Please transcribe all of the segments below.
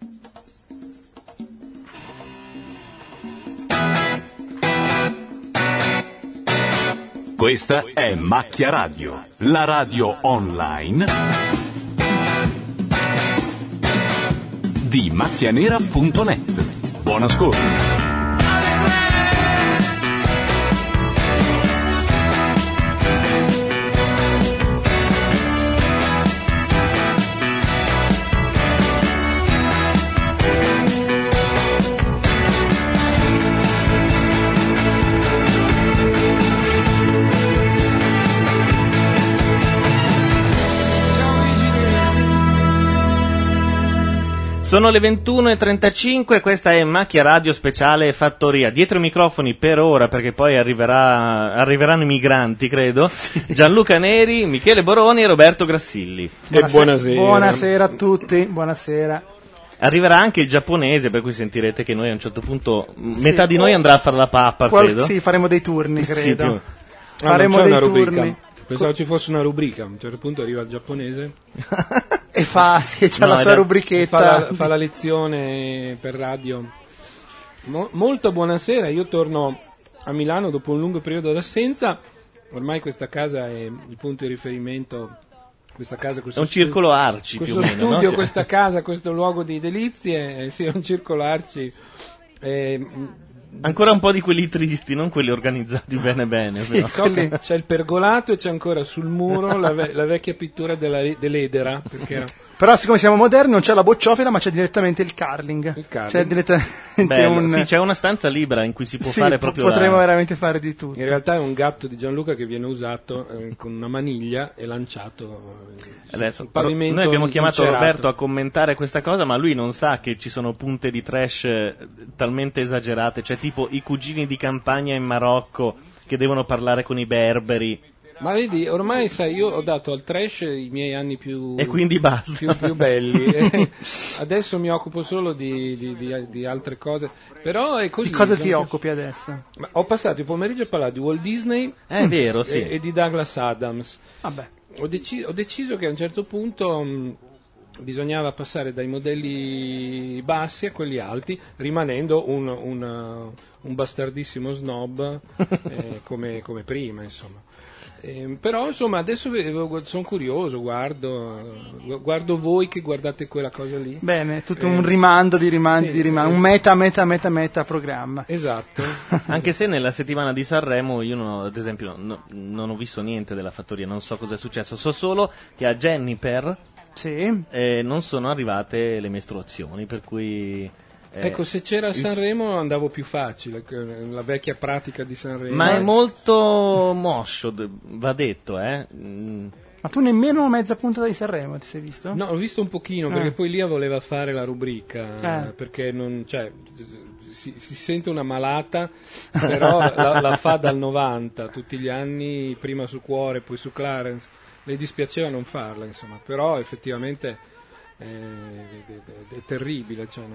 Questa è Macchia Radio, la radio online di macchianera.net. Buon ascolto. Sono le 21:35, questa è Macchia Radio speciale Fattoria. Dietro i microfoni per ora, perché poi arriveranno i migranti, credo, Gianluca Neri, Michele Boroni e Roberto Grassilli. Buonasera. Buonasera a tutti, buonasera. Arriverà anche il giapponese, per cui sentirete che noi a un certo punto, metà di noi andrà a fare la pappa, credo. Sì, faremo dei turni, credo. Sì, faremo dei turni. Pensavo ci fosse una rubrica, a un certo punto arriva il giapponese e c'ha la sua rubrichetta. Fa la lezione per radio. Molto buonasera, io torno a Milano dopo un lungo periodo d'assenza. Ormai questa casa è il punto di riferimento. Questa casa, è un circolo arci più o meno. Questo studio, no? Questa casa, questo luogo di delizie, sì, è un circolo arci. Ancora un po' di quelli tristi, non quelli organizzati bene bene. Sì, però. C'è il pergolato e c'è ancora sul muro la vecchia pittura dell'edera. Però siccome siamo moderni non c'è la bocciofila ma c'è direttamente il curling. C'è direttamente c'è una stanza libera in cui si può fare proprio potremo veramente fare di tutto. In realtà è un gatto di Gianluca che viene usato con una maniglia e lanciato adesso, sul pavimento. Noi abbiamo chiamato incerato. Roberto a commentare questa cosa, ma lui non sa che ci sono punte di trash talmente esagerate, cioè tipo i cugini di campagna in Marocco che devono parlare con i berberi. Ma vedi, ormai sai, io ho dato al trash i miei anni più e quindi basta. più belli. Adesso mi occupo solo di altre cose. Però è così. Di cosa ti occupi adesso? Ma ho passato il pomeriggio a parlare di Walt Disney è vero, sì. e di Douglas Adams. Vabbè. Ho deciso che a un certo punto bisognava passare dai modelli bassi a quelli alti, rimanendo un bastardissimo snob come prima, insomma. Però insomma adesso sono curioso, guardo voi che guardate quella cosa lì. Bene, tutto un rimando di rimandi, sì, di rimandi, un meta programma. Esatto. Anche se nella settimana di Sanremo io ad esempio non ho visto niente della Fattoria, non so cosa è successo, so solo che a Jennifer non sono arrivate le mestruazioni, per cui... Ecco, se c'era a Sanremo andavo più facile, la vecchia pratica di Sanremo. Ma è molto moscio, va detto, Ma tu nemmeno mezza puntata di Sanremo ti sei visto? No, ho visto un pochino, perché poi Lia voleva fare la rubrica, perché non, cioè, si sente una malata, però la fa dal 90, tutti gli anni, prima su Cuore, poi su Clarence. Le dispiaceva non farla, insomma, però effettivamente... È terribile, cioè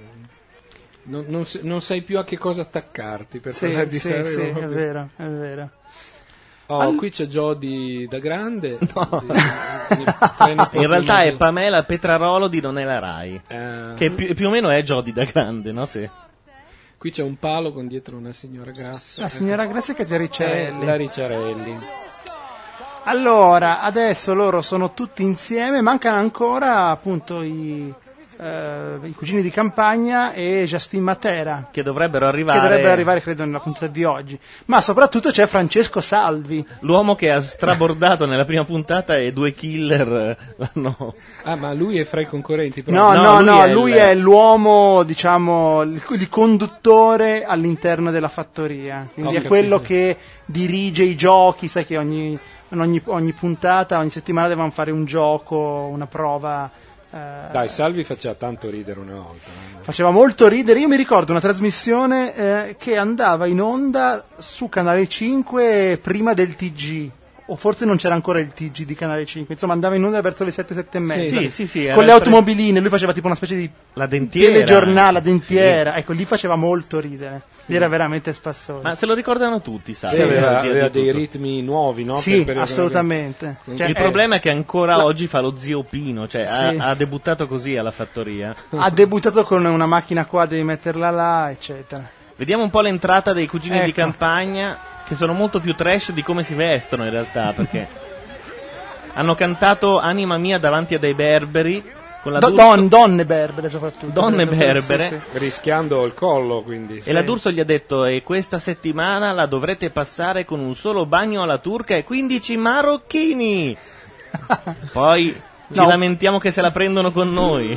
non sai più a che cosa attaccarti per parlare di Sanremo. Sì, è vero. Qui c'è Jody da grande. No. In realtà è Pamela Petrarolo di Non è la Rai, che più o meno è Jody da grande, no? Sì. Qui c'è un palo con dietro una signora grassa. La signora grassa che è Ricciarelli. La Ricciarelli. Allora, adesso loro sono tutti insieme, mancano ancora appunto i cugini di campagna e Justin Matera. Che dovrebbero arrivare credo nella puntata di oggi. Ma soprattutto c'è Francesco Salvi. L'uomo che ha strabordato nella prima puntata e 2 killer no. Ma lui è fra i concorrenti? Però. No, lui è l'uomo, diciamo, il conduttore all'interno della fattoria. Quindi è quello che dirige i giochi, sai che ogni puntata, ogni settimana devono fare un gioco, una prova. Dai, Salvi faceva tanto ridere una volta. Faceva molto ridere. Io mi ricordo una trasmissione che andava in onda su Canale 5 prima del TG. o forse non c'era ancora il TG di Canale 5, insomma andava in onda verso le 7, 7 e mezza, sì, con le automobiline, lui faceva tipo una specie di la dentiera, telegiornale, la dentiera, ecco, lì faceva molto ridere, lì era veramente spassoso. Ma se lo ricordano tutti, sai? Aveva dei ritmi nuovi, no? Sì, assolutamente. Cioè, il problema è che ancora oggi fa lo zio Pino, cioè ha debuttato così alla fattoria. Ha debuttato con una macchina qua, devi metterla là, eccetera. Vediamo un po' l'entrata dei cugini di campagna, che sono molto più trash di come si vestono in realtà, perché hanno cantato Anima mia davanti a dei berberi con la donne berbere soprattutto. Donne berbere, sì. Rischiando il collo, quindi. E la D'Urso gli ha detto: e questa settimana la dovrete passare con un solo bagno alla turca e 15 marocchini. Poi ci lamentiamo che se la prendono con noi.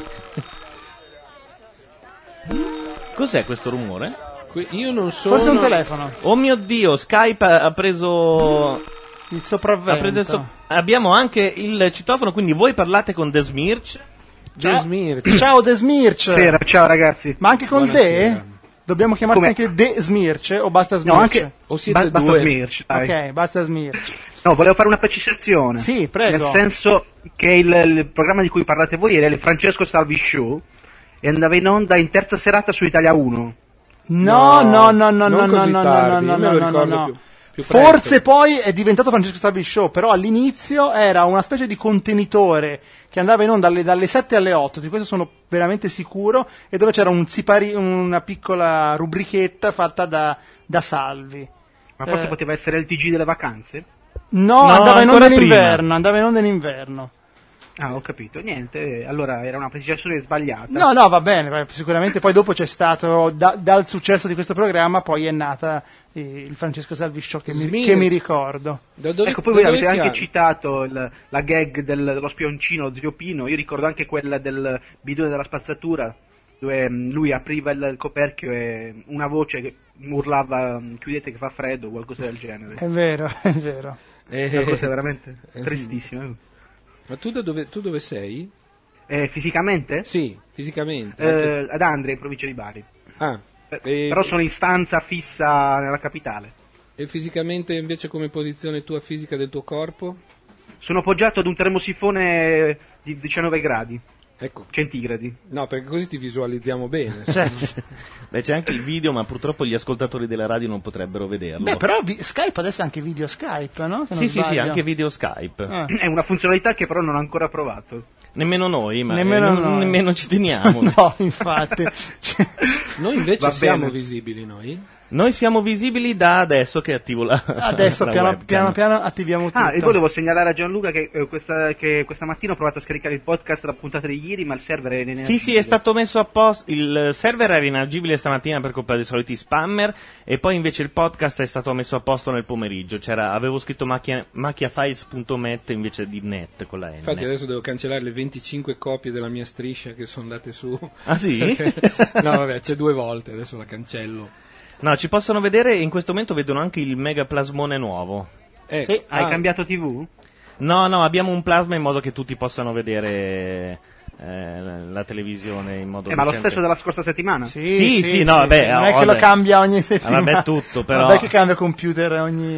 Cos'è questo rumore? Io non sono... Forse è un telefono. Oh mio Dio, Skype ha preso il sopravvento. Abbiamo anche il citofono, quindi voi parlate con The Smirch. Ciao The Smirch. Ciao ragazzi. Ma anche con The? Dobbiamo chiamarti anche The Smirch o basta Smirch? No, anche o siete basta due. Smirch, dai. Ok, basta Smirch. No, volevo fare una precisazione. Sì, prego. Nel senso che il programma di cui parlate voi era il Francesco Salvi Show e andava in onda in terza serata su Italia 1. No. Forse poi è diventato Francesco Salvi Show, però all'inizio era una specie di contenitore che andava in onda dalle 7 alle 8, di questo sono veramente sicuro, e dove c'era una piccola rubrichetta fatta da Salvi. Ma forse poteva essere il TG delle vacanze? No, andava in onda in inverno. Ah, ho capito, niente, allora era una precisazione sbagliata. No, va bene, sicuramente poi dopo c'è stato, dal successo di questo programma, poi è nata il Francesco Salvi Show che mi ricordo. Ecco, poi voi avete anche citato la gag dello spioncino, zio Pino, io ricordo anche quella del bidone della spazzatura, dove lui apriva il coperchio e una voce che urlava chiudete che fa freddo o qualcosa del genere. È vero. Una cosa veramente tristissima. Ma tu dove sei? Fisicamente? Sì, fisicamente. Ad Andria, in provincia di Bari. Però sono in stanza fissa nella capitale. E fisicamente invece come posizione tua fisica del tuo corpo? Sono appoggiato ad un termosifone di 19 gradi. Ecco. Centigradi. No, perché così ti visualizziamo bene. Beh, c'è anche il video, ma purtroppo gli ascoltatori della radio non potrebbero vederlo. Beh, però Skype adesso è anche video Skype, no? Sì, anche video Skype. È una funzionalità che però non ho ancora provato. Nemmeno noi, ma nemmeno ci teniamo. No, infatti. Noi invece siamo visibili, noi? Noi siamo visibili da adesso che attivo la adesso la piano attiviamo tutto. E volevo segnalare a Gianluca che questa mattina ho provato a scaricare il podcast della puntata di ieri, ma il server è inagibile. Sì, è stato messo a posto. Il server era inagibile stamattina per colpa dei soliti spammer, e poi invece il podcast è stato messo a posto nel pomeriggio. Avevo scritto macchiafiles.net invece di net con la N. Infatti adesso devo cancellare le 25 copie della mia striscia che sono andate su. Ah sì? No, vabbè, c'è 2 volte, adesso la cancello. No, ci possono vedere, e in questo momento vedono anche il mega plasmone nuovo. Sì, hai cambiato TV? No, abbiamo un plasma in modo che tutti possano vedere la televisione in modo ma lo stesso della scorsa settimana? Sì, non è che lo cambia ogni settimana. Vabbè, tutto, però. Vabbè che cambia computer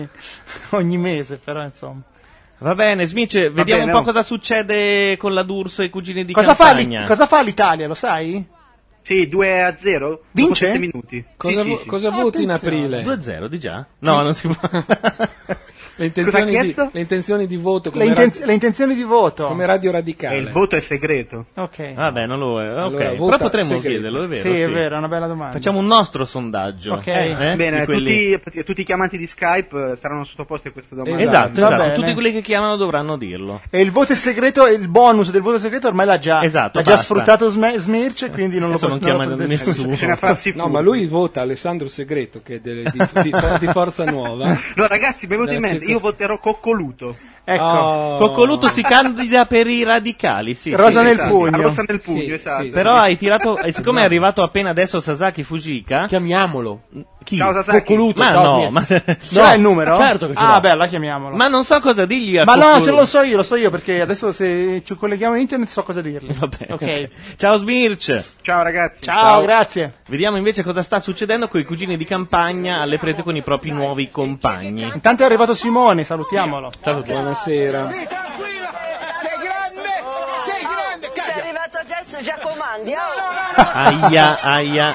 ogni mese, però insomma. Va bene, Smice, vediamo un po' cosa succede con la D'Urso e i cugini di campagna. Cosa fa l'Italia, lo sai? Sì, 2-0. Vince? 7 minuti. Cosa voti in aprile? 2-0 di già? No, non si può. Le intenzioni di voto. Le intenzioni di voto. Come Radio Radicale. Il voto è segreto. Ok. Vabbè, non lo è. Allora, però potremmo chiederlo, è vero? Sì, è vero, è una bella domanda. Facciamo un nostro sondaggio. Ok. Bene, tutti i chiamanti di Skype saranno sottoposti a questa domanda. Esatto. Tutti quelli che chiamano dovranno dirlo. E il voto segreto, il bonus del voto segreto ormai l'ha già sfruttato Smirch, quindi non lo non chiama nessuno. No, ma lui vota Alessandro Segreto, che è di Forza Nuova. No, ragazzi, mi è venuto in mente, io voterò Coccoluto. Ecco. Coccoluto si candida per i radicali, sì. Rosa nel pugno. Rosa nel pugno, esatto. Però hai tirato, siccome è arrivato appena adesso Sasaki Fujika, chiamiamolo. Chi? Ciao Sasaki. Coccoluto, Ma ciao, no, Smith. ma... Ce l'hai il numero? Certo che ce l'ho. Ah, beh, la chiamiamolo. ma non so cosa dirgli a Ma no, Coccoluto. lo so io, perché adesso se ci colleghiamo in internet so cosa dirgli. Vabbè. Ok. Ciao Smirch. Ciao ragazzi. Ciao, grazie. Vediamo invece cosa sta succedendo con i cugini di campagna alle prese con i propri nuovi compagni. Intanto è arrivato Simone, salutiamolo. Buonasera. Sei grande, Sei arrivato adesso Giacomandi, Aia.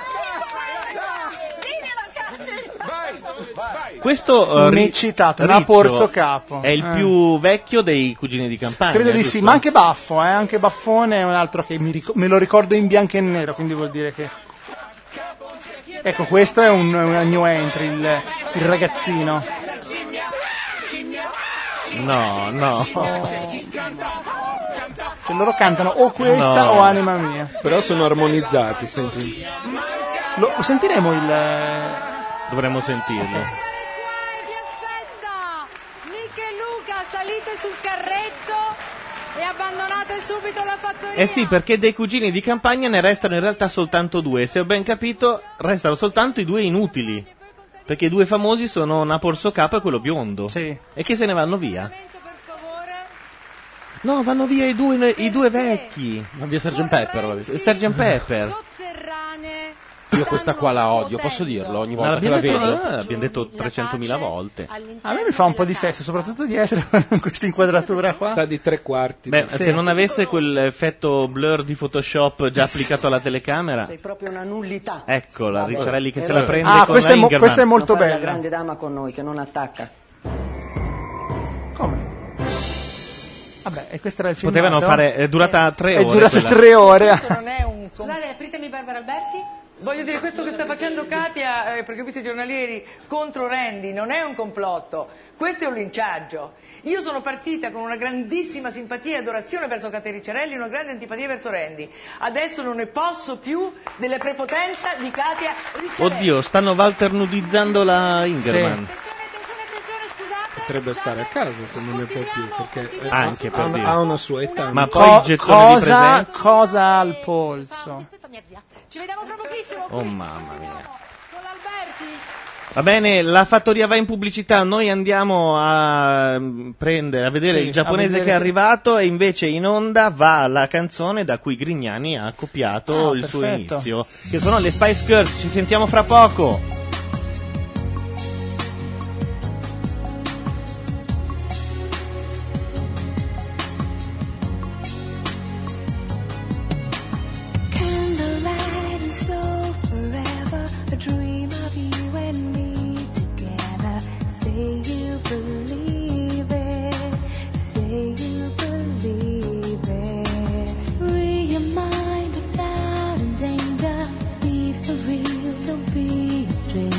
Questo Mi citato, Riccio Naporzo Capo. è il più vecchio dei cugini di campagna. Credo di giusto? sì, ma anche Baffo, anche Baffone è un altro che me lo ricordo in bianco e nero, quindi vuol dire che... Ecco, questo è un new entry, il ragazzino. No. Cioè loro cantano o questa No. o Anima Mia. Però sono armonizzati, senti. Lo sentiremo il... Dovremmo sentirlo. Mica e Luca, salite sul carretto e abbandonate subito la fattoria. Eh sì, perché dei cugini di campagna ne restano in realtà soltanto 2. Se ho ben capito, restano soltanto i 2 inutili. Perché i 2 famosi sono Naporzo Capo e quello biondo. Sì. E che se ne vanno via. No, vanno via i due vecchi. Ma via Sgt. Pepper. Sgt. Pepper. Sotterranee. Io questa qua la odio, posso dirlo ogni Ma volta che la vedo. l'abbiamo detto 300.000 volte. A me mi fa un po' di sesso, soprattutto dietro, con questa inquadratura qua. Sta di 3/4. Beh, se non avesse quell'effetto blur di Photoshop già applicato alla telecamera. Sei proprio una nullità. Ecco la Vabbè. Ricciarelli che se Allora- la prende Ah, con questa la è Ingerman. questa è molto Non fare la bella. grande dama con noi che non attacca. Come? Vabbè, e questo era il film. Potevano fare, è durata 3 ore. È durata quella. 3 ore. Non è un Scusate, apritemi Barbara Alberti. Voglio dire, questo che sta facendo Katia, perché ho visto i giornalieri, contro Randy, non è un complotto, questo è un linciaggio. Io sono partita con una grandissima simpatia e adorazione verso Katia Ricciarelli e una grande antipatia verso Randy. Adesso non ne posso più delle prepotenza di Katia Ricciarelli. Oddio, stanno Walternudizzando la Ingerman. Attenzione, scusate. Potrebbe stare a casa se non ne può più, perché Anche per dire. ha una sua età. Ma poi il gettone di presenza. Cosa al polso? Rispetto a mia zia. Ci vediamo fra pochissimo. Oh mamma mia. Con l'Alberti. Va bene, la fattoria va in pubblicità, noi andiamo a vedere Sì, il giapponese a vedere che è che- arrivato e invece in onda va la canzone da cui Grignani ha copiato Ah, il suo perfetto. inizio, che sono le Spice Girls. Ci sentiamo fra poco. Candlelight and so forever, a dream of you and me together. Say you believe it, say you believe it. Free your mind of doubt and danger, be for real, don't be a stranger.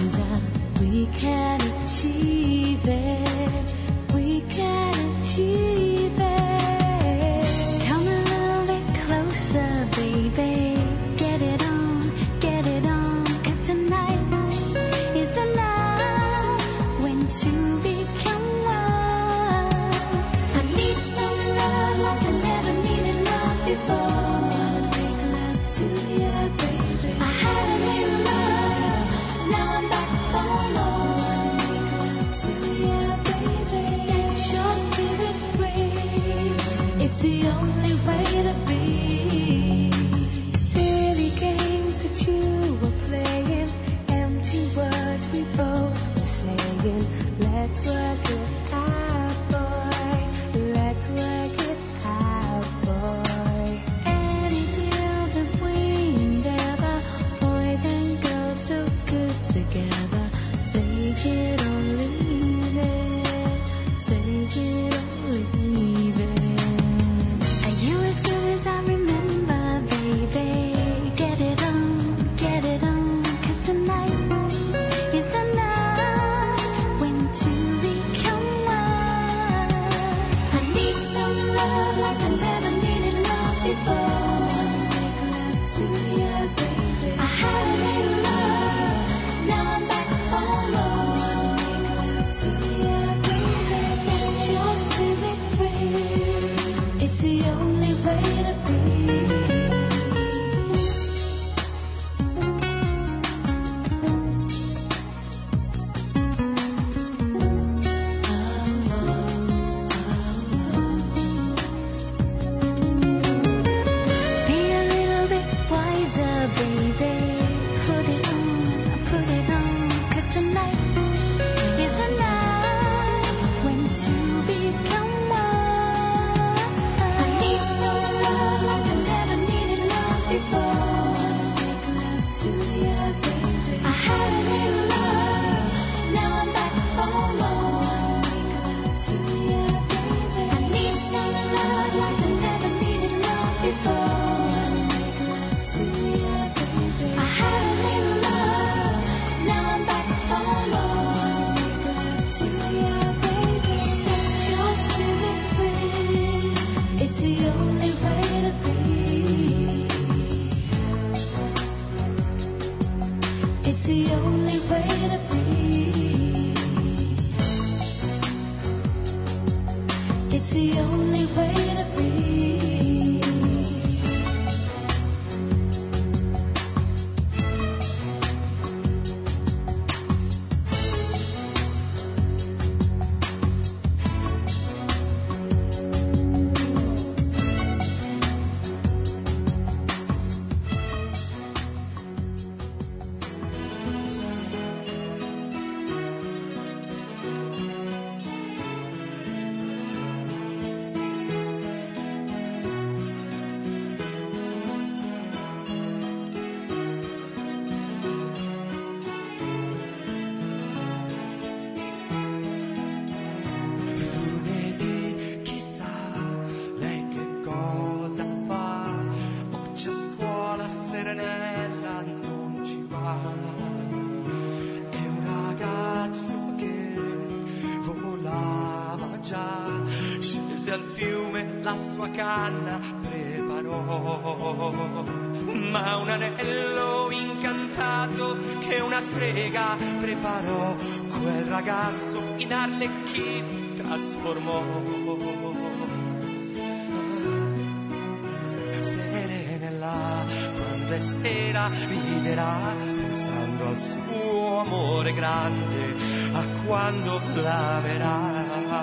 It's the only way to breathe. It's the only way to breathe. Lunedì, chissà lei che cosa fa. Oggi a scuola Serenella non ci va. È un ragazzo che volava già, scese al fiume, la sua canna preparò, ma un anello incantato che una strega preparò, quel ragazzo in Arlecchin trasformò. Serenella quando è sera riderà, pensando al suo amore grande, a quando l'amerà.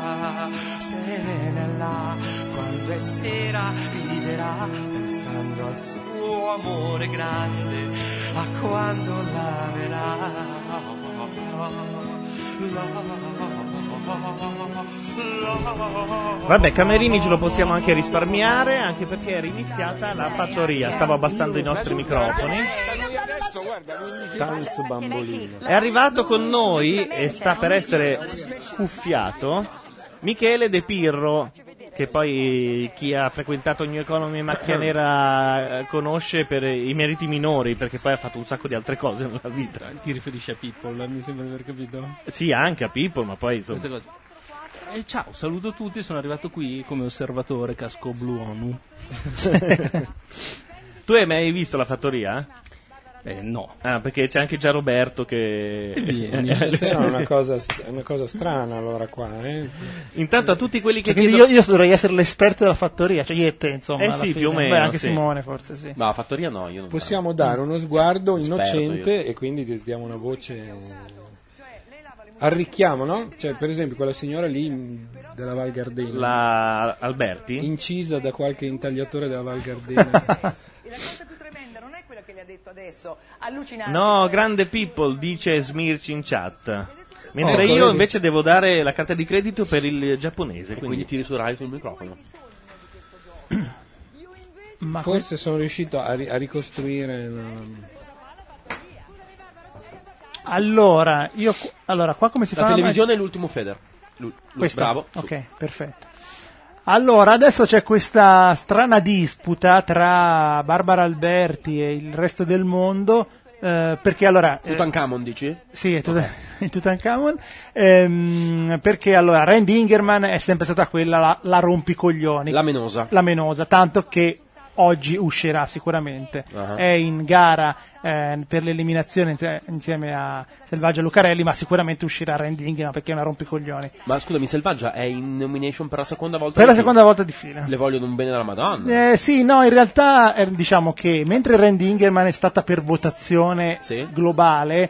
Serenella quando è sera riderà, pensando al suo amore grande, a quando l'amerà. Vabbè, Camerini ce lo possiamo anche risparmiare, anche perché era iniziata la fattoria. Stavo abbassando i nostri microfoni. Tanz bambolino. È arrivato con noi e sta per essere cuffiato Michele De Pirro, che poi chi ha frequentato New Economy e Macchia Nera conosce per i meriti minori, perché poi ha fatto un sacco di altre cose nella vita. Ti riferisci a People, mi sembra di aver capito? Sì, anche a People, ma poi insomma. Queste cose. Ciao, saluto tutti, sono arrivato qui come osservatore, casco blu ONU. Tu hai mai visto la fattoria? No. Ah, perché c'è anche già Roberto che... Stasera è una cosa strana allora qua, Intanto a tutti quelli che Quindi io dovrei essere l'esperto della fattoria, cioè io e te, insomma. Sì, fine. più o meno. Beh, anche sì. Simone forse sì. No, la fattoria no, io non Possiamo dare uno sguardo Esperto innocente io. e quindi diamo una voce. Arricchiamo, no? Cioè, per esempio, quella signora lì della Val Gardena. La Alberti? Incisa da qualche intagliatore della Val Gardena. La cosa più tremenda non è quella che le ha detto adesso, allucinante. No, grande People, dice Smirch in chat. Mentre Ecco, io vedi? invece devo dare la carta di credito per il giapponese. Quindi tiri su Rai sul microfono. Ma Forse sono riuscito a ricostruire. Allora, qua come si fa? La televisione è l'ultimo Feder. Questo? Bravo. su. Ok, perfetto. Allora, adesso c'è questa strana disputa tra Barbara Alberti e il resto del mondo, perché allora... Tutankhamon dici? Sì, è Tutankhamon, perché allora Randy Ingerman è sempre stata quella, la rompicoglioni. La menosa. La menosa, tanto che oggi uscirà sicuramente. Uh-huh. È in gara per l'eliminazione insieme a Selvaggia Lucarelli, ma sicuramente uscirà Randy Ingerman perché è una rompicoglioni. Ma scusami, Selvaggia è in nomination per la seconda volta Per la di fila? seconda volta di fila. Le vogliono un bene della Madonna. Sì, no, in realtà diciamo che mentre Randy Ingerman è stata per votazione globale,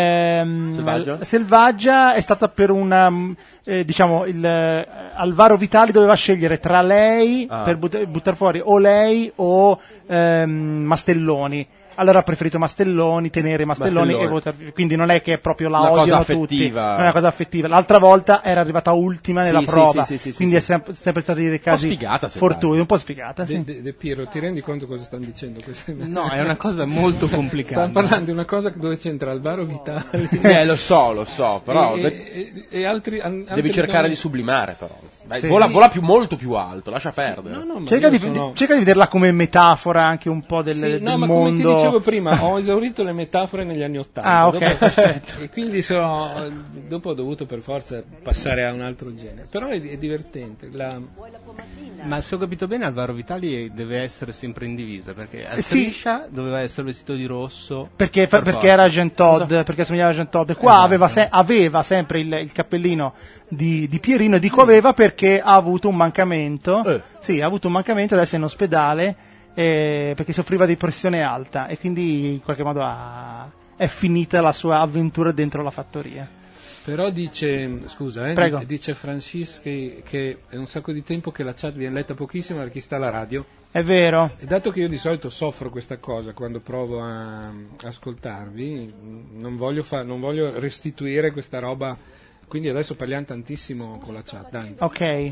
Selvaggia è stata per una, diciamo, Alvaro Vitali doveva scegliere tra lei per buttare fuori o lei o Mastelloni. Allora ha preferito Mastelloni, tenere Mastelloni e votare, quindi non è che è proprio la Una odiano cosa tutti, affettiva. non è una cosa affettiva. L'altra volta era arrivata ultima nella prova, sì, quindi è sempre stati dei casi sfigata, fortuiti, un po' sfigata. Sì. De Piero, ti rendi conto cosa stanno dicendo? No, è una cosa molto complicata. Stanno parlando di una cosa dove c'entra Alvaro Vitali. Lo so, però e altri, devi cercare nomi. di sublimare, però. Dai, Sì. vola molto più alto, lascia perdere. No, ma Cerca io di vederla come metafora anche un po' del no, ma mondo. come ti dicevo prima, ho esaurito le metafore negli anni '80. Ah, ok, perfetto. E quindi dopo ho dovuto per forza passare a un altro genere. Però è divertente. Ma se ho capito bene, Alvaro Vitali deve essere sempre in divisa, perché a Sì. Striscia doveva essere vestito di rosso. Perché forza. era Agent Todd, perché assomigliava a Agent Todd. Qua aveva sempre il cappellino di Pierino, dico aveva perché ha avuto un mancamento. Sì, ha avuto un mancamento, adesso è in ospedale perché soffriva di pressione alta e quindi in qualche modo è finita la sua avventura dentro la fattoria. Però dice, scusa, Prego. dice Francischi che è un sacco di tempo che la chat viene letta pochissimo da chi sta alla radio. È vero. E dato che io di solito soffro questa cosa quando provo a ascoltarvi, non voglio restituire questa roba, quindi adesso parliamo tantissimo con la chat, dai. Ok.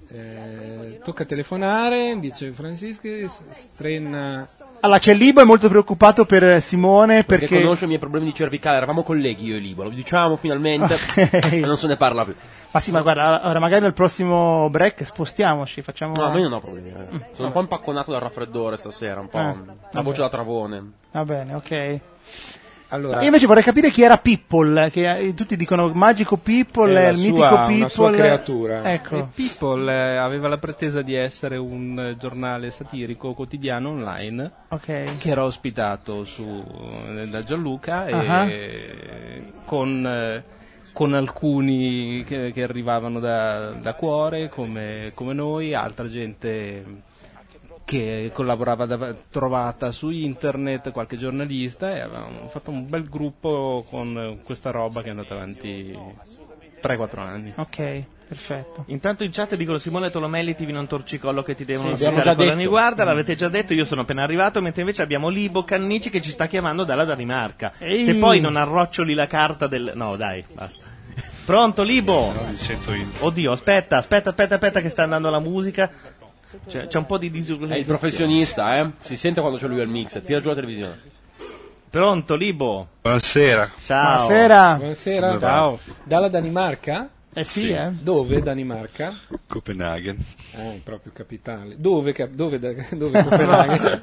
Tocca telefonare, dice Francischi, strenna... Allora, c'è Libo, è molto preoccupato per Simone perché conosce i miei problemi di cervicale, eravamo colleghi io e Libo, lo diciamo finalmente, e non se ne parla più. Ma sì, ma guarda, ora magari nel prossimo break spostiamoci, facciamo... No, ma io non ho problemi. Sono un po' impacconato dal raffreddore stasera, un po' la voce da travone. Va bene, ok. Allora, Io invece vorrei capire chi era People, che tutti dicono Magico People, È il mitico People. una sua creatura. Ecco. E People aveva la pretesa di essere un giornale satirico quotidiano online Ok. che era ospitato da Gianluca e con alcuni che arrivavano da cuore come noi, altra gente che collaborava trovata su internet, qualche giornalista, e avevamo fatto un bel gruppo con questa roba che è andata avanti 3-4 anni. Ok, perfetto. Intanto in chat dicono Simone Tolomelli, TV non torcicollo che ti devono Sì, abbiamo spiegare già cosa detto. ne guarda, l'avete già detto, io sono appena arrivato, mentre invece abbiamo Libo Cannici che ci sta chiamando dalla Danimarca. Ehi. Se poi non arroccioli la carta del... No, dai, basta. Pronto, Libo? Oddio, aspetta che sta andando la musica. C'è un po' di È disorganizzazione. il professionista, si sente quando c'è lui al mix, tira giù la televisione. Pronto, Libo? Buonasera. Ciao. Buonasera. Ciao. Dalla Danimarca? Sì. Dove Danimarca? Copenaghen. Proprio capitale. Dove Copenaghen?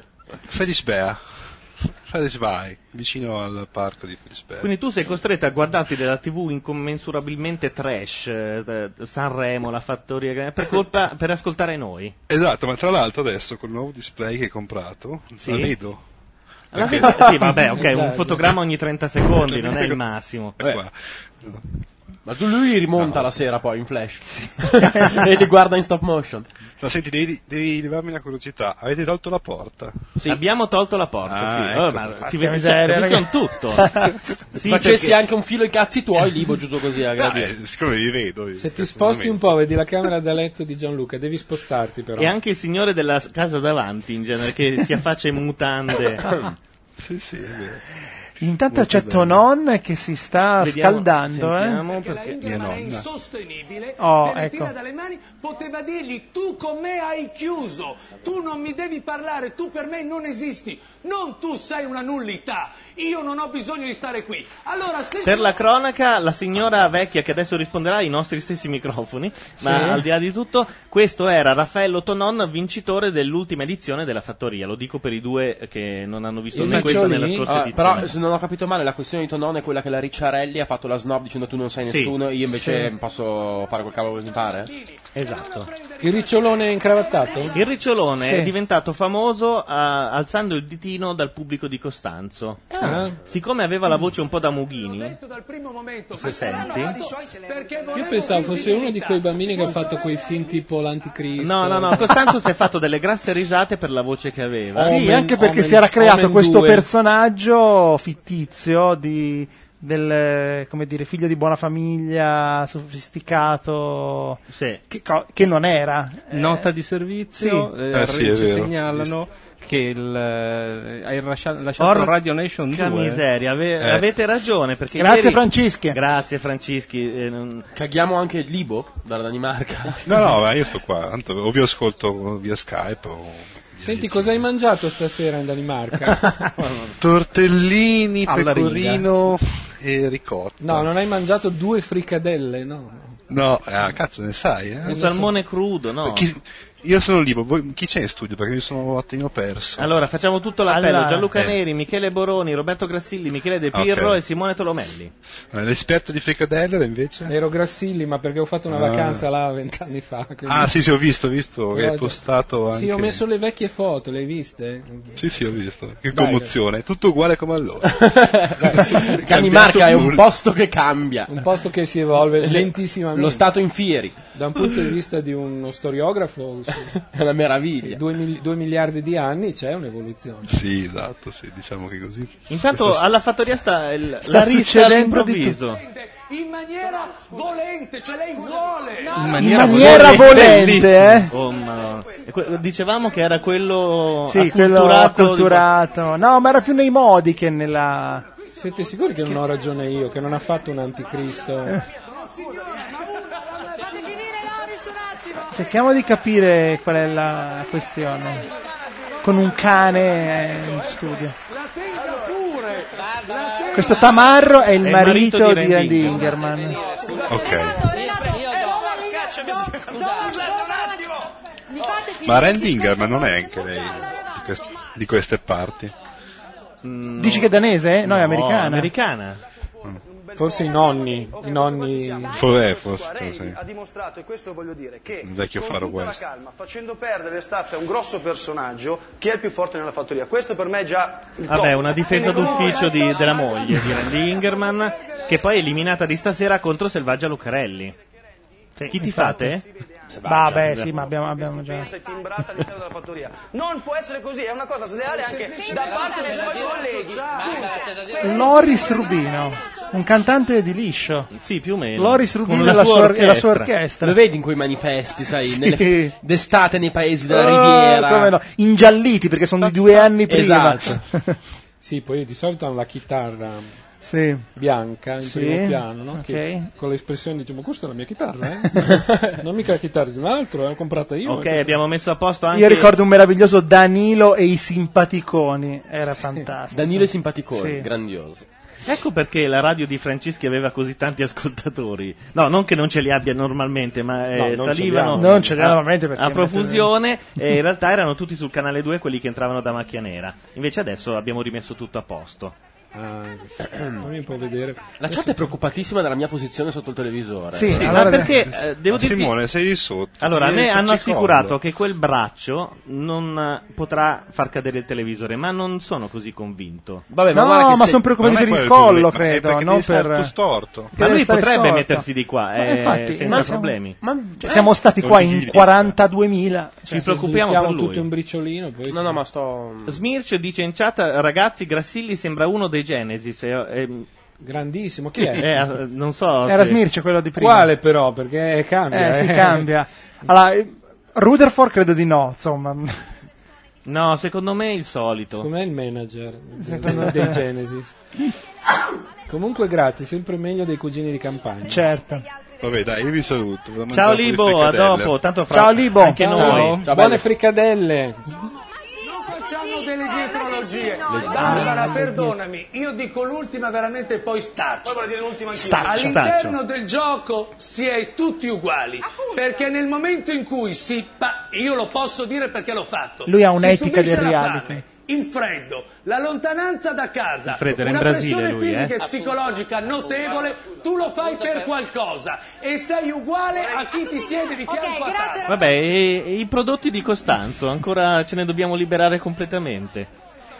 Frederiksberg, vicino al parco di Frederiksberg. Quindi tu sei costretto a guardarti della TV incommensurabilmente trash, Sanremo, la fattoria, per ascoltare noi. Esatto, ma tra l'altro adesso col nuovo display che hai comprato, Sì? la vedo. Sì, vabbè, ok, un fotogramma ogni 30 secondi, non è il massimo. Qua. Ma lui rimonta la sera poi in flash e li guarda in stop motion. Ma senti, devi levarmi la curiosità. Avete tolto la porta? Sì. Abbiamo tolto la porta, sì. Ecco. Ma si Porca vede, miseria, capiscono tutto. Sì, Facessi perché- anche un filo ai cazzi tuoi, Libo, giusto così a gradire. Siccome vi vedo. Se ti sposti un po', vedi la camera da letto di Gianluca, devi spostarti però. E anche il signore della casa davanti, in genere, che si affaccia in mutande. Sì, è vero. Intanto c'è Tonon che si sta Vediamo, scaldando, sentiamo, Che la perché... Engelmann è nonna. insostenibile, Oh, me ne ecco. tira dalle mani, poteva dirgli tu con me hai chiuso, tu non mi devi parlare, tu per me non esisti, non tu sei una nullità, io non ho bisogno di stare qui. Allora se Per la cronaca, la signora vecchia che adesso risponderà ai nostri stessi microfoni, ma Sì. al di là di tutto, questo era Raffaello Tonon, vincitore dell'ultima edizione della Fattoria. Lo dico per i due che non hanno visto Il né questa né la Macciolini? scorsa edizione. Però se non ho capito male, la questione di Tonon è quella che la Ricciarelli ha fatto la snob dicendo tu non sei Sì. nessuno, io invece posso fare quel cavolo che mi pare. Esatto. Il ricciolone incravattato? Il Ricciolone Sì. è diventato famoso alzando il ditino dal pubblico di Costanzo. Siccome aveva la voce un po' da Mughini, detto dal primo momento, se senti... perché Io volevo pensavo fosse visibilità. uno di quei bambini che ha fatto quei film tipo l'anticristo. No, Costanzo si è fatto delle grasse risate per la voce che aveva. Sì, Omen- anche perché Omen- si era creato Omen questo 2. personaggio fittizio del come dire, figlio di buona famiglia, sofisticato, Sì. che non era. Nota di servizio, Sì. Sì, è ci vero. segnalano che hai lasciato Radio Nation 2. Porca miseria, avete ragione. Perché Grazie ieri... Francischi. Grazie Francischi. Caghiamo anche il Libo dalla Danimarca. No, ma io sto qua. Tanto o vi ascolto via Skype o... Senti, cosa hai mangiato stasera in Danimarca? Tortellini, Alla pecorino e ricotta. No, non hai mangiato 2 fricadelle, no? No, cazzo ne sai, Un salmone crudo, no? Io sono libero, chi c'è in studio? Perché mi sono un attimo perso. Allora, facciamo tutto l'appello. Allora, Gianluca Neri, Michele Boroni, Roberto Grassilli, Michele De Pirro e Simone Tolomelli. L'esperto di fricadelle invece? Ero Grassilli, ma perché ho fatto una vacanza là 20 anni fa. Quindi... Ah sì, ho visto che hai postato anche... Sì, ho messo le vecchie foto, le hai viste? Sì, ho visto. Che commozione, è tutto uguale come allora. Danimarca è un posto che cambia. Un posto che si evolve lentissimamente. Lo stato in fieri. Da un punto di vista di uno storiografo è una meraviglia. 2 miliardi di anni c'è un'evoluzione. Sì, esatto, sì, diciamo che così. Intanto alla fattoria sta sta rissa succedendo all'improvviso. In maniera volente, cioè lei vuole. In maniera volente, Oh, ma... Dicevamo che era quello sì, quello acculturato. No, ma era più nei modi che nella... Siete sicuri che non ho ragione io, che non ha fatto un anticristo? Cerchiamo di capire qual è la questione. Con un cane in studio. Questo Tamarro è il marito di Randy Ingerman. Ok. Ma Randy Ingerman non è anche lei di queste parti? Dici che è danese? No, è americana. Americana. Forse i nonni. Forse sì. Ha dimostrato, e questo voglio dire, che un vecchio con Faro tutta West. la calma, facendo perdere le staffe a un grosso personaggio, chi è il più forte nella fattoria? Questo per me è già il top. Vabbè, una difesa d'ufficio della moglie di Randy Ingerman, che poi è eliminata di stasera contro Selvaggia Lucarelli. Chi ti fate? Vabbè, sì, ma abbiamo già. È timbrata all'interno della fattoria. Non può essere così, è una cosa sleale anche da parte dei suoi colleghi. Loris Rubino, un cantante di liscio. Sì, più o meno. Loris Rubino e la sua orchestra. Lo vedi in quei manifesti, sai, Sì. d'estate nei paesi della Riviera. Come no? Ingialliti perché sono di 2 anni prima. Esatto. Sì, poi di solito hanno la chitarra bianca in Sì. primo piano, no? Ok. Che con l'espressione dice: ma questa è la mia chitarra, non mica la chitarra di un altro, l'ho comprata io. Ok, abbiamo messo a posto anche... Io ricordo un meraviglioso Danilo e i simpaticoni, era fantastico. Danilo e i simpaticoni, Sì. grandioso. Ecco perché la radio di Franceschi aveva così tanti ascoltatori. No, non che non ce li abbia normalmente, ma salivano Non ce li ha normalmente perché a profusione e in realtà erano tutti sul canale 2 quelli che entravano da Macchia Nera. Invece adesso abbiamo rimesso tutto a posto. Fammi un po' vedere. La chat è preoccupatissima della mia posizione sotto il televisore. Sì, Ma perché devo dirti... Simone, sei lì sotto. Allora, a me Facci hanno assicurato comodo. che quel braccio non potrà far cadere il televisore, ma non sono così convinto. Vabbè, No, guarda che ma sono preoccupati per il collo, credo, non per... storto. Ma lui potrebbe storto. mettersi di qua, Ma infatti, senza noi siamo- problemi. Cioè, siamo stati qua in 42.000. Ci preoccupiamo per lui. tutti un briciolino. Poi No, ma sto... Smirch dice in chat, ragazzi, Grassilli sembra uno dei Genesis. Grandissimo, chi è? Non so. Era se- Smirch quello di prima. Quale però? Perché cambia. Si cambia. Allora, Rutherford credo di no, insomma. No, secondo me è il solito. Com'è il manager Secondo dei te? Genesis? Comunque grazie, sempre meglio dei cugini di campagna. Certo. Vabbè, dai, io vi saluto. Vado a Ciao mangiare un po' di Libo, a fricadelle. dopo. Tanto fra Ciao, Libo. anche Ciao. noi. Ciao, Buone belli. friccadelle. Facciamo delle dietrologie. Barbara, perdonami, io dico l'ultima veramente, poi staccio. Poi voglio dire l'ultima anch'io. Staccio. All'interno del gioco si è tutti uguali, perché nel momento in cui io lo posso dire perché l'ho fatto. Lui ha si un'etica subisce del la reality. fame, il freddo, la lontananza da casa, Il freddo era in una Brasile pressione lui, fisica e psicologica notevole, tu lo fai per qualcosa e sei uguale a chi ti siede di fianco a te. Vabbè, e i prodotti di Costanzo, ancora ce ne dobbiamo liberare completamente.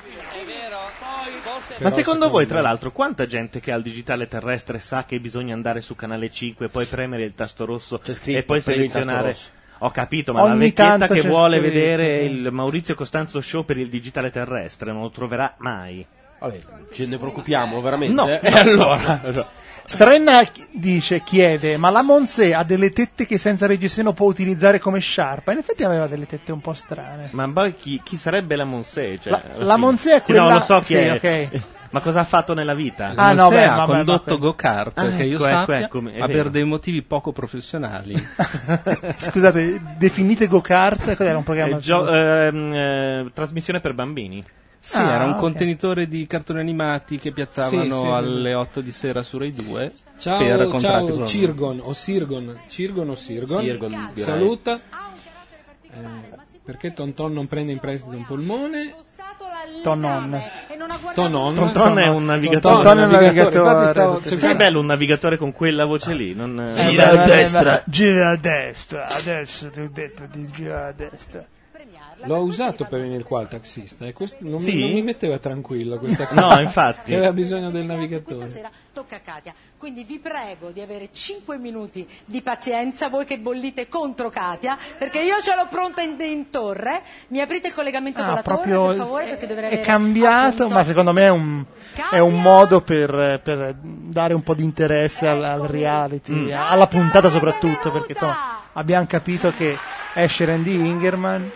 Ma secondo voi, tra l'altro, quanta gente che ha il digitale terrestre sa che bisogna andare su Canale 5, poi premere il tasto rosso C'è scritto, e poi premi il tasto selezionare... rosso. Ho capito, ma la Ogni vecchietta tanto che c'è vuole scritto, vedere sì. il Maurizio Costanzo Show per il digitale terrestre non lo troverà mai. Vabbè, ce ne preoccupiamo veramente? No, E allora... Strenna chiede, ma la Monse ha delle tette che senza reggiseno può utilizzare come sciarpa? In effetti aveva delle tette un po' strane. Ma poi chi sarebbe la Monse? Cioè, alla La fine? Monse è Sì, no, quella... lo so chi sì, è. ok. Ma cosa ha fatto nella vita? Ah, no, beh, ha vabbè, condotto vabbè. go-kart, Ah, che io ecco, sappia, ecco, è ma vero. per dei motivi poco professionali. Scusate, definite go-kart? Cos'era un programma? Trasmissione per bambini. Sì, Ah, era un ok. contenitore di cartoni animati che piazzavano Sì, sì, alle 8 di sera su Rai 2 per Ciao, contratti ciao con- Cirgon o Sirgon. Cirgon o Sirgon. Sirgon, direi. Saluta. Perché Tonton non prende in prestito un polmone? Tonon. Tonton è un navigatore. Tonton è un navigatore. Sì, è bello un navigatore con quella voce lì. Non... Gira a destra. Gira a destra. Adesso ti ho detto di girare a destra. L'ho usato per venire qua al taxista e questo non, Sì? non mi metteva tranquillo questa No, cosa. infatti. Aveva bisogno del navigatore. Questa sera tocca a Katia, quindi vi prego di avere 5 minuti di pazienza, voi che bollite contro Katia, perché io ce l'ho pronta in torre, mi aprite il collegamento con la torre, per favore, perché dovrei È avere cambiato, appunto ma secondo me è un modo per dare un po' di interesse al reality, alla puntata soprattutto, perché insomma abbiamo capito che esce Randy Ingerman.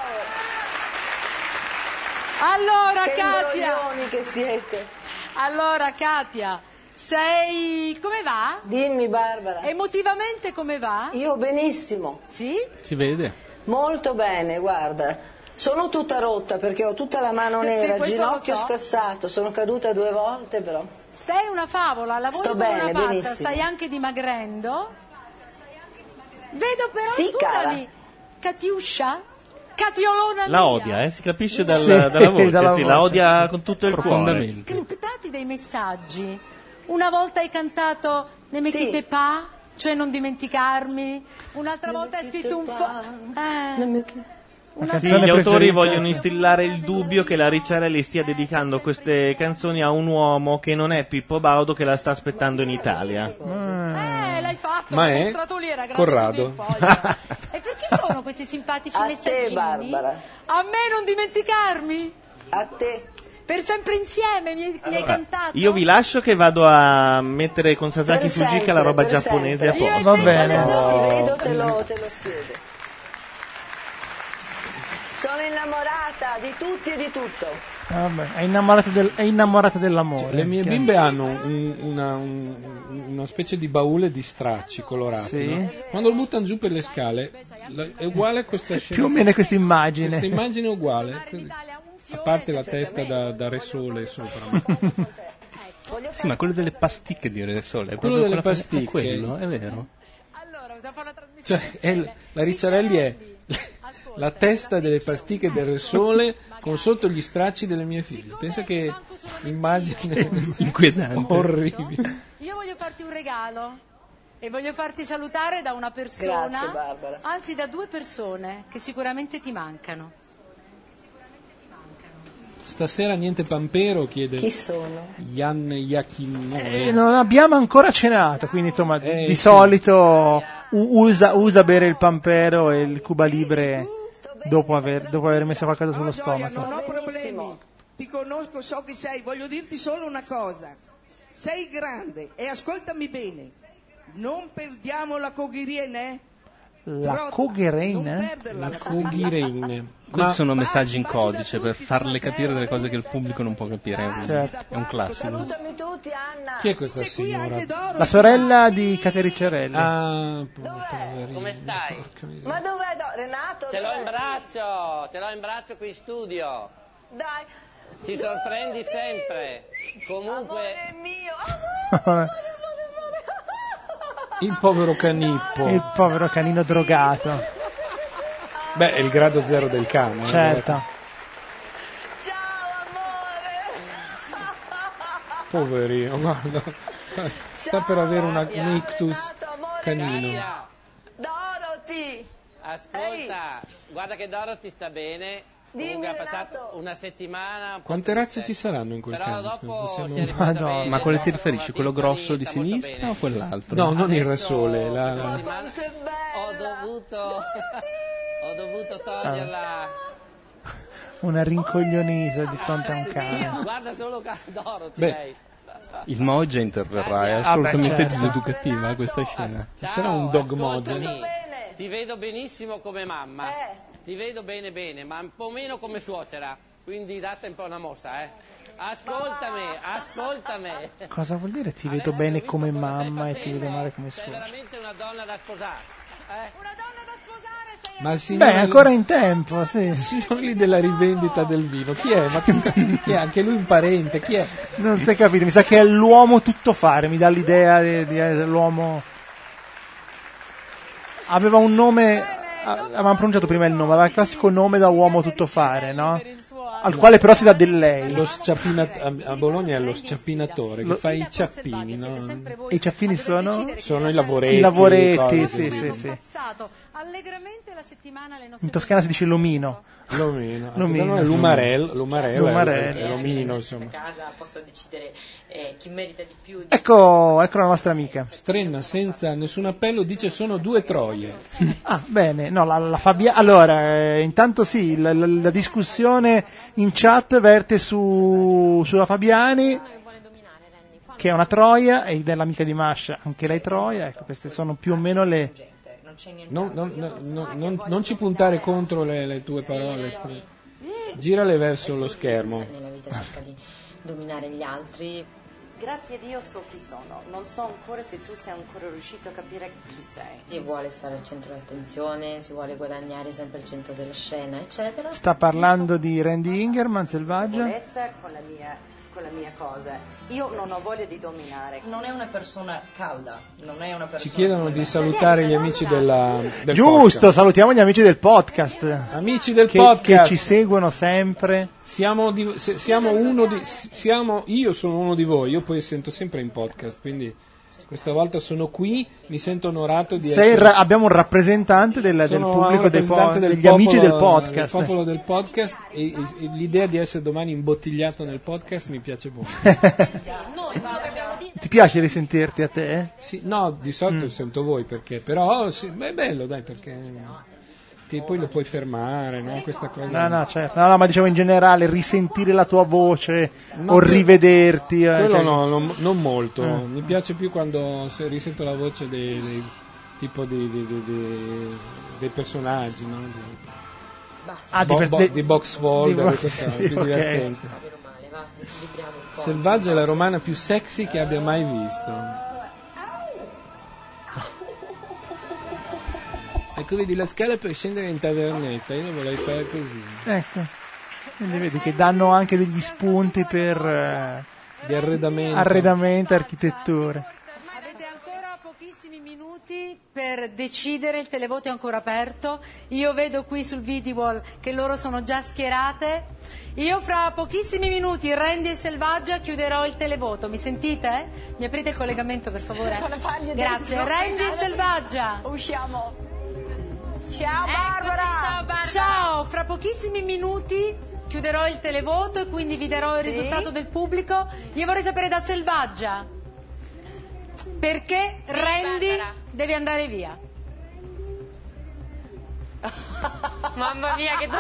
Allora Che Katia, imbroglioni che siete. allora Katia, sei... come va? Dimmi Barbara. Emotivamente come va? Io benissimo. Sì? Si vede? Molto bene, guarda. Sono tutta rotta perché ho tutta la mano Sì, nera, il questo ginocchio lo so. scassato, sono caduta 2 volte però. Sei una favola, lavori Sto come bene, una pazza, benissimo. stai anche dimagrendo. Vedo però, Sì, scusami, Katiuscia? Catiolona La mia. odia, si capisce dalla Sì, voce, dalla sì, voce. la odia con tutto il cuore. Profondamente. Criptati dei messaggi. Una volta hai cantato Ne me Sì. quitte pas, cioè non dimenticarmi. Un'altra volta hai scritto un Sì, gli autori vogliono instillare il dubbio che la Ricciarelli stia dedicando queste canzoni a un uomo che non è Pippo Baudo, che la sta aspettando in Italia. l'hai fatto, Ma l'ho è mostrato lì, era grande Corrado. così il foglio. E perché sono questi simpatici A te, messaggini? Barbara. A me non dimenticarmi? A te. Per sempre insieme mi hai cantato? Io vi lascio che vado a mettere con Sasaki Per Fujika sempre, la roba per giapponese a sempre. posto. Va bene. Adesso ti vedo, te lo spiego. Sono innamorata di tutti e di tutto. Vabbè, è innamorata dell'amore. Le mie Che- bimbe hanno una specie di baule di stracci colorati. Sì. No? Quando lo buttano giù per le scale è uguale a questa scena. Più o meno questa immagine. Questa immagine è uguale. Così. A parte la testa da Re Sole sopra. Sì, ma quello delle pasticche di Re Sole, è Quello proprio delle quella pasticche. quello, è vero. Cioè, la Ricciarelli è la testa delle pasticche del Re Sole con sotto gli stracci delle mie figlie. Pensa che immagine Inquietante. orribile. Io voglio farti un regalo e voglio farti salutare da una persona, Grazie, Barbara. anzi da 2 persone che sicuramente ti mancano. Stasera niente Pampero, chiede Chi sono? Jan Iachimone. Non abbiamo ancora cenato, quindi insomma di sì. solito usa bere il Pampero e il Cuba Libre dopo aver messo qualcosa sullo stomaco. Non ho problemi, ti conosco, so chi sei, voglio dirti solo una cosa. Sei grande e ascoltami bene, non perdiamo la Coghirene. La Coghirene? La Coghirene. Questi sono messaggi in codice per farle capire delle cose che il pubblico non può capire. Certo. È un classico. Salutami tutti, Anna. Chi è questa signora? La sorella di Katia Ricciarelli. Ah, Come stai? Ma dov'è Renato? Ce l'ho in braccio qui in studio. Dai. Ci sorprendi sempre. Comunque. Amore mio. Il povero canippo. Il povero canino drogato. Beh, è il grado 0 del cane. Certo. Poverino, guarda. Sta per avere un ictus canino. Dorothy. Ascolta, guarda che Dorothy sta bene. Comunque ha passato una settimana. un po' Quante razze ci saranno in quel Però cane? dopo Siamo- si è ripresa bene. Ma a quale ti riferisci? Quello grosso di sinistra o quell'altro? No, non il Re Adesso, Sole. Ho dovuto toglierla. Una rincoglionita di fronte a un cane. Guarda solo Dorothy. Beh, lei. Il Moe interverrà, è Ah, beh, assolutamente certo. diseducativa questa scena. ci sarà un dog Ascoltami, model. ti vedo benissimo come mamma. Ti vedo bene bene, ma un po' meno come suocera. Quindi date un po' una mossa, Ascoltami. Cosa vuol dire ti vedo bene come mamma e ti vedo male come Sei suocera? veramente una donna da sposare. Ma il signore, Beh, è ancora in tempo, sì. il signore lì della rivendita del vivo. Chi è? Ma chi è? Anche lui un parente? Chi è? Non si è capito, mi sa che è l'uomo tuttofare, mi dà l'idea di essere l'uomo. Aveva un nome avevamo pronunciato prima il nome, aveva il classico nome da uomo tuttofare, no? Al quale però si dà del lei. A Bologna è lo sciappinatore che fa i ciappini, no? E i ciappini sono? Sono i lavoretti. I lavoretti, sì. Allegramente la settimana le nostre In Toscana si dice l'omino. L'omino. Da noi è l'umarello è l'omino, insomma. A casa posso decidere chi merita di più. Ecco la nostra amica. Strenna, senza nessun appello, dice sono 2 troie. Ah, bene. No, la Fabiana. Allora, intanto sì, la discussione in chat verte sulla Fabiani, che è una troia, ed è l'amica di Masha, anche lei troia. Ecco, queste sono più o meno le... Non ci puntare contro le tue parole. Girale verso lo schermo. Nella vita cerca di dominare gli altri. Grazie a Dio so chi sono, non so ancora se tu sei ancora riuscito a capire chi sei. Si vuole stare al centro dell'attenzione, si vuole guadagnare sempre al centro della scena, eccetera. Sta parlando di Randy Ingerman, Selvaggia. Con la mia cosa. Io non ho voglia di dominare. Non è una persona calda, non è una persona. Ci chiedono di salutare gli amici del Giusto, podcast. Salutiamo gli amici del podcast. Amici del podcast che ci seguono sempre. Io sono uno di voi, io poi sento sempre in podcast, quindi questa volta sono qui, mi sento onorato di essere... Abbiamo un rappresentante del pubblico degli amici del podcast. Del popolo del podcast e l'idea di essere domani imbottigliato nel podcast mi piace molto. Ti piace risentirti a te? Sì, no, di solito sento voi perché, però sì, è bello, dai, perché poi lo puoi fermare, no? Questa cosa. No, certo. No, ma diciamo in generale risentire la tua voce o rivederti. Quello non molto. Mi piace più quando risento la voce dei personaggi, no? Di Box Folder, questo è più divertente. Selvaggia è la romana più sexy che abbia mai visto. Ecco, vedi la scala per scendere in tavernetta, io lo vorrei fare così. Ecco, quindi vedi che danno anche degli spunti per di arredamento, architetture. Avete ancora pochissimi minuti per decidere, il televoto è ancora aperto. Io vedo qui sul video wall che loro sono già schierate. Io fra pochissimi minuti, Randy e Selvaggia, chiuderò il televoto. Mi sentite? Mi aprite il collegamento, per favore? Grazie. Randy e Selvaggia. Usciamo. Ciao Barbara! Ciao Barbara! Ciao, fra pochissimi minuti chiuderò il televoto e quindi vi darò il risultato del pubblico. Io vorrei sapere da Selvaggia perché Randy deve andare via. Mamma mia, che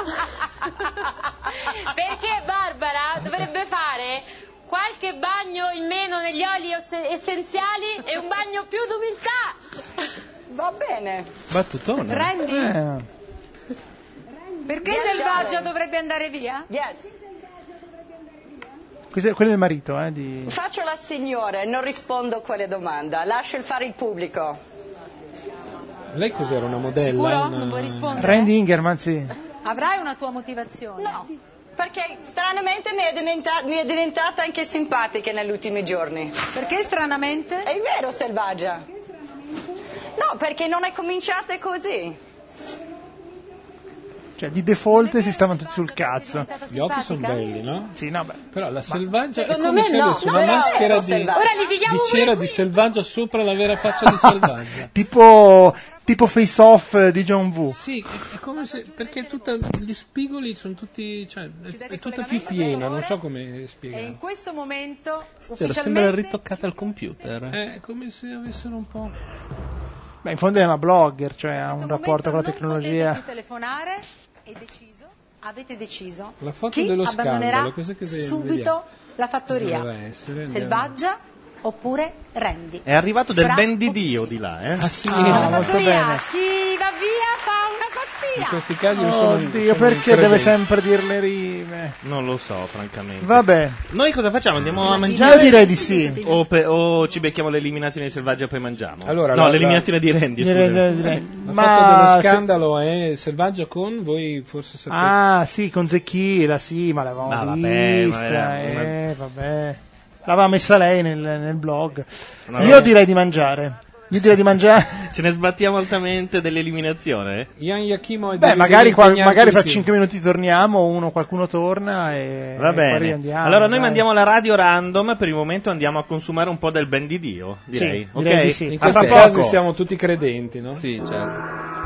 perché Barbara dovrebbe fare qualche bagno in meno negli oli essenziali e un bagno più d'umiltà. Va bene. Battutone. Randy? Perché Selvaggia dovrebbe andare via? Yes. Quello è il marito, Faccio la signora, non rispondo a quelle domande. Lascio fare il pubblico. Lei cos'era, una modella? Sicuro? Non puoi rispondere? Randy Ingerman, sì. Avrai una tua motivazione? No, perché stranamente mi è diventata anche simpatica negli ultimi giorni. Perché stranamente? È vero, Selvaggia. No, perché non è cominciata così. Cioè, di default si stavano tutti sul cazzo. Gli occhi sono belli, no? Sì, no, beh. Però la Selvaggia è Secondo come me se no. avesse una maschera di cera di Selvaggia sopra la vera faccia di Selvaggia. tipo Face Off di John Woo. Sì, è come se, perché gli spigoli sono tutti, cioè, è tutta più piena, non so come spiegare. E in questo momento Sembra ufficialmente ritoccata al computer. È come se avessero un po'. Beh, in fondo è una blogger, cioè ha un rapporto con la tecnologia. Non potete più telefonare e avete deciso La foto chi dello abbandonerà scandalo, cos'è che subito la fattoria. Doveva essere, Selvaggia oppure Randy. È arrivato del ben di Dio di là, eh? Ah sì, La molto fattoria, bene. chi va via fa una pazzia. in questi casi io sono Oddio, perché deve sempre dire le rime? Non lo so, francamente. Vabbè. Noi cosa facciamo? Andiamo a mangiare? Io direi di sì. O ci becchiamo l'eliminazione di Selvaggia e poi mangiamo? Allora, no, l'eliminazione di Randy, scusa. La foto dello scandalo è Selvaggia con voi, forse sapete. Ah, sì, con Zecchila, sì, ma l'avevamo vista. Vabbè. L'aveva messa lei nel blog. Io direi di mangiare. Io direi di mangiare. Ce ne sbattiamo altamente dell'eliminazione? Ian Iachimo Beh, magari fra 5 minuti torniamo, qualcuno torna e Va e poi bene. riandiamo, Allora noi dai. mandiamo la radio random, per il momento andiamo a consumare un po' del ben di Dio, direi. Sì, direi ok? di sì. In A questi tra casi poco. siamo tutti credenti, no? Sì, certo.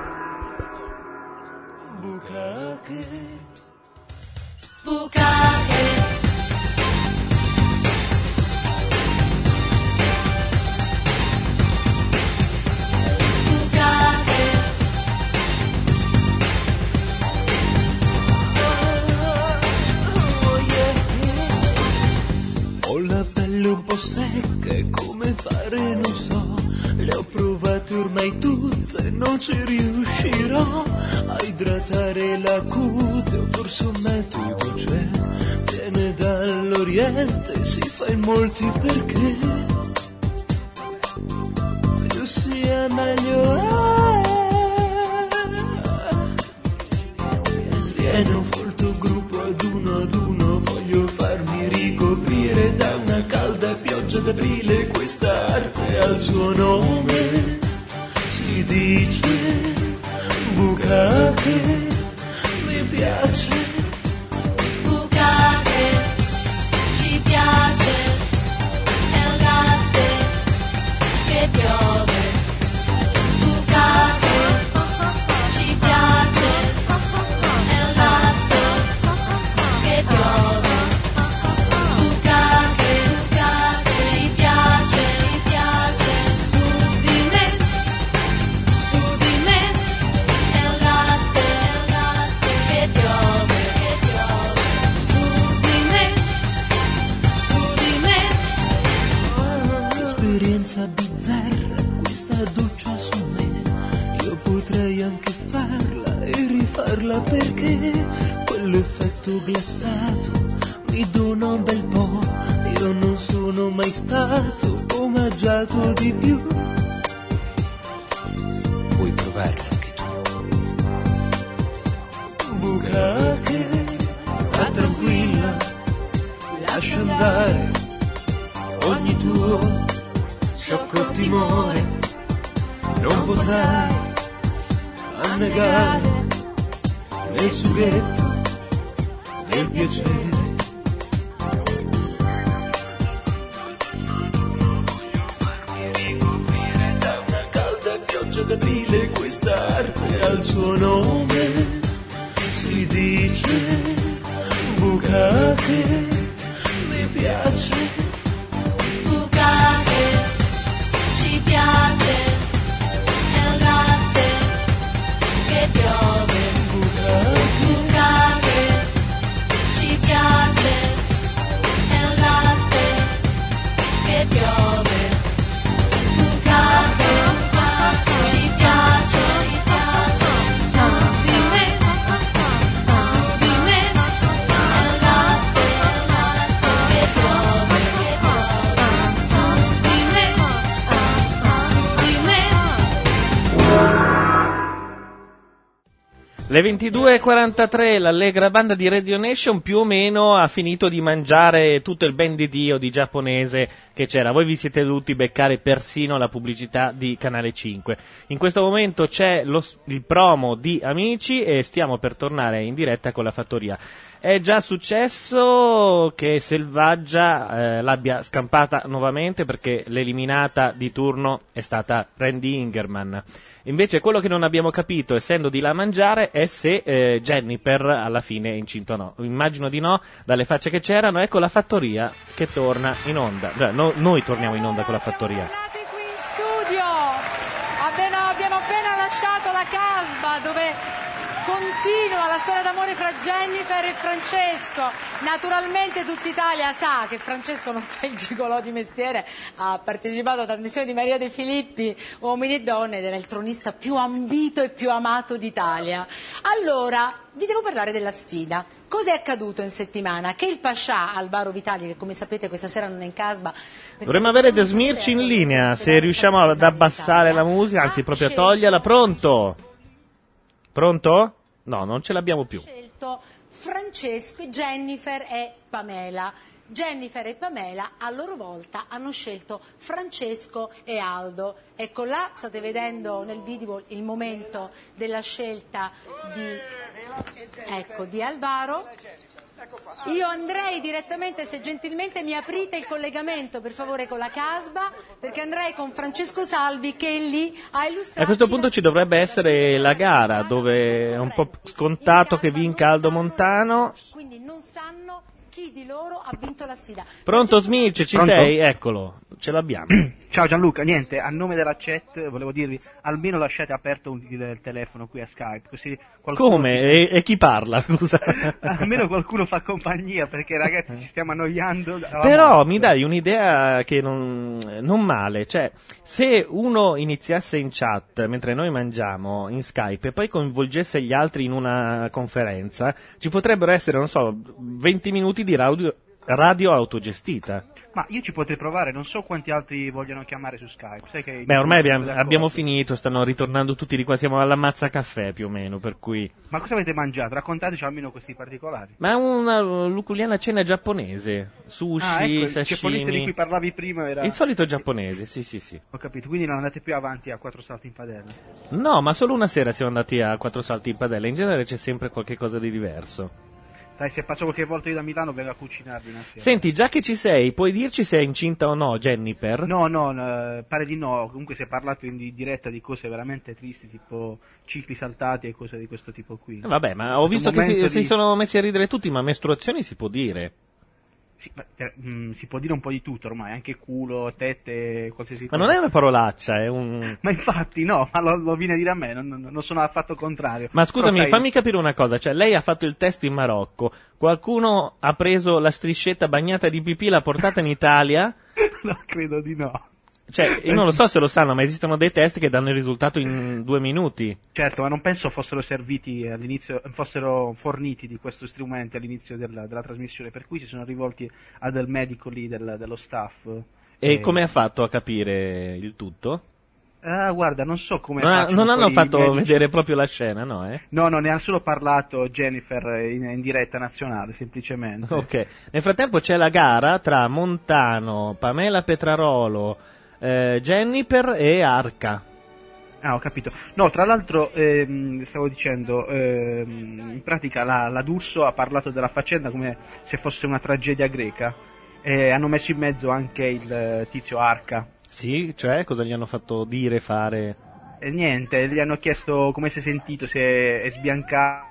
Ho la pelle un po' secca e come fare non so. Le ho provate ormai tutte, non ci riuscirò a idratare la cute, o forse un metodo c'è. Viene dall'Oriente, si fa in molti perché più sia meglio è. Viene un folto gruppo ad uno, voglio farmi ricoprire da una calda pioggia d'aprile. Questa arte ha il suo nome, si dice bucache, mi piace. Bucache, ci piace, è un latte che piove. Bucache, ci piace, è un latte che piove. Bucache, ci piace, su di me, è un latte che piove, su di me. Esperienza bizzarra, questa doccia su me. Io potrei anche farla e rifarla perché quell'effetto glassato mi dona un bel po'. Io non sono mai stato omaggiato di più. Vuoi provarla anche tu? Bucache, sta tranquilla, lascia andare ogni tuo sciocco timore. Non potrai annegare nel sughetto del piacere. D'aprile, questa arte ha il suo nome, si dice bucache, mi piace. Bucache, ci piace, è un latte che piove. Bucache, ci piace, è un latte che piove. Bucache, ci piace, su di me, è un latte che piove, su di me. Le 22.43, l'allegra banda di Radio Nation più o meno ha finito di mangiare tutto il ben di Dio di giapponese che c'era. Voi vi siete dovuti beccare persino la pubblicità di Canale 5. In questo momento c'è il promo di Amici e stiamo per tornare in diretta con la fattoria. È già successo che Selvaggia l'abbia scampata nuovamente perché l'eliminata di turno è stata Randy Ingerman. Invece quello che non abbiamo capito, essendo di là a mangiare, è se Jennifer alla fine è incinta o no. Immagino di no, dalle facce che c'erano. Ecco la fattoria che torna in onda. Noi torniamo in onda con la fattoria. Studio, abbiamo appena lasciato la Casba dove continua la storia d'amore fra Jennifer e Francesco. Naturalmente tutta Italia sa che Francesco non fa il gigolò di mestiere, ha partecipato alla trasmissione di Maria De Filippi, Uomini e Donne, ed era il tronista più ambito e più amato d'Italia. Allora, vi devo parlare della sfida. Cosa è accaduto in settimana? Che il Pascià Alvaro Vitali, che come sapete questa sera non è in Casba, Dovremmo avere De Smirci in linea, se riusciamo ad abbassare la musica, anzi proprio a toglierla. Pronto? Pronto? No, non ce l'abbiamo più. scelto Francesco, Jennifer e Pamela. Jennifer e Pamela a loro volta hanno scelto Francesco e Aldo. Ecco, là state vedendo nel video il momento della scelta di Alvaro. Io andrei direttamente, se gentilmente mi aprite il collegamento per favore con la Casba, perché andrei con Francesco Salvi che è lì a illustrarci. A questo punto ci dovrebbe essere la gara, dove è un po' scontato che vinca Aldo Montano. Quindi non sanno chi di loro ha vinto la sfida. Pronto Smirce, ci Pronto? sei? Eccolo, ce l'abbiamo. Ciao Gianluca, niente, a nome della chat volevo dirvi, almeno lasciate aperto il telefono qui a Skype, così qualcuno... Come? E chi parla, scusa? Almeno qualcuno fa compagnia, perché ragazzi ci stiamo annoiando. Però mi dai un'idea che non male, cioè se uno iniziasse in chat mentre noi mangiamo in Skype e poi coinvolgesse gli altri in una conferenza, ci potrebbero essere, non so, 20 minuti di radio autogestita. Ma io ci potrei provare, non so quanti altri vogliono chiamare su Skype. Sai che Beh, ormai abbiamo finito, stanno ritornando tutti di qua, siamo alla mazza caffè più o meno, per cui... Ma cosa avete mangiato? Raccontateci almeno questi particolari. Ma è una luculiana cena giapponese, sushi, il sashimi... giapponese di cui parlavi prima era... Il solito giapponese, sì. Ho capito, quindi non andate più avanti a 4 salti in padella. No, ma solo una sera siamo andati a 4 salti in padella, in genere c'è sempre qualche cosa di diverso. Dai, se passo qualche volta io da Milano vengo a cucinarvi una sera. Senti, già che ci sei, puoi dirci se è incinta o no Jennifer? No, pare di no. Comunque si è parlato in diretta di cose veramente tristi, tipo cicli saltati e cose di questo tipo qui. Vabbè, ma ho visto che si sono messi a ridere tutti, ma mestruazioni si può dire? Sì, si può dire un po' di tutto ormai, anche culo, tette, qualsiasi cosa. Ma non è una parolaccia, è un... Ma infatti no, ma lo viene a dire a me, non sono affatto contrario. Ma scusami, Però, fammi capire una cosa, cioè lei ha fatto il test in Marocco, qualcuno ha preso la striscetta bagnata di pipì, l'ha portata in Italia? No, credo di no. Cioè, io non lo so se lo sanno, ma esistono dei test che danno il risultato in 2 minuti. Certo, ma non penso fossero serviti all'inizio, fossero forniti di questo strumento all'inizio della trasmissione, per cui si sono rivolti a del medico lì, dello staff. E come ha fatto a capire il tutto? Ah, guarda, non so come non hanno fatto vedere proprio la scena, no? No, ne ha solo parlato Jennifer in diretta nazionale, semplicemente. Ok. Nel frattempo c'è la gara tra Montano, Pamela Petrarolo, Jennifer e Arca. Ah, ho capito. No, tra l'altro, stavo dicendo, in pratica la D'Urso ha parlato della faccenda come se fosse una tragedia greca. E hanno messo in mezzo anche il tizio Arca. Sì, cioè cosa gli hanno fatto dire, fare? E niente, gli hanno chiesto come si è sentito, se è sbiancato,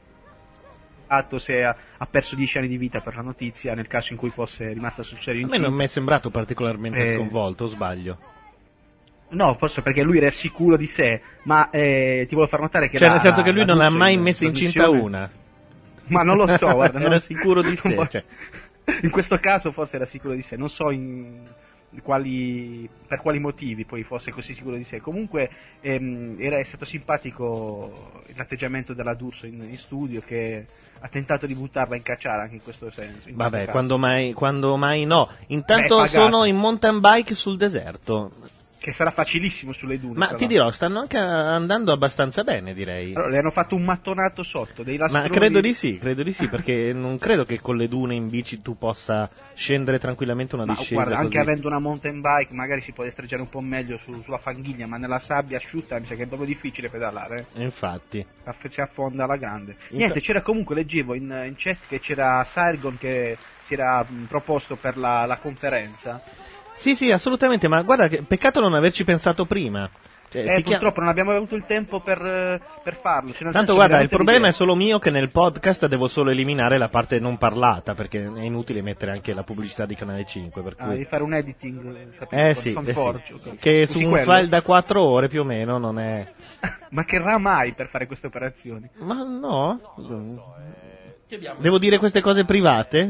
se ha perso 10 anni di vita per la notizia, nel caso in cui fosse rimasta sul serio A me non mi è sembrato particolarmente sconvolto, o sbaglio? No, forse perché lui era sicuro di sé, ma ti volevo far notare che... Cioè, nel senso che lui non ha mai messo incinta una. Ma non lo so, guarda. Era sicuro di sé, cioè. In questo caso forse era sicuro di sé, non so per quali motivi poi fosse così sicuro di sé. Comunque è stato simpatico l'atteggiamento della D'Urso in studio, che ha tentato di buttarla in cacciara anche in questo senso. Vabbè, quando mai no. Intanto sono in mountain bike sul deserto. Che sarà facilissimo sulle dune. Ma ti dirò, stanno anche andando abbastanza bene, direi. Allora, le hanno fatto un mattonato sotto, dei lastroni. Ma credo di sì, perché non credo che con le dune in bici tu possa scendere tranquillamente una discesa. Guarda, anche così. avendo una mountain bike magari si può destreggiare un po' meglio sulla fanghiglia, ma nella sabbia asciutta mi sa che è proprio difficile pedalare. Infatti. Si affonda alla grande. Niente, c'era comunque, leggevo in chat che c'era Sargon che si era proposto per la conferenza. Sì, assolutamente, ma guarda, che peccato non averci pensato prima. Cioè, purtroppo non abbiamo avuto il tempo per farlo. Tanto guarda, il problema è solo mio, che nel podcast devo solo eliminare la parte non parlata, perché è inutile mettere anche la pubblicità di Canale 5. Per cui... devi fare un editing, sì, che su un file da 4 ore più o meno non è... Ma che RAM hai per fare queste operazioni? Ma no... Devo dire queste cose private?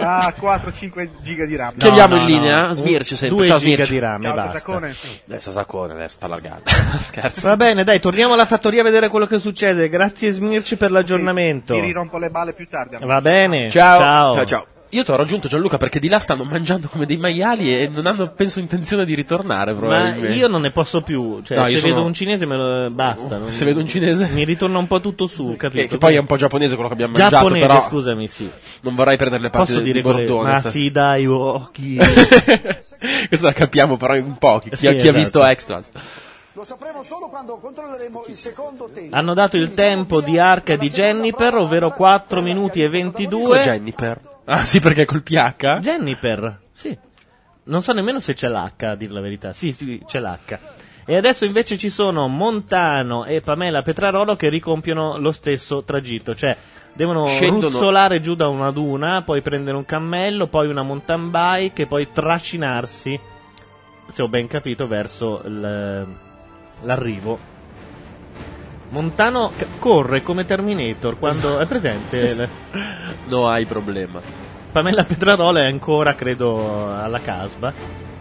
4-5 giga di RAM. Chiamiamo in linea, Smirce sempre. 2 Ciao giga Smirce. di RAM Ciao, e basta. Sasacone. Sasacone adesso sta allargando. Scherzo. Va bene, dai, torniamo alla fattoria a vedere quello che succede. Grazie Smirce per l'aggiornamento. Ti rirompo le balle più tardi. Va bene. Ciao. Io ti ho raggiunto, Gianluca, perché di là stanno mangiando come dei maiali e non hanno, penso, intenzione di ritornare, Ma probabilmente. io non ne posso più, cioè No, se io sono- vedo un cinese basta. Se vedo un cinese? Mi ritorna un po' tutto su, capito? Che poi è un po' giapponese quello che abbiamo mangiato, Giapponese, però scusami, sì. non vorrei prendere le parti Posso di dire quelle- Bordone. ma stasera. sì, dai, occhi. Questo la capiamo però in pochi, chi, Sì, ha, chi ha esatto. visto Extras. Lo sapremo solo quando controlleremo il secondo tempo. Hanno dato il tempo di Arca e di Jennifer, ovvero 4 minuti e 22. Come Jennifer? Ah sì, perché è col PH? Jennifer, sì. Non so nemmeno se c'è l'H, a dire la verità. Sì, sì, c'è l'H. E adesso invece ci sono Montano e Pamela Petrarolo che ricompiono lo stesso tragitto, cioè devono Scendono. ruzzolare giù da una duna, poi prendere un cammello, poi una mountain bike e poi trascinarsi, se ho ben capito, verso l'arrivo. Montano corre come Terminator quando è presente. Sì, sì. No, hai problema. Pamela Petrarolo è ancora, credo, alla casba.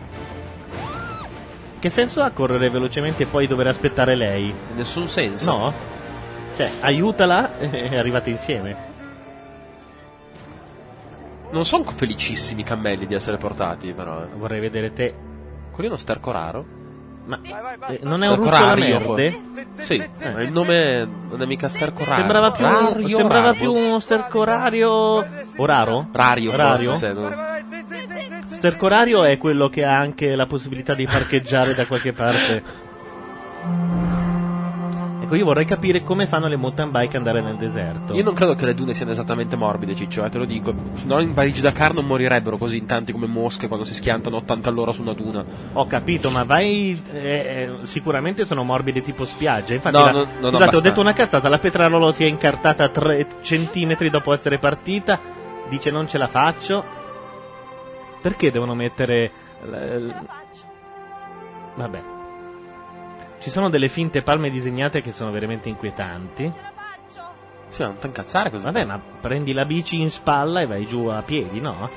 Che senso ha correre velocemente e poi dover aspettare lei? Nessun senso. No? Cioè, aiutala e arrivate insieme. Non sono felicissimi i cammelli di essere portati, però. Vorrei vedere te. Quello è uno sterco raro? Ma non è un russo alla merde? Sì, ma il nome non è mica sterco raro. Sembrava più uno stercorario. O raro? Rario, Rario? forse, no? Stercorario è quello che ha anche la possibilità di parcheggiare da qualche parte. Ecco, io vorrei capire come fanno le mountain bike ad andare nel deserto. Io non credo che le dune siano esattamente morbide, Ciccio, te lo dico. Se no in Parigi-Dakar non morirebbero così in tanti come mosche quando si schiantano 80 all'ora su una duna. Ho capito, ma vai. Sicuramente sono morbide tipo spiaggia. Infatti, No, scusate, non ho abbastanza. detto una cazzata. La Petrarolo si è incartata 3 centimetri dopo essere partita. Dice non ce la faccio. Perché devono mettere. Vabbè. Ci sono delle finte palme disegnate che sono veramente inquietanti. Sì, non ti incazzare così. Vabbè, ma prendi la bici in spalla e vai giù a piedi, no?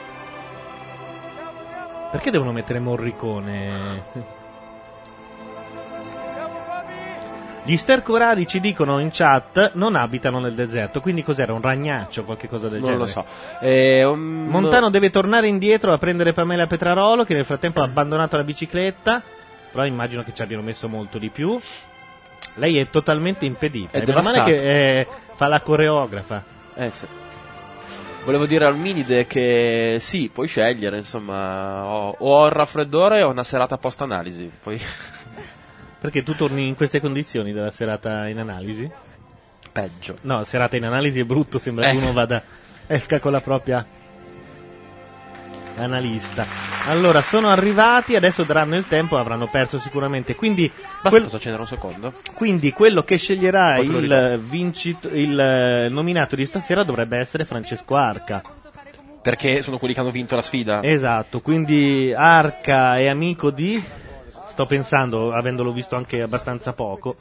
Perché devono mettere Morricone? Gli stercorari ci dicono in chat non abitano nel deserto, quindi cos'era? Un ragnaccio o qualche cosa del Non genere? lo so. Montano deve tornare indietro a prendere Pamela Petrarolo, che nel frattempo ha abbandonato la bicicletta, però immagino che ci abbiano messo molto di più. Lei è totalmente impedita. È meno male devastata. che fa la coreografa. Sì. Volevo dire al Minide che sì, puoi scegliere, insomma, o ho il raffreddore o una serata post-analisi. Poi... Perché tu torni in queste condizioni della serata in analisi? Peggio. No, serata in analisi è brutto, sembra che uno esca con la propria analista. Allora, sono arrivati, adesso daranno il tempo, avranno perso sicuramente. Quindi Basta posso accendere un secondo? Quindi quello che sceglierà Poi te lo il nominato di stasera dovrebbe essere Francesco Arca. Perché sono quelli che hanno vinto la sfida. Esatto, quindi Arca è amico di... Sto pensando, avendolo visto anche abbastanza poco.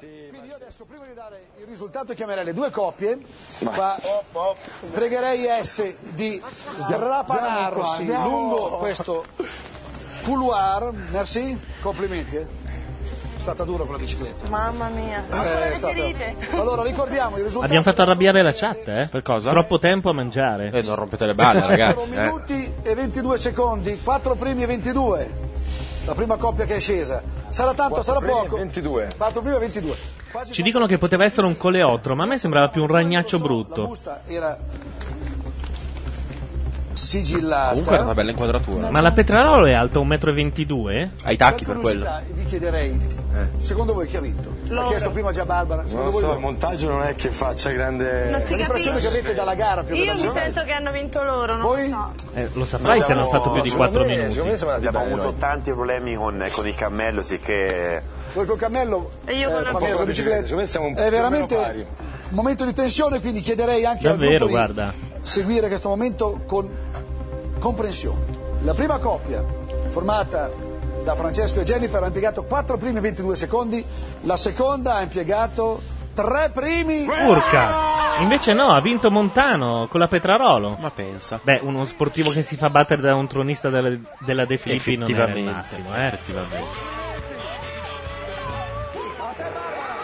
Il risultato chiamerei le due coppie. Ma pregherei S di sdrapanarsi lungo questo couloir. Merci, complimenti. È stata dura con la bicicletta. Mamma mia. Allora ricordiamo il risultato. Abbiamo fatto arrabbiare la chat, eh? Per cosa? Troppo tempo a mangiare. Non rompete le balle, ragazzi. 4 minuti e 22 secondi, 4 primi e 22. La prima coppia che è scesa. Sarà tanto, sarà poco. 22. 4 primi e 22. Ci dicono che poteva essere un coleottero, ma a me sembrava più un ragnaccio La brutto. busta era sigillata. Comunque era una bella inquadratura. Ma la Petrarolo è alta 1,22 m? Hai i tacchi per quello. Vi chiederei, secondo voi chi ha vinto? L'ha chiesto prima già Barbara. Non lo so, il montaggio non è che faccia grande... Non si L'impressione che avete dalla gara più che Io dal mi sorteggio. sento che hanno vinto loro, non lo so. Lo saprai se hanno fatto più di 4 minuti. Abbiamo avuto tanti problemi con il cammello, sicché... Voi col cammello, E io con la con la bicicletta. Secondo me siamo un po' È veramente più o meno un momento di tensione, quindi chiederei anche Davvero, al gruppo guarda. di seguire questo momento con comprensione. La prima coppia, formata da Francesco e Jennifer, ha impiegato 4 primi e 22 secondi, la seconda ha impiegato 3 primi. Urca! Invece no, ha vinto Montano con la Petrarolo. Ma pensa. Beh, uno sportivo che si fa battere da un tronista della De Filippi non è il Effettivamente, massimo, effettivamente.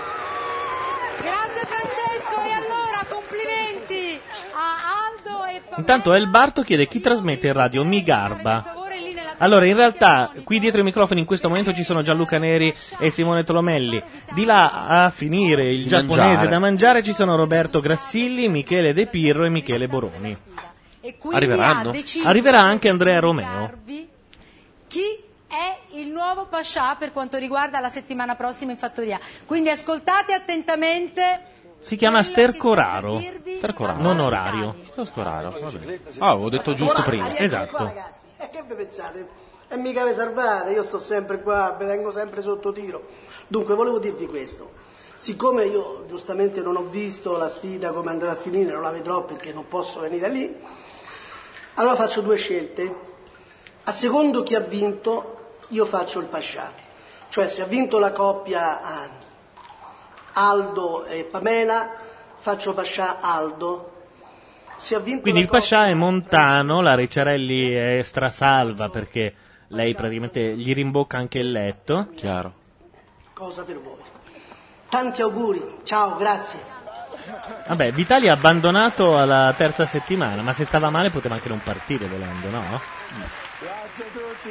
Grazie Francesco, e allora complimenti a Aldo e Intanto El Barto chiede chi trasmette in radio Mi Garba. Allora, in realtà, qui dietro i microfoni in questo momento ci sono Gianluca Neri e Simone Tolomelli. Di là a finire il giapponese da mangiare ci sono Roberto Grassilli, Michele De Pirro e Michele Boroni. Arriveranno? Arriverà anche Andrea Romeo. Chi è il nuovo Pascià per quanto riguarda la settimana prossima in fattoria. Quindi ascoltate attentamente. Si chiama Stercoraro. Stercoraro. Non orario. Stercoraro. Avevo detto giusto prima. Esatto. Ragazzi, e che vi pensate? E mica vi salvate, io sto sempre qua, vi tengo sempre sotto tiro. Dunque, volevo dirvi questo. Siccome io giustamente non ho visto la sfida come andrà a finire, non la vedrò perché non posso venire lì, allora faccio due scelte. A secondo chi ha vinto, io faccio il Pascià. Cioè, se ha vinto la coppia Aldo e Pamela, faccio Pascià Aldo. Se ha vinto Quindi la il Pascià coppia è Montano, la Ricciarelli è strasalva perché lei praticamente gli rimbocca anche il letto. Chiaro. Cosa per voi. Tanti auguri, ciao, grazie. Vabbè, Vitali ha abbandonato alla terza settimana, ma se stava male poteva anche non partire volendo, no? Grazie a tutti,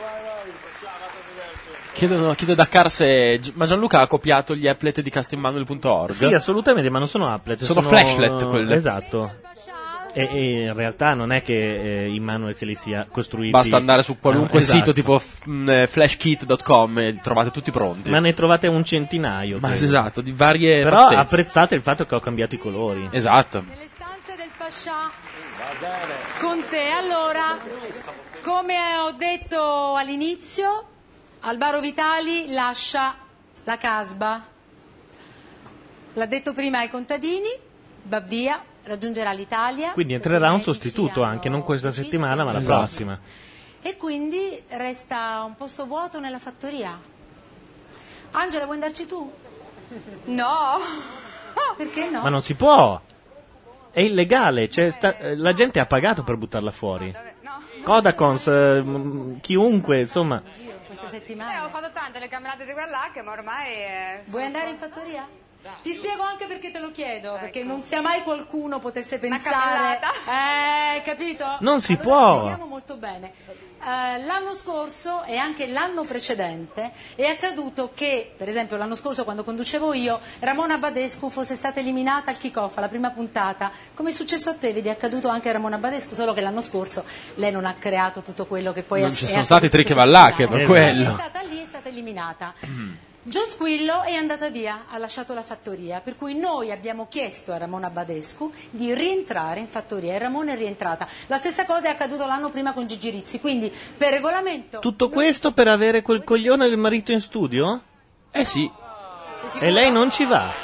Chiedo da Car se ma Gianluca ha copiato gli applet di castelmanuel.org. Sì, assolutamente, ma non sono applet. Sono flashlet quelle. Esatto. E in realtà non è che Immanuel se li sia costruiti. Basta andare su qualunque esatto. sito tipo flashkit.com e trovate tutti pronti. Ma ne trovate un centinaio. Ma credo. esatto, di varie Però fattezze. apprezzate il fatto che ho cambiato i colori. Esatto. Nelle stanze del Pascià con te. Allora, come ho detto all'inizio, Alvaro Vitali lascia la Casba. L'ha detto prima ai contadini, va via, raggiungerà l'Italia. Quindi entrerà un sostituto anche, non questa settimana, ma la Esatto. prossima. E quindi resta un posto vuoto nella fattoria. Angela, vuoi andarci tu? No. Perché no? Ma non si può. È illegale, la gente ha pagato per buttarla fuori. Codacons, chiunque, insomma. Questa settimana. Ho fatto tante le camminate di quella che ma ormai Vuoi andare in fattoria? Ti spiego anche perché te lo chiedo, perché non sia mai qualcuno potesse pensare. Capito? Non si Allora, può. Spieghiamo molto bene. L'anno scorso e anche l'anno precedente è accaduto che, per esempio l'anno scorso quando conducevo io, Ramona Badescu fosse stata eliminata al kick-off alla prima puntata. Come è successo a te, vedi, è accaduto anche a Ramona Badescu, solo che l'anno scorso lei non ha creato tutto quello che poi Non è ci è sono accaduto stati triche questa vallacche settimana. per quello. È stata lì, è stata eliminata. Gio Squillo è andata via, ha lasciato la fattoria, per cui noi abbiamo chiesto a Ramona Badescu di rientrare in fattoria e Ramona è rientrata. La stessa cosa è accaduto l'anno prima con Gigi Rizzi, quindi per regolamento... Tutto questo per avere quel coglione del marito in studio? Eh sì. E lei non ci va.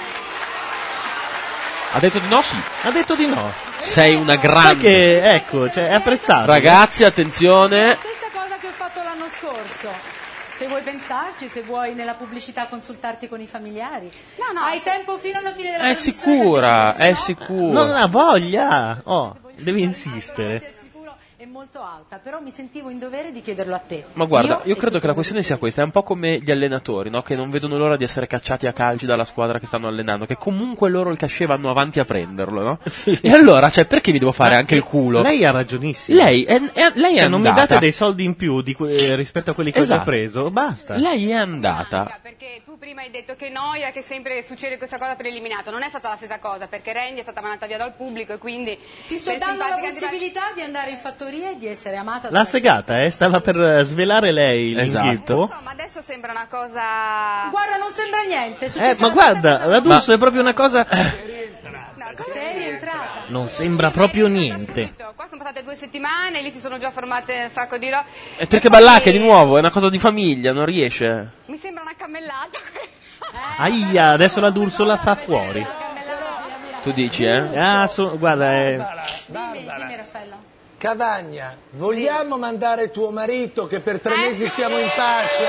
Ha detto di no? Sì. Ha detto di no. Sei una Sai grande. che, ecco, cioè, è apprezzato. Ragazzi, attenzione. La stessa cosa che ho fatto l'anno scorso. Se vuoi pensarci, se vuoi nella pubblicità consultarti con i familiari. No, hai tempo fino alla fine della È trasmissione sicura, per è decidere, sicura. Non ha voglia. Oh, devi insistere. è molto alta, però mi sentivo in dovere di chiederlo a te. Ma guarda, io e credo tutti che la questione sia questa, è un po' come gli allenatori, no? Che non vedono l'ora di essere cacciati a calci dalla squadra che stanno allenando, che comunque loro il cachet vanno avanti a prenderlo, no? E allora, cioè, perché mi devo fare anche il culo? Lei ha ragionissimo. Lei è Cioè, non mi andata. date dei soldi in più rispetto a quelli che ho Esatto. già preso, basta. Lei è andata. Perché tu prima hai detto che noia, che sempre succede questa cosa per l'eliminato. Non è stata la stessa cosa, perché Randy è stata mandata via dal pubblico e quindi... Ti sto per dando la simpatica possibilità di andare in fattoria e di essere amata. La segata, stava per svelare lei Esatto. l'inghippo. Ma adesso sembra una cosa... Guarda, non sembra niente. è successa Ma la guarda, la D'Urso è proprio una cosa... Sei rientrata. Non sembra proprio niente. Qua sono passate 2 settimane, lì si sono già formate un sacco di robe. E te che ballacche di nuovo, è una cosa di famiglia, non riesce. Mi sembra una cammellata. Aia, adesso la D'Urso la fa fuori. Tu dici, eh? Ah, guarda, Dimmi Raffaello. Cavagna, vogliamo mandare tuo marito che per 3 mesi stiamo in pace?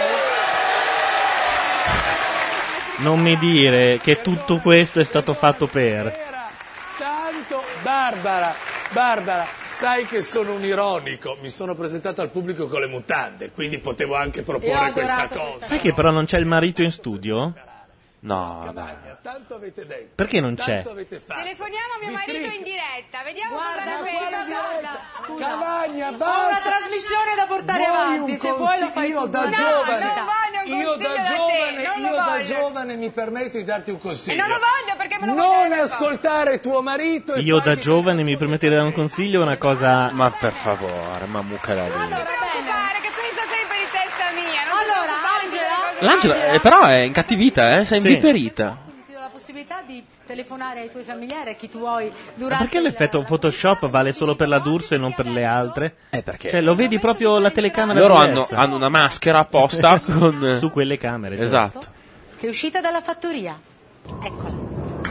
non mi dire che tutto questo è stato fatto per... Tanto, Barbara, sai che sono un ironico, mi sono presentato al pubblico con le mutande, quindi potevo anche proporre questa cosa. Sai che però non c'è il marito in studio? No, dai. Cavagna, tanto avete detto. Perché non c'è? Tanto avete fatto. Telefoniamo a mio marito in diretta, vediamo Guarda, cosa Cavagna, Ho basta. una trasmissione da portare Vuoi avanti, un se vuoi lo fai io tu. da No, giovane, non voglio un io da consiglio da te, giovane, non lo io da voglio. giovane mi permetto di darti un consiglio. E non lo voglio perché me lo Non vuole dire ascoltare tuo marito e Io da fargli giovane mi permettete di dare un consiglio, è una cosa... Ma per favore, ma mucca la lì. Non ti preoccupare che penso sempre di testa mia. Non Allora, L'Angela, però è incattivita, sei Sì. inviperita. Ti do la possibilità di telefonare ai tuoi familiari, a chi tu vuoi, Ma durante perché l'effetto Photoshop vale solo per la D'Urso e non per le altre? Perché? Cioè, lo vedi proprio la telecamera Loro hanno, diversa. hanno una maschera apposta con... Su quelle camere. certo. Esatto. che è uscita dalla fattoria. Eccola.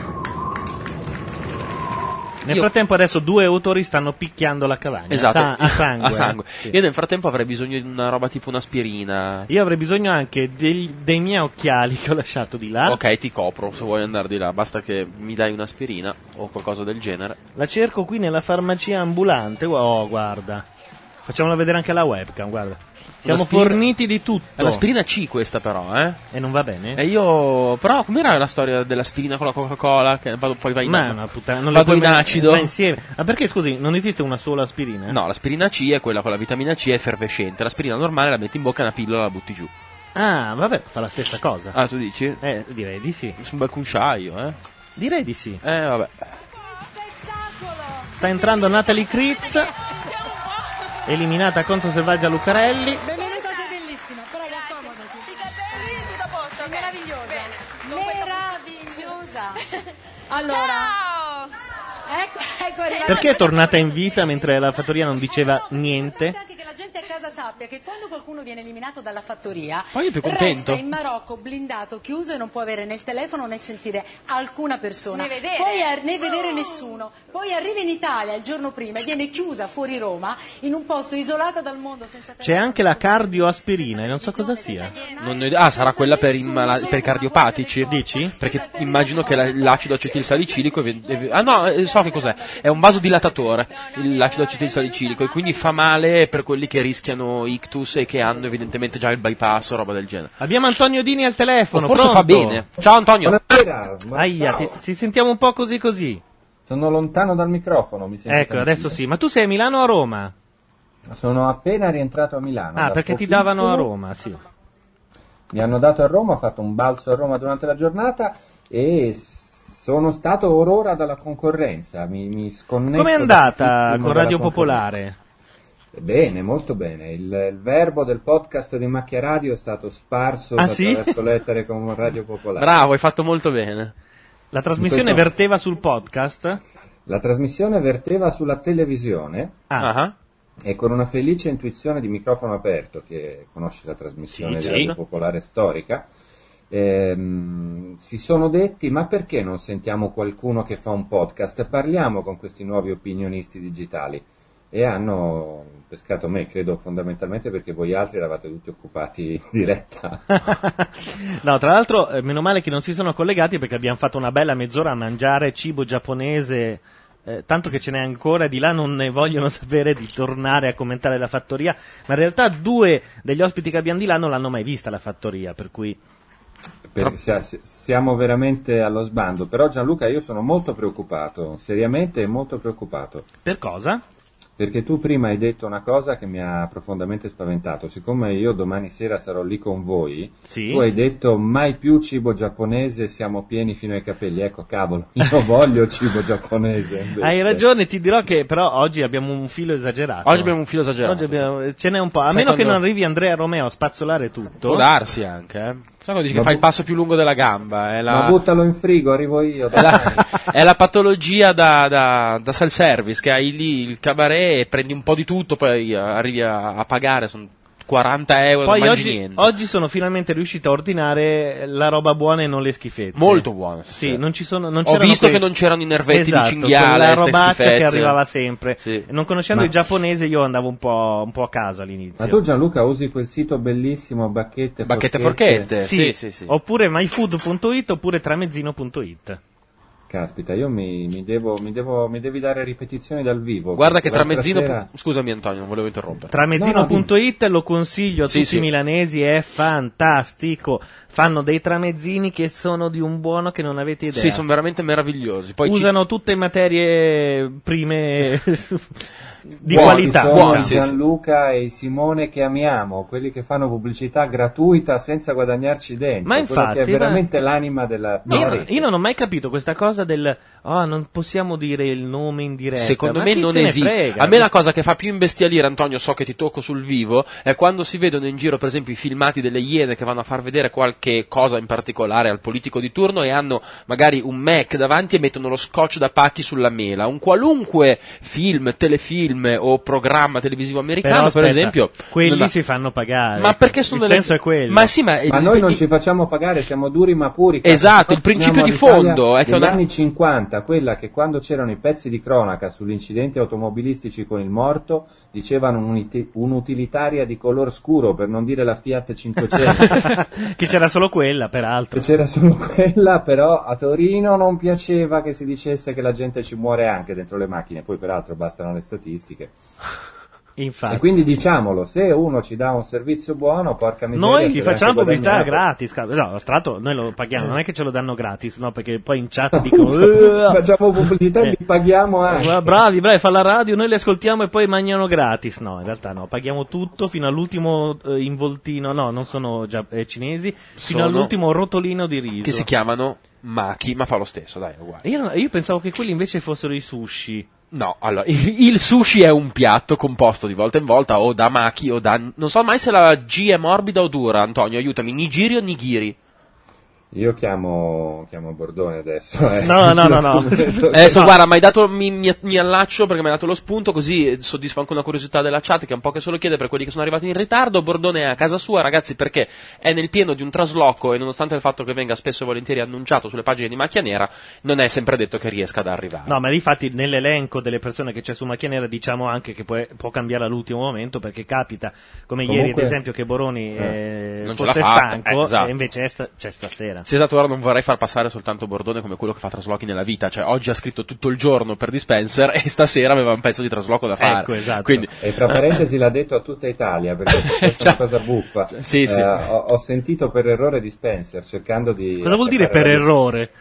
Nel frattempo adesso 2 autori stanno picchiando la cavagna. Esatto, A sangue. a sangue. Sì. Io nel frattempo avrei bisogno di una roba tipo un'aspirina. Io avrei bisogno anche dei miei occhiali che ho lasciato di là. Ok, ti copro se vuoi andare di là, basta che mi dai un'aspirina o qualcosa del genere. La cerco qui nella farmacia ambulante. Oh, guarda. Facciamola vedere anche alla webcam, guarda. Siamo Un'aspirina- forniti di tutto. È l'aspirina C questa però, eh? E non va bene? E io... Però com'era la storia dell'aspirina con la Coca-Cola? Che poi vai in, Ma è una puttana, non le vado puoi in mettere- acido. va insieme. Ma perché, scusi, non esiste una sola aspirina? No, l'aspirina C è quella con la vitamina C, è effervescente. L'aspirina normale la metti in bocca, una pillola la butti giù. Ah, vabbè, fa la stessa cosa. Ah, tu dici? Direi di sì. Sono un bel cunciaio, eh? Direi di sì. Vabbè. Sta entrando Natalie Critz, eliminata contro Selvaggia Lucarelli. Benvenuta, sei bellissima. Prego, accomodati. I capelli, tutto a posto. Meravigliosa. Meravigliosa. Allora. Ciao! Ecco arrivata. Perché è tornata in vita mentre la fattoria non diceva niente? Anche che la gente a casa sappia che quando qualcuno viene eliminato dalla fattoria Poi è più contento. resta in Marocco blindato, chiuso e non può avere né il telefono né sentire alcuna persona, Né vedere. né vedere nessuno. Poi arriva in Italia il giorno prima e viene chiusa fuori Roma in un posto isolata dal mondo senza C'è anche la cardioaspirina e non so cosa sia. Sarà quella per i cardiopatici? Dici? Perché immagino che l'acido acetilsalicilico... so che cos'è. È un vasodilatatore, l'acido acetilsalicilico, e quindi fa male per quelli che rischiano ictus e che hanno evidentemente già il bypass o roba del genere. Abbiamo Antonio Dini al telefono. Forse pronto? fa bene. Ciao Antonio. Buonasera. Aia, Ciao. ci sentiamo un po' così. Sono lontano dal microfono, mi sembra. Ecco, adesso sì. Ma tu sei a Milano o a Roma? Sono appena rientrato a Milano. Ah, da perché ti pochissimo. davano a Roma, sì. Mi hanno dato a Roma, ho fatto un balzo a Roma durante la giornata e sono stato orora dalla concorrenza. Mi sconnetto. Com'è da andata tutti, con dalla Radio concorrenza. Popolare? Bene, molto bene. Il verbo del podcast di Macchia Radio è stato sparso sì? attraverso l'etere con Radio Popolare. Bravo, hai fatto molto bene. La trasmissione In questo- verteva sul podcast? La trasmissione verteva sulla televisione. Ah. E con una felice intuizione di microfono aperto, che conosce la trasmissione Sì, di Radio certo. Popolare storica, si sono detti: ma perché non sentiamo qualcuno che fa un podcast? Parliamo con questi nuovi opinionisti digitali. E hanno pescato me, credo fondamentalmente perché voi altri eravate tutti occupati in diretta. No, tra l'altro, meno male che non si sono collegati perché abbiamo fatto una bella mezz'ora a mangiare cibo giapponese, tanto che ce n'è ancora, di là non ne vogliono sapere di tornare a commentare la fattoria, ma in realtà 2 degli ospiti che abbiamo di là non l'hanno mai vista la fattoria, per cui... Siamo veramente allo sbando, però Gianluca io sono molto preoccupato, seriamente molto preoccupato. Per cosa? Perché tu prima hai detto una cosa che mi ha profondamente spaventato. Siccome io domani sera sarò lì con voi, Sì. tu hai detto mai più cibo giapponese, siamo pieni fino ai capelli. Ecco, cavolo, io voglio cibo giapponese. Invece. Hai ragione, ti dirò che però oggi abbiamo un filo esagerato. Oggi abbiamo un filo esagerato, Oggi ce n'è un po'. A Sai meno che quando- non arrivi Andrea Romeo a spazzolare tutto. Può darsi anche, eh. Sai quando dici che Ma fa il passo più lungo della gamba? È Ma la, buttalo in frigo, arrivo io. è la patologia da self-service, che hai lì il cabaret e prendi un po' di tutto, poi arrivi a pagare, sono 40 euro, Poi non mangi oggi, niente. oggi sono finalmente riuscito a ordinare la roba buona e non le schifezze. Molto buona, Sì, sì. non ci sono. Non Ho c'erano visto che non c'erano i nervetti di Esatto, cinghiale, quella ste robaccia che schifezze. arrivava sempre. Sì. Non conoscendo Ma- il giapponese io andavo un po' a caso all'inizio. Ma tu Gianluca usi quel sito bellissimo Bacchette Forchette, Sì, sì. Oppure myfood.it oppure tramezzino.it. Caspita, io mi devi dare ripetizioni dal vivo. Guarda che l'altra Tramezzino... sera- Scusami Antonio, non volevo interrompere. Tramezzino.it lo consiglio a Sì, tutti sì. i milanesi, è fantastico. Fanno dei tramezzini che sono di un buono che non avete idea. Sì, sono veramente meravigliosi. Poi Usano tutte materie prime di Buoni qualità. sono diciamo. il Gianluca e il Simone che amiamo, quelli che fanno pubblicità gratuita senza guadagnarci dentro. Ma quello infatti, che è veramente l'anima della rete. Io non ho mai capito questa cosa del non possiamo dire il nome in diretta. Secondo Ma me chi non se ne esiste. frega? A me la cosa che fa più imbestialire, Antonio, so che ti tocco sul vivo, è quando si vedono in giro, per esempio, i filmati delle Iene che vanno a far vedere qualche cosa in particolare al politico di turno e hanno magari un Mac davanti e mettono lo scotch da pacchi sulla mela. Un qualunque film, telefilm o programma televisivo americano, Però, per aspetta, esempio, quelli non ha- si fanno pagare. Ma perché sono il delle- senso è quello. Ma sì, ma noi non ci facciamo pagare, siamo duri ma puri. Esatto, il principio di fondo è che negli una- anni 50, quella che quando c'erano i pezzi di cronaca sugli incidenti automobilistici con il morto dicevano un'utilitaria di color scuro, per non dire la Fiat 500. Che c'era solo quella, peraltro. C'era solo quella, però a Torino non piaceva che si dicesse che la gente ci muore anche dentro le macchine, poi peraltro bastano le statistiche. Infatti. E quindi diciamolo, se uno ci dà un servizio buono, porca miseria, Noi se gli l'è facciamo anche pubblicità guadagnato. gratis. No, tra l'altro noi lo paghiamo, non è che ce lo danno gratis, no? Perché poi in chat dicono Facciamo pubblicità e li paghiamo anche. bravi, fa la radio, noi li ascoltiamo e poi mangiano gratis. No, in realtà no, paghiamo tutto fino all'ultimo involtino, no, non sono già cinesi, fino Sono- all'ultimo rotolino di riso. che si chiamano Maki, ma fa lo stesso, dai, è uguale. Io pensavo che quelli invece fossero i sushi. No, allora, il sushi è un piatto composto di volta in volta o da maki o da... Non so mai se la G è morbida o dura, Antonio, aiutami, nigiri o nigiri? Io chiamo Bordone adesso. No. Adesso guarda, mi allaccio perché mi hai dato lo spunto, così soddisfo anche una curiosità della chat che è un po' che se lo chiede per quelli che sono arrivati in ritardo. Bordone è a casa sua, ragazzi, perché è nel pieno di un trasloco e nonostante il fatto che venga spesso e volentieri annunciato sulle pagine di Macchia Nera, non è sempre detto che riesca ad arrivare. No, ma difatti nell'elenco delle persone che c'è su Macchia Nera diciamo anche che può cambiare all'ultimo momento, perché capita, come ieri Comunque- ad esempio, che Boroni Non ce fosse l'ha fatta, stanco esatto. e invece c'è stasera. Sì, esatto, ora non vorrei far passare soltanto Bordone come quello che fa traslochi nella vita, cioè oggi ha scritto tutto il giorno per Dispenser e stasera aveva un pezzo di trasloco da fare. Ecco, esatto. Quindi... E tra parentesi l'ha detto a tutta Italia, perché questa è una cosa buffa. Sì, sì. Ho sentito per errore di Spencer, cercando di... Cosa vuol dire per errore?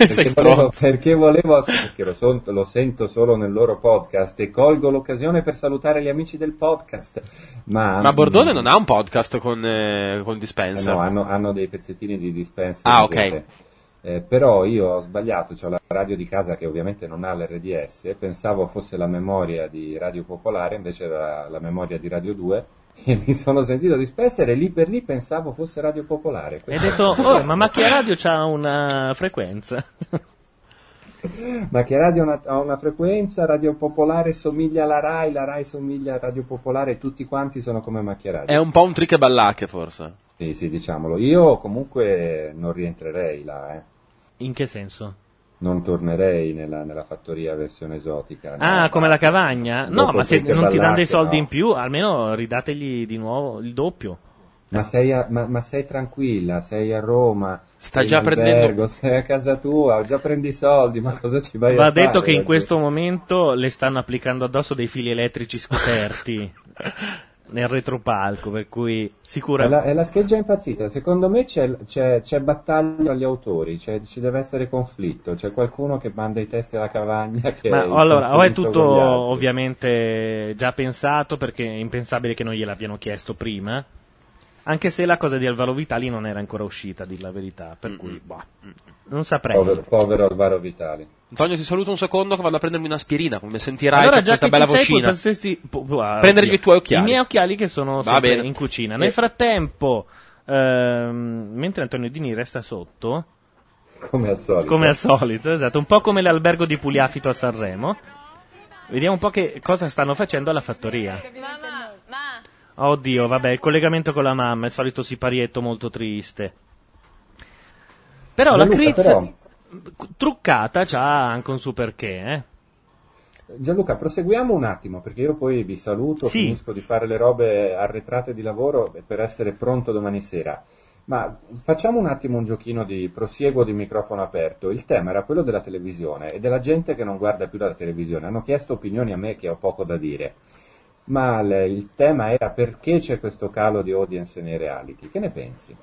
Perché volevo perché lo sento solo nel loro podcast e colgo l'occasione per salutare gli amici del podcast. Ma Bordone non ha un podcast con Dispenser. No, hanno dei pezzettini di Dispenser. Ah, invece. Però io ho sbagliato, c'ho la radio di casa che ovviamente non ha l'RDS, pensavo fosse la memoria di Radio Popolare, invece era la memoria di Radio 2 e mi sono sentito Dispenser e lì per lì pensavo fosse Radio Popolare. Hai detto, ma Macchia Radio c'ha una frequenza. Ma che radio ha una frequenza, Radio Popolare somiglia alla Rai, la Rai somiglia a Radio Popolare e tutti quanti sono come Macchia Radio. È un po' un trick e ballacche forse. Sì, diciamolo. Io comunque non rientrerei là, In che senso? Non tornerei nella fattoria versione esotica. Ah, come la Cavagna? No, Dopo ma se Trick e non ti danno dei Ballacche, soldi no. in più, almeno ridategli di nuovo il doppio. Ma sei tranquilla, sei a Roma, Stai sei già in albergo, prendendo- sei a casa tua, già prendi i soldi, ma cosa ci vai a Va fare? detto che in oggi? questo momento le stanno applicando addosso dei fili elettrici scoperti nel retropalco, per cui È la scheggia impazzita, secondo me c'è battaglia tra gli autori, ci deve essere conflitto, c'è qualcuno che manda i testi alla Cavagna che Ma in allora, o è conflitto tutto con gli altri. ovviamente già pensato, perché è impensabile che non gliel'abbiano chiesto prima, anche se la cosa di Alvaro Vitali non era ancora uscita, a dir la verità, per cui non saprei. Povero Alvaro Vitali. Antonio, ti saluto un secondo che vado a prendermi un'aspirina, come sentirai Allora, c'è già questa che bella ci sei, vocina. potresti Prendergli i tuoi occhiali. I miei occhiali che sono Va sempre bene. in cucina. Nel frattempo, mentre Antonio Dini resta sotto, Come al solito. come al solito, esatto, un po' come l'albergo di Pugliafito a Sanremo, vediamo un po' che cosa stanno facendo alla fattoria. Oddio, vabbè, il collegamento con la mamma, il solito siparietto molto triste. Però la Gianluca, Critz però- truccata c'ha anche un suo perché, Gianluca, proseguiamo un attimo, perché io poi vi saluto, Sì. finisco di fare le robe arretrate di lavoro per essere pronto domani sera. Ma facciamo un attimo un giochino di prosieguo di microfono aperto. Il tema era quello della televisione e della gente che non guarda più la televisione. Hanno chiesto opinioni a me che ho poco da dire. Ma il tema era perché c'è questo calo di audience nei reality. Che ne pensi?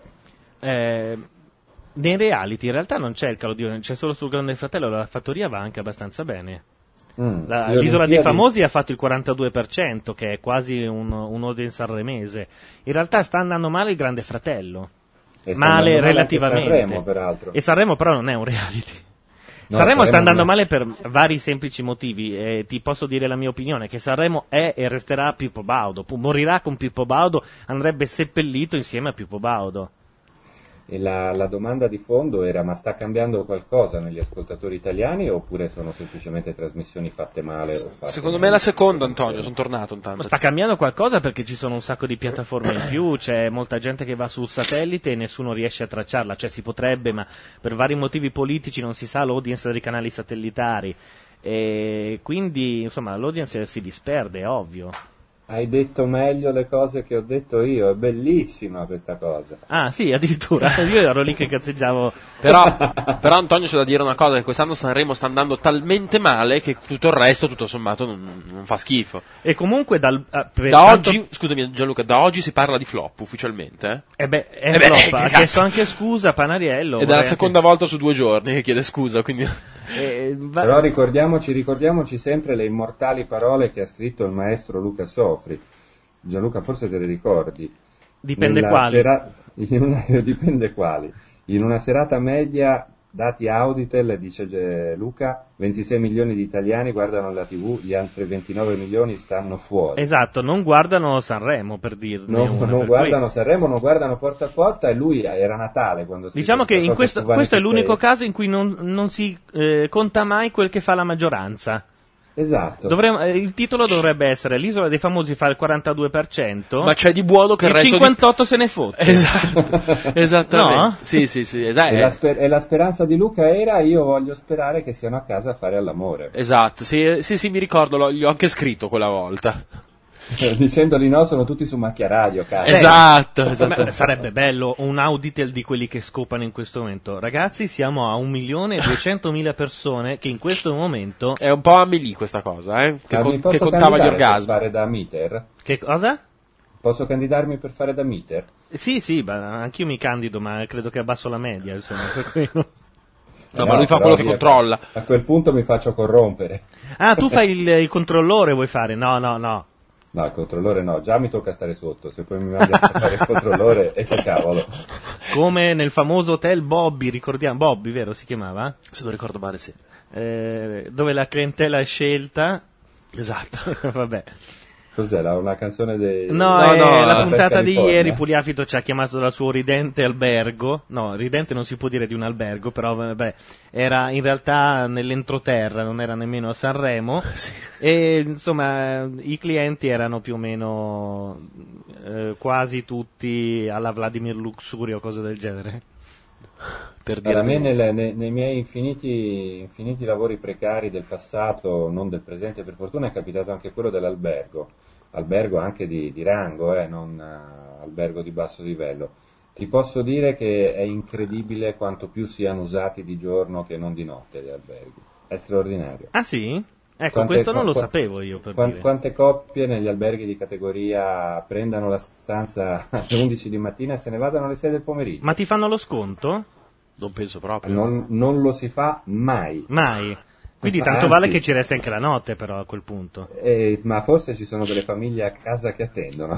Nei reality in realtà non c'è il calo di audience, c'è solo sul Grande Fratello, la fattoria va anche abbastanza bene. L'Isola dei Famosi ha fatto il 42%, che è quasi un audience sanremese. In realtà sta andando male il Grande Fratello. Male relativamente. Sanremo, peraltro. E Sanremo però non è un reality. No, Sanremo sta andando non è- male per vari semplici motivi. Ti posso dire la mia opinione, che Sanremo è e resterà Pippo Baudo. Morirà con Pippo Baudo, andrebbe seppellito insieme a Pippo Baudo. E la domanda di fondo era: ma sta cambiando qualcosa negli ascoltatori italiani oppure sono semplicemente trasmissioni fatte male? O fatte Secondo me è la seconda, Antonio, sono tornato intanto. Sta cambiando qualcosa perché ci sono un sacco di piattaforme in più, c'è molta gente che va sul satellite e nessuno riesce a tracciarla, cioè si potrebbe, ma per vari motivi politici non si sa l'audience dei canali satellitari, e quindi insomma l'audience si disperde, è ovvio. Hai detto meglio le cose che ho detto io, è bellissima questa cosa. Ah sì, addirittura, io ero lì che cazzeggiavo. Però Antonio c'è da dire una cosa, che quest'anno Sanremo sta andando talmente male che tutto il resto, tutto sommato, non fa schifo. E comunque da oggi, scusami Gianluca, da oggi si parla di flop ufficialmente, è che flop, ha cazzo. chiesto anche scusa Panariello. Ed è la seconda volta su 2 giorni che chiede scusa, quindi... Però ricordiamoci sempre le immortali parole che ha scritto il maestro Luca Sofri. Gianluca, forse te le ricordi. Dipende quali. Dipende quali. In una serata media, dati Auditel, dice Luca, 26 milioni di italiani guardano la TV, gli altri 29 milioni stanno fuori. Esatto, non guardano Sanremo, per dirne una, Non per guardano cui- Sanremo, non guardano Porta a Porta, e lui era Natale quando scrisse Diciamo che questa in cosa su Vanity questo è l'unico Fair. caso in cui non si conta mai quel che fa la maggioranza. Esatto. Il titolo dovrebbe essere l'Isola dei Famosi fa il 42%, Ma c'è di buono che il resto 58 se ne fotte. Esatto, esattamente. No? Sì, esatto. E la speranza di Luca era: io voglio sperare che siano a casa a fare all'amore. Esatto, sì, mi ricordo, gli ho anche scritto quella volta. Dicendogli no, sono tutti su Macchia Radio, cazzo. Esatto. Beh, sarebbe bello un Auditel di quelli che scopano in questo momento. Ragazzi, siamo a 1.200.000 persone che in questo momento... È un po' Amelie questa cosa, Ma mi che posso contava gli candidare orgasmi. per fare da meter? Che cosa? Posso candidarmi per fare da meter? Sì, anch'io mi candido, ma credo che abbasso la media, insomma, per cui no. No, ma lui fa quello che controlla. A quel punto mi faccio corrompere. Ah, tu fai il controllore, vuoi fare? No. No, il controllore no, già mi tocca stare sotto, se poi mi mandi a fare il controllore, e che cavolo. Come nel famoso hotel Bobby, ricordiamo, Bobby, vero, si chiamava? Se non ricordo male, sì. Dove la clientela è scelta. Esatto. Vabbè. Cos'era, una canzone dei... No, la puntata di California. ieri Pugliafito ci ha chiamato dal suo ridente albergo. No, ridente non si può dire di un albergo, però vabbè, era in realtà nell'entroterra, non era nemmeno a Sanremo. Sì. E insomma, i clienti erano più o meno quasi tutti alla Vladimir Luxury o cose del genere. Per dire A me nei miei infiniti lavori precari del passato, non del presente per fortuna, è capitato anche quello dell'albergo. Albergo anche di rango, non albergo di basso livello. Ti posso dire che è incredibile quanto più siano usati di giorno che non di notte gli alberghi. È straordinario. Ah sì? Ecco, questo non lo sapevo io, per dire. Quante coppie negli alberghi di categoria prendano la stanza alle 11 di mattina e se ne vadano alle 6 del pomeriggio? Ma ti fanno lo sconto? Non penso proprio. Non lo si fa mai. Mai. Quindi tanto vale che ci resti anche la notte, però, a quel punto. Ma forse ci sono delle famiglie a casa che attendono.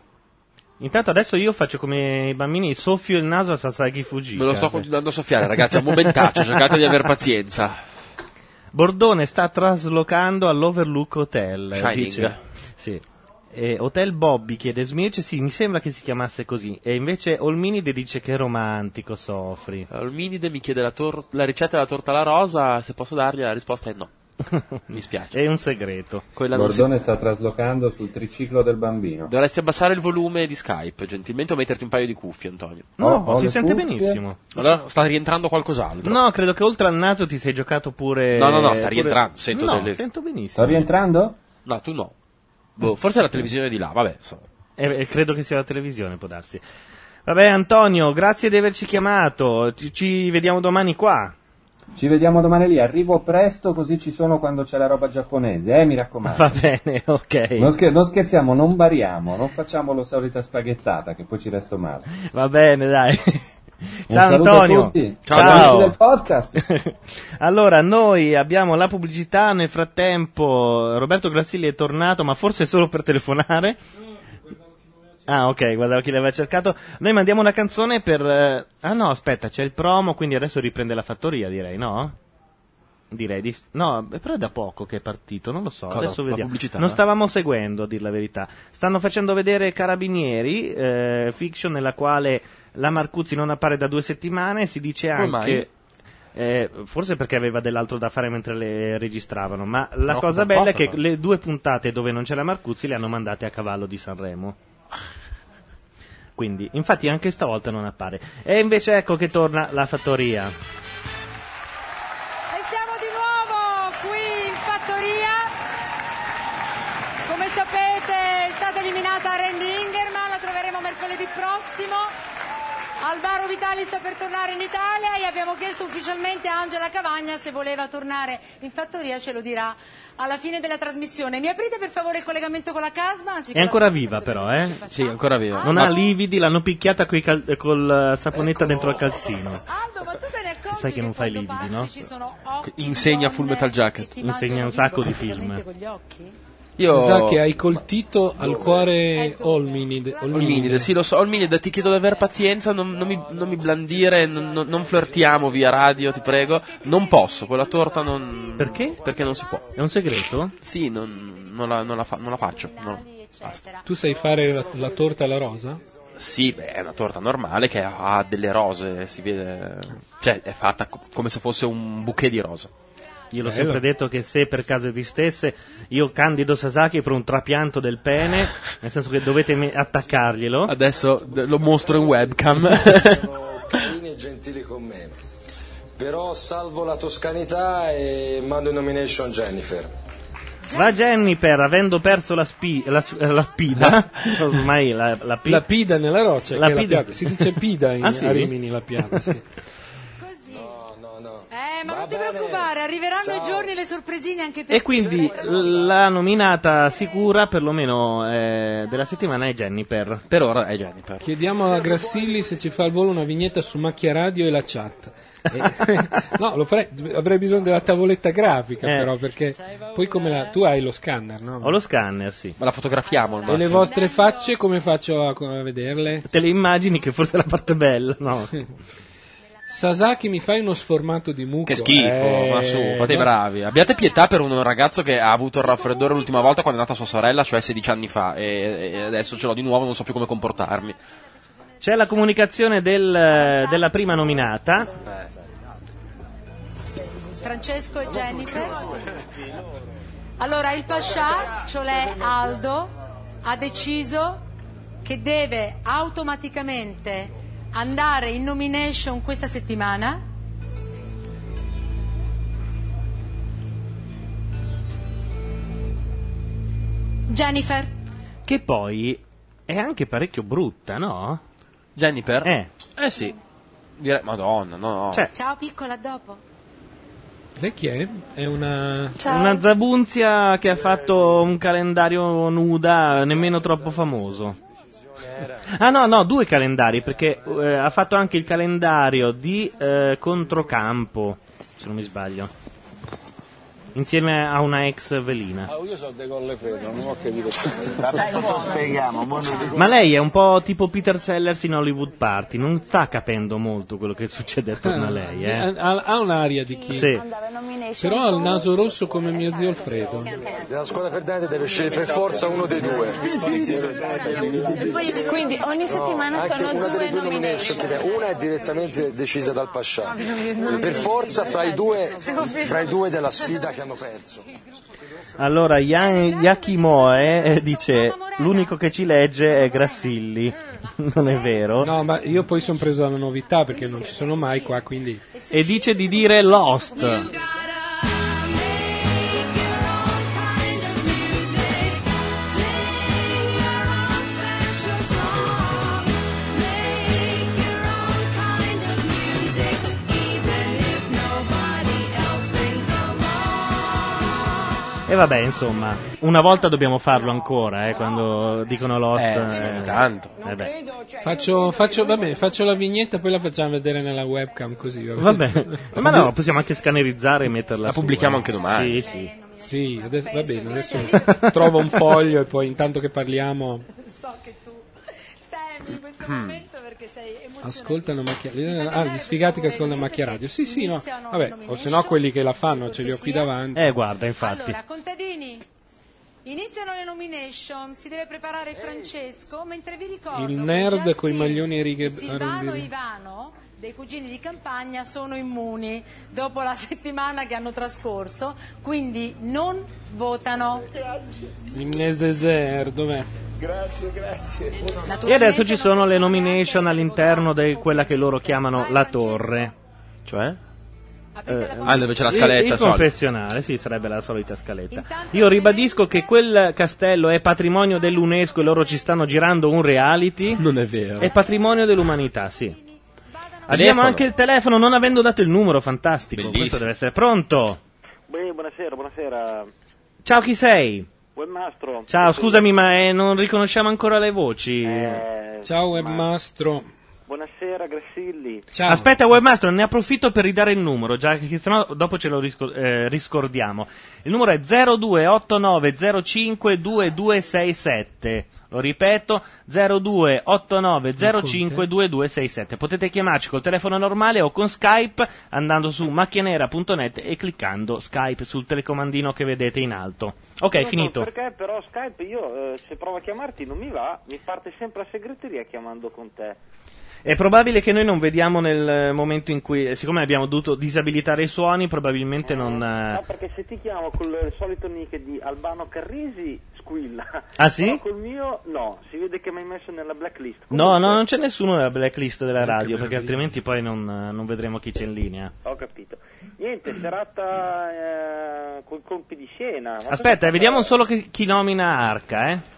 Intanto adesso io faccio come i bambini, soffio il naso a Sasaki Fujita. Me lo sto continuando a soffiare, ragazzi, a un momentaccio, cercate di aver pazienza. Bordone sta traslocando all'Overlook Hotel. Shining. Dice. Sì. Hotel Bobby chiede Smirce, sì, mi sembra che si chiamasse così. E invece Olminide dice che è romantico, Sofri. Olminide mi chiede la ricetta della torta alla rosa, se posso dargli la risposta è no. Mi spiace. È un segreto. Bordone sta traslocando sul triciclo del bambino. Dovresti abbassare il volume di Skype, gentilmente, o metterti un paio di cuffie, Antonio. No, si sente benissimo. Allora sta rientrando qualcos'altro. No, credo che oltre al naso ti sei giocato pure... No, sta rientrando. Sento benissimo. Sta rientrando? No, tu no. Forse è la televisione di là, vabbè. Credo che sia la televisione, può darsi. Vabbè Antonio, grazie di averci chiamato, ci vediamo domani qua. Ci vediamo domani lì, arrivo presto così ci sono quando c'è la roba giapponese, mi raccomando. Va bene, ok. Non scherziamo, non bariamo, non facciamo la solita spaghettata che poi ci resto male. Va bene, dai. Ciao saluto Antonio. a tutti. Ciao. Amici del podcast. Allora, noi abbiamo la pubblicità, nel frattempo Roberto Grassilli è tornato, ma forse solo per telefonare. Ah, ok, guardavo chi l'aveva cercato. Noi mandiamo una canzone per... Ah no, aspetta, c'è il promo, quindi adesso riprende la fattoria, direi, no? Direi di... No, però è da poco che è partito, non lo so, Cosa? adesso La vediamo. pubblicità, Non stavamo seguendo, a dir la verità. Stanno facendo vedere Carabinieri, fiction nella quale la Marcuzzi non appare da 2 settimane, si dice Come anche... forse perché aveva dell'altro da fare mentre le registravano, ma la No, cosa non bella posso è che fare. le 2 puntate dove non c'è la Marcuzzi le hanno mandate a cavallo di Sanremo. Quindi, infatti anche stavolta non appare. E invece ecco che torna la fattoria. E siamo di nuovo qui in fattoria. Come sapete è stata eliminata Randy Ingerman, la troveremo mercoledì prossimo. Alvaro Vitali sta per tornare in Italia e abbiamo chiesto ufficialmente a Angela Cavagna se voleva tornare in fattoria, ce lo dirà alla fine della trasmissione. Mi aprite per favore il collegamento con la Casma? Anzi, È con ancora la... viva però, eh? Sì, ancora viva. Non ha lividi, l'hanno picchiata col saponetta dentro al calzino. Aldo, ma tu te ne accorgi Sai che non fai quando lividi, passi no? ci sono occhi Insegna Full Metal Jacket. Insegna un sacco di film. con gli occhi? Io... Sa che hai coltito al cuore Olminide. Olminide, sì lo so, Olminide, ti chiedo di aver pazienza, non mi blandire, non flirtiamo via radio, ti prego. Non posso, quella torta non... Perché? Perché non si può. È un segreto? Sì, non la faccio. No. Basta. Tu sai fare la torta alla rosa? Sì, beh, è una torta normale che ha delle rose, si vede... Cioè, è fatta come se fosse un bouquet di rose. Io l'ho sempre detto che se per caso esistesse, io candido Sasaki per un trapianto del pene, nel senso che dovete attaccarglielo. Adesso lo mostro in webcam. Sono carini e gentili con me, però salvo la toscanità e mando in nomination Jennifer. Va Jennifer, avendo perso la spida, ormai la La pida nella roccia, La che è la pida. piada. Si dice pida Ah, sì? a Rimini, la piada, sì. Ma non ti preoccupare, arriveranno i giorni e le sorpresine anche per E quindi la nominata sicura, perlomeno della settimana, è Jennifer. Per ora è Jennifer. Chiediamo a Grassilli se ci fa al volo una vignetta su Macchia Radio e la chat. No, lo farei, avrei bisogno della tavoletta grafica però, perché poi tu hai lo scanner, no? Ho lo scanner, sì. Ma la fotografiamo al E le massimo. vostre facce come faccio a vederle? Te le immagini, che forse è la parte bella, no? Sasaki, mi fai uno sformato di muco? Che schifo, ma su, fate i bravi. Abbiate pietà per un ragazzo che ha avuto il raffreddore l'ultima volta quando è nata sua sorella, cioè 16 anni fa, e adesso ce l'ho di nuovo, non so più come comportarmi. C'è la comunicazione della prima nominata. Francesco e Jennifer. Allora, il Pascià, cioè Aldo, ha deciso che deve automaticamente andare in nomination questa settimana. Jennifer. Che poi è anche parecchio brutta, no? Jennifer? Eh sì. Direi, Madonna, no. Cioè, Ciao piccola, a dopo. Lei chi è? È una... una zabunzia che ha fatto un calendario nuda nemmeno troppo famoso. Ah no, 2 calendari, perché ha fatto anche il calendario di Controcampo, se non mi sbaglio. Insieme a una ex velina. Io so De Collefredo, non ho capito. Spieghiamo. Ma lei è un po' tipo Peter Sellers in Hollywood Party, non sta capendo molto quello che succede attorno a lei. Ha un'aria di chi? Sì. Però ha il naso rosso come mio zio Alfredo. Della squadra perdente deve scegliere per forza uno dei 2. Quindi ogni settimana anche sono una delle 2 2 nomination, perché una è direttamente decisa dal Pascià. Per forza fra i due della sfida che hanno perso. Allora, Yakimoe dice: l'unico che ci legge è Grassilli. Non è vero? No, ma io poi sono preso alla novità perché non ci sono mai qua, quindi... E dice di dire Lost. E vabbè, insomma, una volta dobbiamo farlo ancora, quando dicono Lost. Tanto. Faccio la vignetta, poi la facciamo vedere nella webcam così. Vabbè. Ma no, possiamo anche scannerizzare e metterla La su, pubblichiamo anche domani. Sì, adesso, va bene, adesso trovo un foglio e poi intanto che parliamo. So che tu temi in questo momento perché sei emozionato. Ascoltano Macchia gli sfigati che ascoltano Macchia Radio. Sì, no. Vabbè, o se no quelli che la fanno ce li ho qui davanti. Guarda, infatti. Allora, contadini, iniziano le nomination, si deve preparare Francesco, mentre vi ricordo Il nerd che con i maglioni a righe Silvano e Ivano dei cugini di campagna sono immuni dopo la settimana che hanno trascorso, quindi non votano. Il dov'è? Grazie. E adesso ci sono le nomination all'interno di quella che loro chiamano la torre. Cioè? Dove c'è la scaletta. Il confessionale, sì, sarebbe la solita scaletta. Io ribadisco che quel castello è patrimonio dell'UNESCO e loro ci stanno girando un reality. Non è vero. È patrimonio dell'umanità, sì. Abbiamo Telefono. anche il telefono, non avendo dato il numero, fantastico. Bellissimo. Questo deve essere pronto. Buonasera. Ciao, chi sei? Webmastro. Ciao, scusami, ma non riconosciamo ancora le voci. Ciao Webmastro. Buonasera, Grassilli. Ciao. Aspetta, Webmaster, ne approfitto per ridare il numero, già che sennò dopo ce lo riscordiamo. Il numero è 0289052267. Lo ripeto, 0289052267. Potete chiamarci col telefono normale o con Skype andando su macchianera.net e cliccando Skype sul telecomandino che vedete in alto. Ok, finito. Perché però Skype io se provo a chiamarti non mi va, mi parte sempre la segreteria chiamando con te. È probabile che noi non vediamo nel momento in cui, siccome abbiamo dovuto disabilitare i suoni, probabilmente non... No, perché se ti chiamo col solito nick di Albano Carrisi, squilla. Ah, sì? Però col mio, no, si vede che mi hai messo nella blacklist. No, non c'è nessuno nella blacklist della radio, perché altrimenti poi non vedremo chi c'è in linea. Ho capito. Niente, serata con colpi di scena. Ma Aspetta, vediamo solo chi nomina Arca,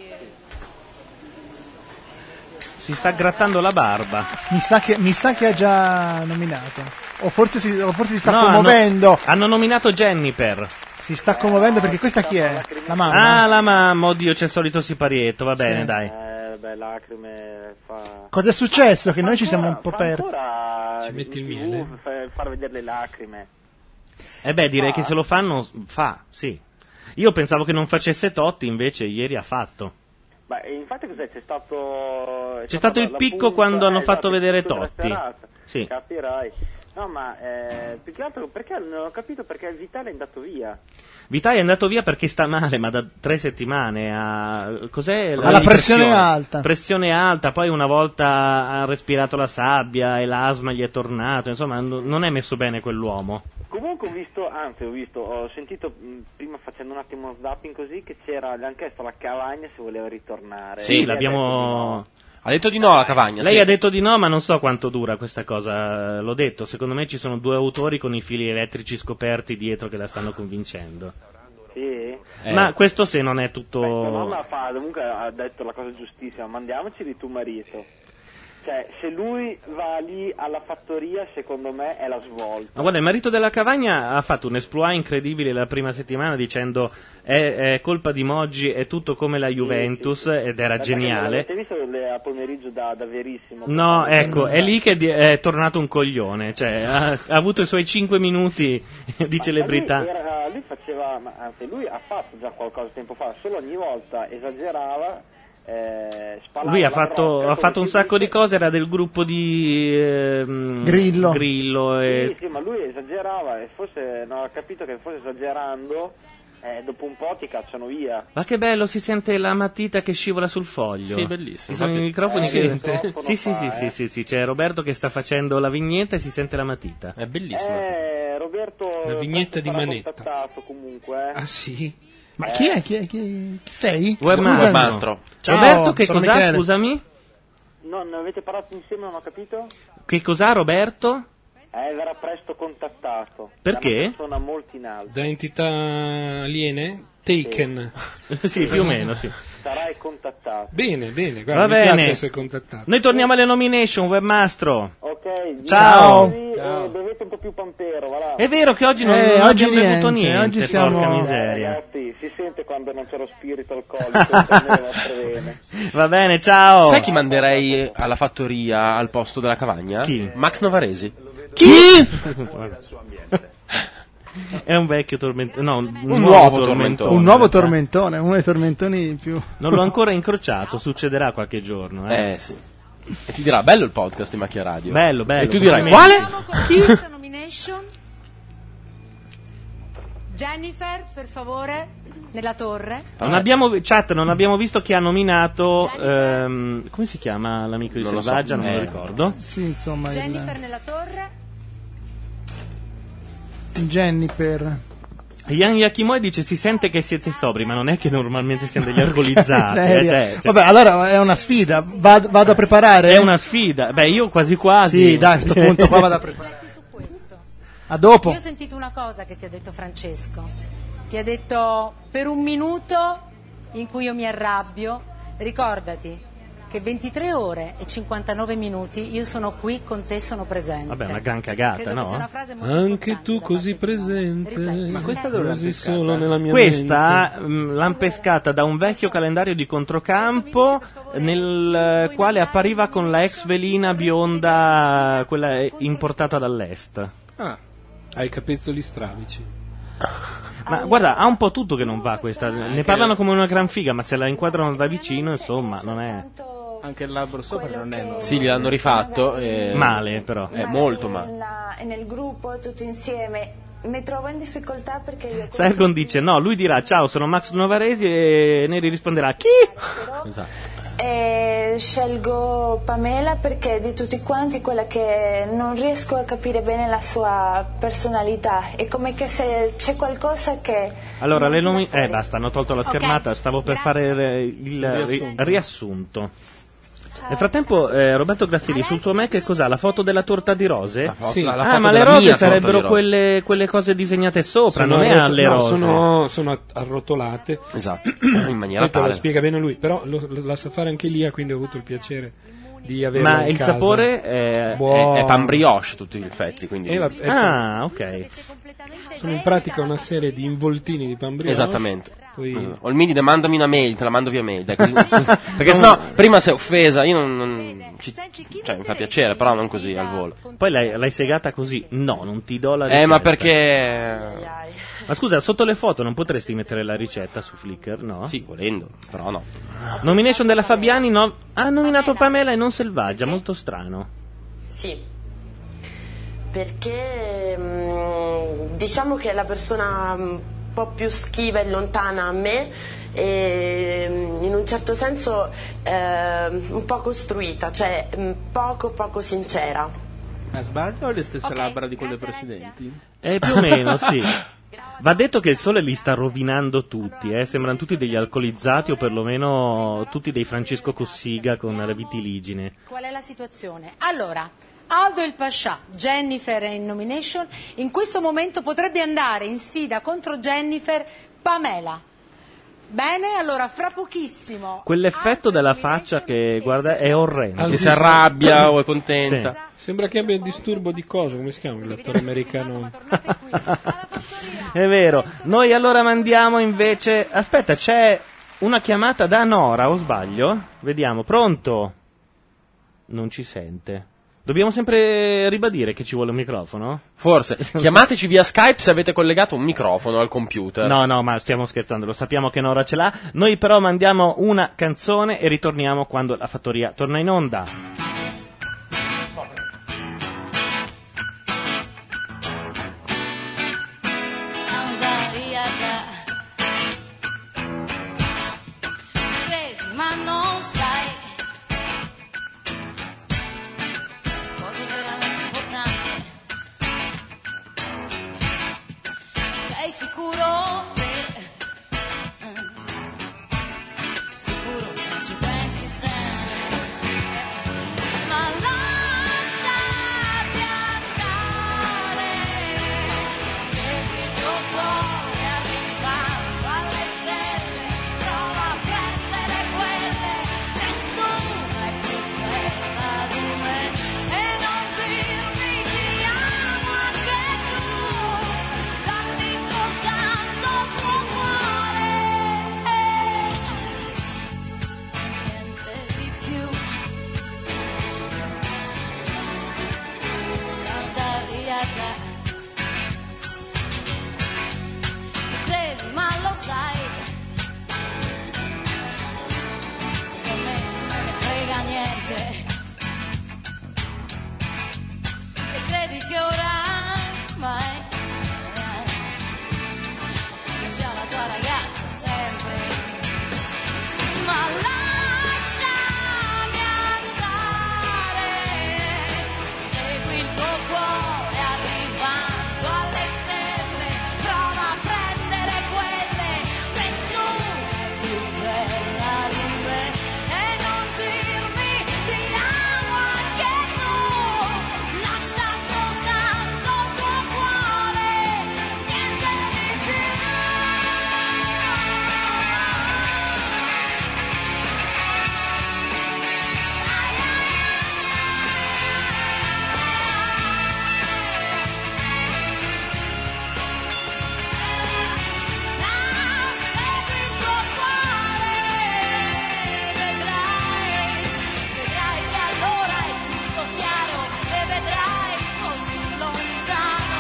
Si sta grattando la barba. Mi sa che ha già nominato. O forse si sta No, commuovendo. Hanno nominato Jennifer. Si sta commuovendo perché questa chi è? La mamma. Ah, la mamma, oddio, c'è il solito siparietto, va bene, dai. Beh, lacrime fa... Cosa è successo? Che noi ci siamo un po' persi. Ci metti il miele? Far vedere le lacrime. Direi che se lo fanno, sì. Io pensavo che non facesse Totti, invece ieri ha fatto. Beh, infatti cos'è? C'è stato il picco quando hanno fatto vedere Totti. Sì. Capirai. No, ma più che altro perché non ho capito perché Vitale è andato via. Vitale è andato via perché sta male, ma da 3 settimane cos'è? Ha la pressione alta. Pressione alta, poi una volta ha respirato la sabbia e l'asma gli è tornato, insomma non è messo bene quell'uomo. Comunque ho sentito prima facendo un attimo uno zapping così che c'era anche la Cavagna se voleva ritornare. Sì, l'abbiamo... Ha detto di no la Cavagna. Lei ha detto di no, ma non so quanto dura questa cosa. L'ho detto, secondo me ci sono 2 autori con i fili elettrici scoperti dietro che la stanno convincendo. Sì? Ma questo se non è tutto... Sua mamma comunque ha detto la cosa giustissima, mandiamoci di tuo marito. Cioè, se lui va lì alla fattoria, secondo me è la svolta. Ma guarda, il marito della Cavagna ha fatto un exploit incredibile la prima settimana dicendo è colpa di Moggi, è tutto come la Juventus, ed era geniale. Avete visto a pomeriggio da verissimo? No, ecco, è lì che è tornato un coglione, cioè ha avuto i suoi 5 minuti di celebrità. Lui ha fatto già qualcosa tempo fa, solo ogni volta esagerava. Lui ha fatto un sacco di cose, era del gruppo di Grillo sì, ma lui esagerava e forse non ha capito che forse esagerando dopo un po' ti cacciano via. Ma che bello, si sente la matita che scivola sul foglio. Sì, bellissimo. Ci sono i microfoni che... Sì, c'è Roberto che sta facendo la vignetta e si sente la matita. È bellissimo. Roberto, la vignetta di Manetta. Comunque. Ah sì? Ma chi è? Chi sei? Webmastro. Ciao, Roberto, che sono cos'ha, Michele. scusami? No, ne avete parlato insieme, non ho capito? Che cos'ha Roberto? Verrà presto contattato. Perché? Da una persona molto in alto. Da entità aliene? Taken. Sì, più o meno, sì. Sarai contattato. Bene, guarda, Va mi bene. piace essere contattato. Noi torniamo alle nomination, Webmastro. Ok, Ciao. Bevete un po' più Pampero, va là. È vero che oggi non oggi abbiamo niente, bevuto niente, oggi siamo- porca miseria. Ragazzi, si sente quando non c'è lo spirito alcolico nelle vostre vene. Va bene, ciao. Sai chi manderei alla fattoria al posto della Cavagna? Chi? Max Novaresi. Chi? È un vecchio tormentone. No, un nuovo tormentone. Un nuovo tormentone, uno dei tormentoni più. Non l'ho ancora incrociato, succederà qualche giorno. Sì. E ti dirà, bello il podcast di Macchia Radio. Bello, bello. E tu dirai, complimenti. quale? Nomination. Jennifer, per favore, nella torre. Non abbiamo visto chi ha nominato. Come si chiama l'amico di Non lo so. Selvaggia? Non me lo ricordo. Sì, insomma. Jennifer nella torre. Jennifer. Ian Yakimoy dice: si sente che siete sobri, ma non è che normalmente siamo degli alcolizzati. Serio? Cioè, Vabbè, allora è una sfida. Vado a preparare? È una sfida. Beh, io quasi quasi. Sì, dai, a questo punto qua vado a preparare. A dopo. Io ho sentito una cosa che ti ha detto Francesco. Ti ha detto: per un minuto in cui io mi arrabbio, ricordati che 23 ore e 59 minuti io sono qui con te, sono presente. Vabbè, una gran cagata, Credo che sia no? una frase molto Anche tu così presente. Ma questa dove l'hanno così pescata? solo nella mia Questa mente. l'hanno pescata da un vecchio calendario di controcampo nel quale appariva con la ex velina bionda, quella importata dall'est. Ah, hai i capezzoli strabici. Ma guarda, ha un po' tutto che non va questa. Ne parlano come una gran figa, ma se la inquadrano da vicino, insomma, non è. Anche il labbro sopra non è Sì, gliel'hanno rifatto. Male, però. Molto male. Nel gruppo, tutto insieme, mi trovo in difficoltà perché io Sergon dice no, lui dirà ciao, sono Max Novaresi e Neri risponderà chi? Esatto. scelgo Pamela perché di tutti quanti è quella che non riesco a capire bene la sua personalità. È come che se c'è qualcosa che... Allora, basta, hanno tolto la schermata, stavo per fare il riassunto. Nel frattempo, Roberto Grazielli, sul tuo Mac cos'ha? La foto della torta di rose? Sì. La Ah, foto ma le della rose mia sarebbero torta di quelle cose disegnate sopra, Sono non è alle rose. sono arrotolate. Esatto, in maniera Poi te lo tale. spiega bene lui, però la sa fare anche Lia, quindi ho avuto il piacere di averla Ma in il casa. sapore è È pan brioche a tutti gli effetti, quindi. ok. Sono in pratica una serie di involtini di pan brioche. Esattamente. Poi... Olmini, mandami una mail, te la mando via mail. Dai, così. Perché sennò prima sei offesa, io cioè, mi fa piacere, però non così al volo. Poi l'hai segata così? No, non ti do la Ma ricetta. perché. Ma scusa, sotto le foto non potresti mettere la ricetta su Flickr, no? Sì, volendo, però no. Nomination della Fabiani ha nominato Pamela e non Selvaggia, molto strano. Sì, perché diciamo che è la persona un po' più schiva e lontana a me e in un certo senso un po' costruita, cioè poco sincera. Ma sbaglio o le stesse labbra di quelle precedenti? Più o meno, sì. Va detto che il sole li sta rovinando tutti, sembrano tutti degli alcolizzati o perlomeno tutti dei Francesco Cossiga con la vitiligine. Qual è la situazione? Allora, Aldo El Pascià, Jennifer è in nomination, in questo momento potrebbe andare in sfida contro Jennifer Pamela. Bene, allora fra pochissimo. Quell'effetto della faccia che guarda è orrendo. Che si arrabbia o è contenta. Sembra che abbia il disturbo di cosa, come si chiama l'attore americano? È vero. Noi allora mandiamo invece. Aspetta, c'è una chiamata da Nora, o sbaglio? Vediamo, pronto? Non ci sente. Dobbiamo sempre ribadire che ci vuole un microfono? Forse. Chiamateci via Skype se avete collegato un microfono al computer. No, ma stiamo scherzando, lo sappiamo che Nora ce l'ha. Noi però mandiamo una canzone e ritorniamo quando la fattoria torna in onda. Ma non sai cose veramente importanti. Sei sicuro sicuro che ci pensi sempre. niente. E credi che oramai io sia la tua ragazza sempre. Ma lasciami andare, segui il tuo cuore arrivando alle stelle, prova a prendere quelle, nessuna è più bella di me, e non dirmi ti amo anche tu, lascia soltanto il tuo cuore, niente di più. Vedrai che allora è tutto chiaro e vedrai così lontano.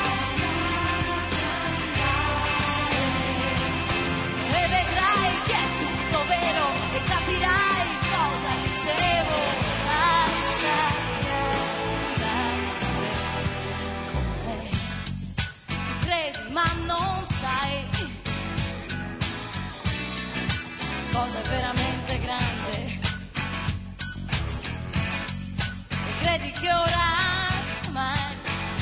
E vedrai che è tutto vero e capirai cosa dicevo. Lasciami andare con lei. Ti credi ma non sai cosa è veramente grande. E credi che oramai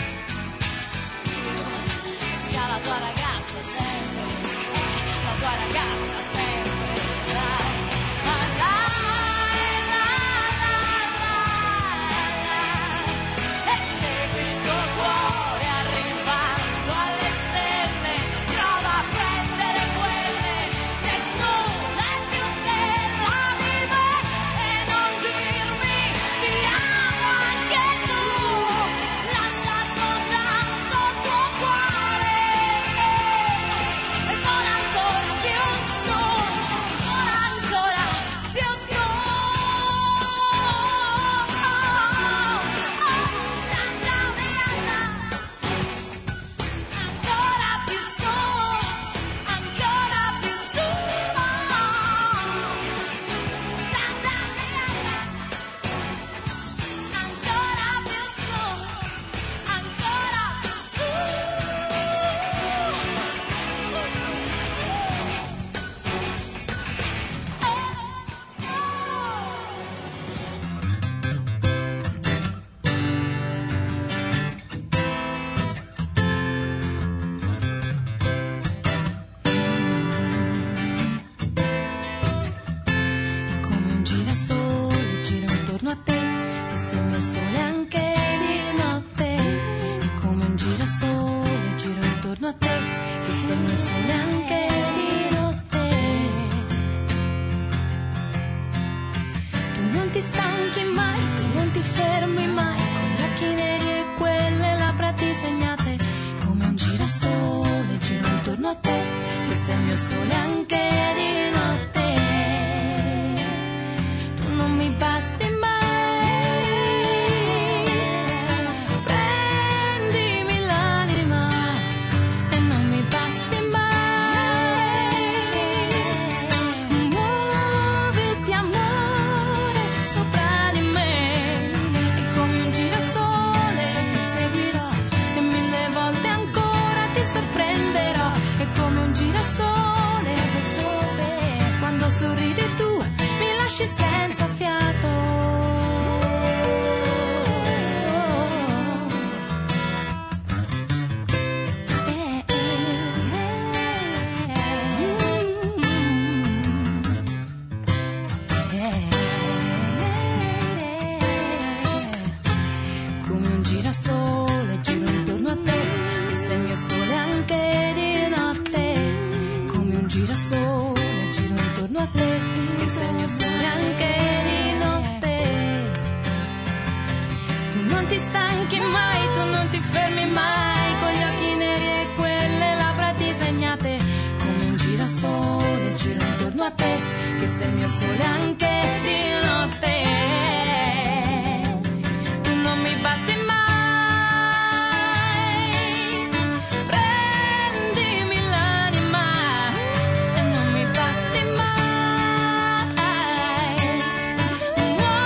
io sia la tua ragazza sempre, la tua ragazza sempre. La, la, la, la, la, la. E segui il tuo cuore arrivando alle stelle, prova a prendere quelle, nessuna è più stella di me, e non dirmi ti amo anche tu, lascia soltanto il tuo cuore, e non ancora più su, ancora più su. Ancora più su, ancora più su. Ancora più su, ancora più su. Come un girasole gira intorno a te, che sei il mio sole anche di notte. E come un girasole gira intorno a te, che sei il mio sole anche di notte. Tu non ti stanchi mai, tu non ti fermi mai, con gli occhi neri e quelle labbra disegnate. Come un girasole gira intorno a te, che sei il mio sole anche di notte. Tu non mi basti mai, prendimi l'anima e non mi basti mai. Muoviti amore sopra di me, e come un girasole ti seguirò e mille volte ancora ti sorprenderò. E come un girasole solo te, quando sorridi tu mi lasci senza fiato. Come un girasole giro intorno a te, che sei il mio sole anche di notte. Come un girasole giro intorno a te, che sei il mio sole anche di notte. Tu non ti stanchi mai, tu non ti fermi mai, con gli occhi neri e quelle labbra disegnate. Come un girasole giro intorno a te, che sei il mio sole anche di notte. Tu non mi basti mai, prendimi l'anima e non mi basti mai.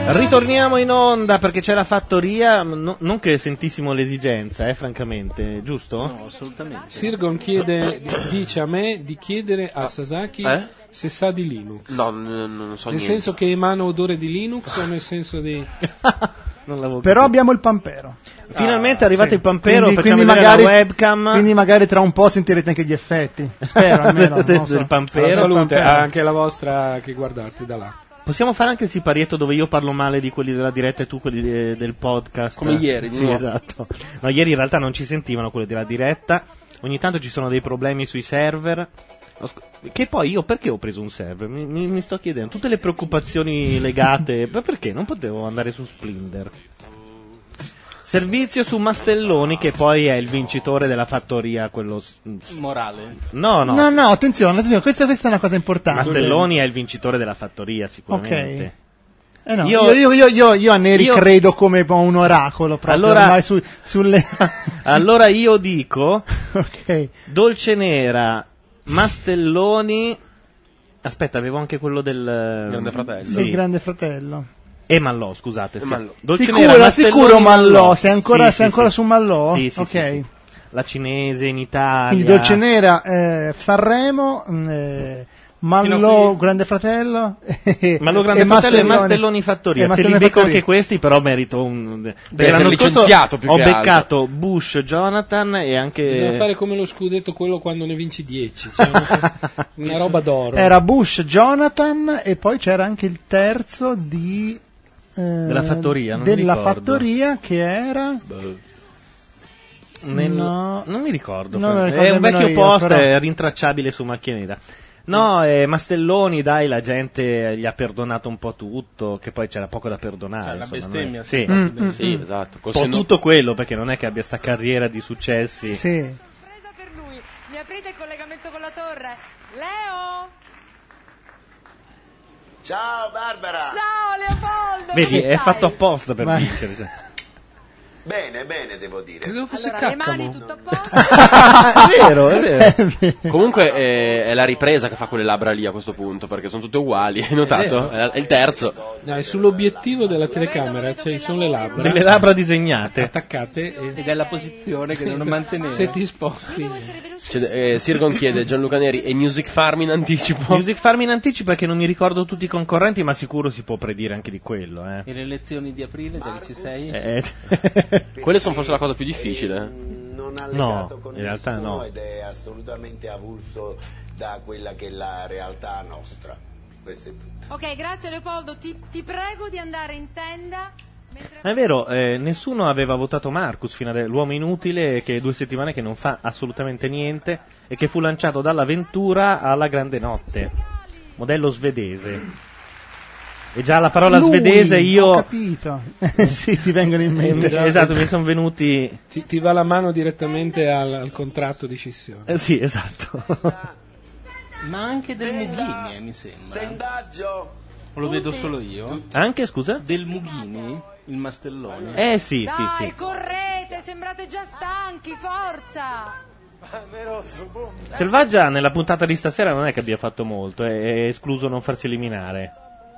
Ritorniamo in onda perché c'è la fattoria, non che sentissimo l'esigenza, francamente, giusto? No, assolutamente. Sirgon dice a me di chiedere a Sasaki se sa di Linux. No, non so nel niente. senso che emana odore di Linux o nel senso di... Però abbiamo il pampero. Finalmente è arrivato il pampero, quindi facciamo vedere magari, la webcam. Quindi magari tra un po' sentirete anche gli effetti. Spero almeno. Non so. del pampero. Salute, anche la vostra che guardate da là. Possiamo fare anche il siparietto dove io parlo male di quelli della diretta e tu quelli del podcast. Come ieri, di sì, nuovo. esatto. No, ieri in realtà non ci sentivano quelli della diretta. Ogni tanto ci sono dei problemi sui server. Che poi io perché ho preso un server? Mi sto chiedendo. Tutte le preoccupazioni legate. Ma perché non potevo andare su Splinter? Servizio su Mastelloni, che poi è il vincitore della fattoria, quello morale. No, attenzione, questa è una cosa importante. Mastelloni è il vincitore della fattoria, sicuramente. Ok. No, io a Neri credo come un oracolo proprio. Allora, sulle allora io dico ok. Dolce Nera, Mastelloni. Aspetta, avevo anche quello del Grande Fratello. Sì, il Grande Fratello. E Mallò, scusate. Sì. Mallò. Sicuro Mallò, sei ancora sì. Su Mallò? Sì, ok. sì. La cinese in Italia. Quindi Dolce Nera, Sanremo, Mallò, Grande Fratello, Mallò, Grande Fratello e Mastelloni Fattoria. Se li becco anche questi, però merito un... Deve essere licenziato più ho che beccato Bush, Jonathan e anche... Bisogna fare come lo scudetto, quello quando ne vinci 10. Cioè una roba d'oro. Era Bush, Jonathan e poi c'era anche il terzo di... della fattoria, non della mi ricordo. Fattoria che era... Non mi ricordo. Non è un vecchio io, post, però... è rintracciabile su Macchia Nera. No, Mastelloni, dai, la gente gli ha perdonato un po' tutto, che poi c'era poco da perdonare. La insomma, bestemmia. Sì. Sì, esatto. Un po' tutto quello, perché non è che abbia sta carriera di successi. Sì. Mi aprite il collegamento con la torre? Leo? Ciao Barbara. Ciao Leopoldo. Vedi, come è stai? fatto apposta per vincere. Bene, devo dire. Credevo fosse Allora, le Caccamo. mani tutto a posto? È vero. Comunque è la ripresa che fa quelle labbra lì a questo punto, perché sono tutte uguali, hai notato? È il terzo. Dai, sull'obiettivo della telecamera ci sono le labbra. Delle labbra disegnate. Attaccate Ed è la posizione che devono mantenere. Se ti sposti. Sirgon chiede, Gianluca Neri, e Music Farm in anticipo? Music Farm in anticipo perché non mi ricordo tutti i concorrenti, ma sicuro si può predire anche di quello. E le elezioni di aprile, già che ci sei? Quelle sono forse la cosa più difficile. Non ha No, legato con in realtà nessuno no. ed è assolutamente avulso da quella che è la realtà nostra. Questo è tutto. Ok, grazie Leopoldo, ti prego di andare in tenda. È vero, nessuno aveva votato Marcus fino adesso, l'uomo inutile che 2 settimane che non fa assolutamente niente e che fu lanciato dall'avventura alla grande notte, modello svedese. E già la parola svedese io... Ho capito. Sì, ti vengono in mente. Esatto, mi sono venuti... Ti va la mano direttamente al contratto di scissione. Sì, esatto. Ma anche del Mughini, mi sembra. Tendaggio. O lo vedo solo io? Anche, scusa? Del Mughini, il Mastelloni. Sì, Dai, sì, sì. correte, sembrate già stanchi, forza. Selvaggia nella puntata di stasera non è che abbia fatto molto, è escluso non farsi eliminare.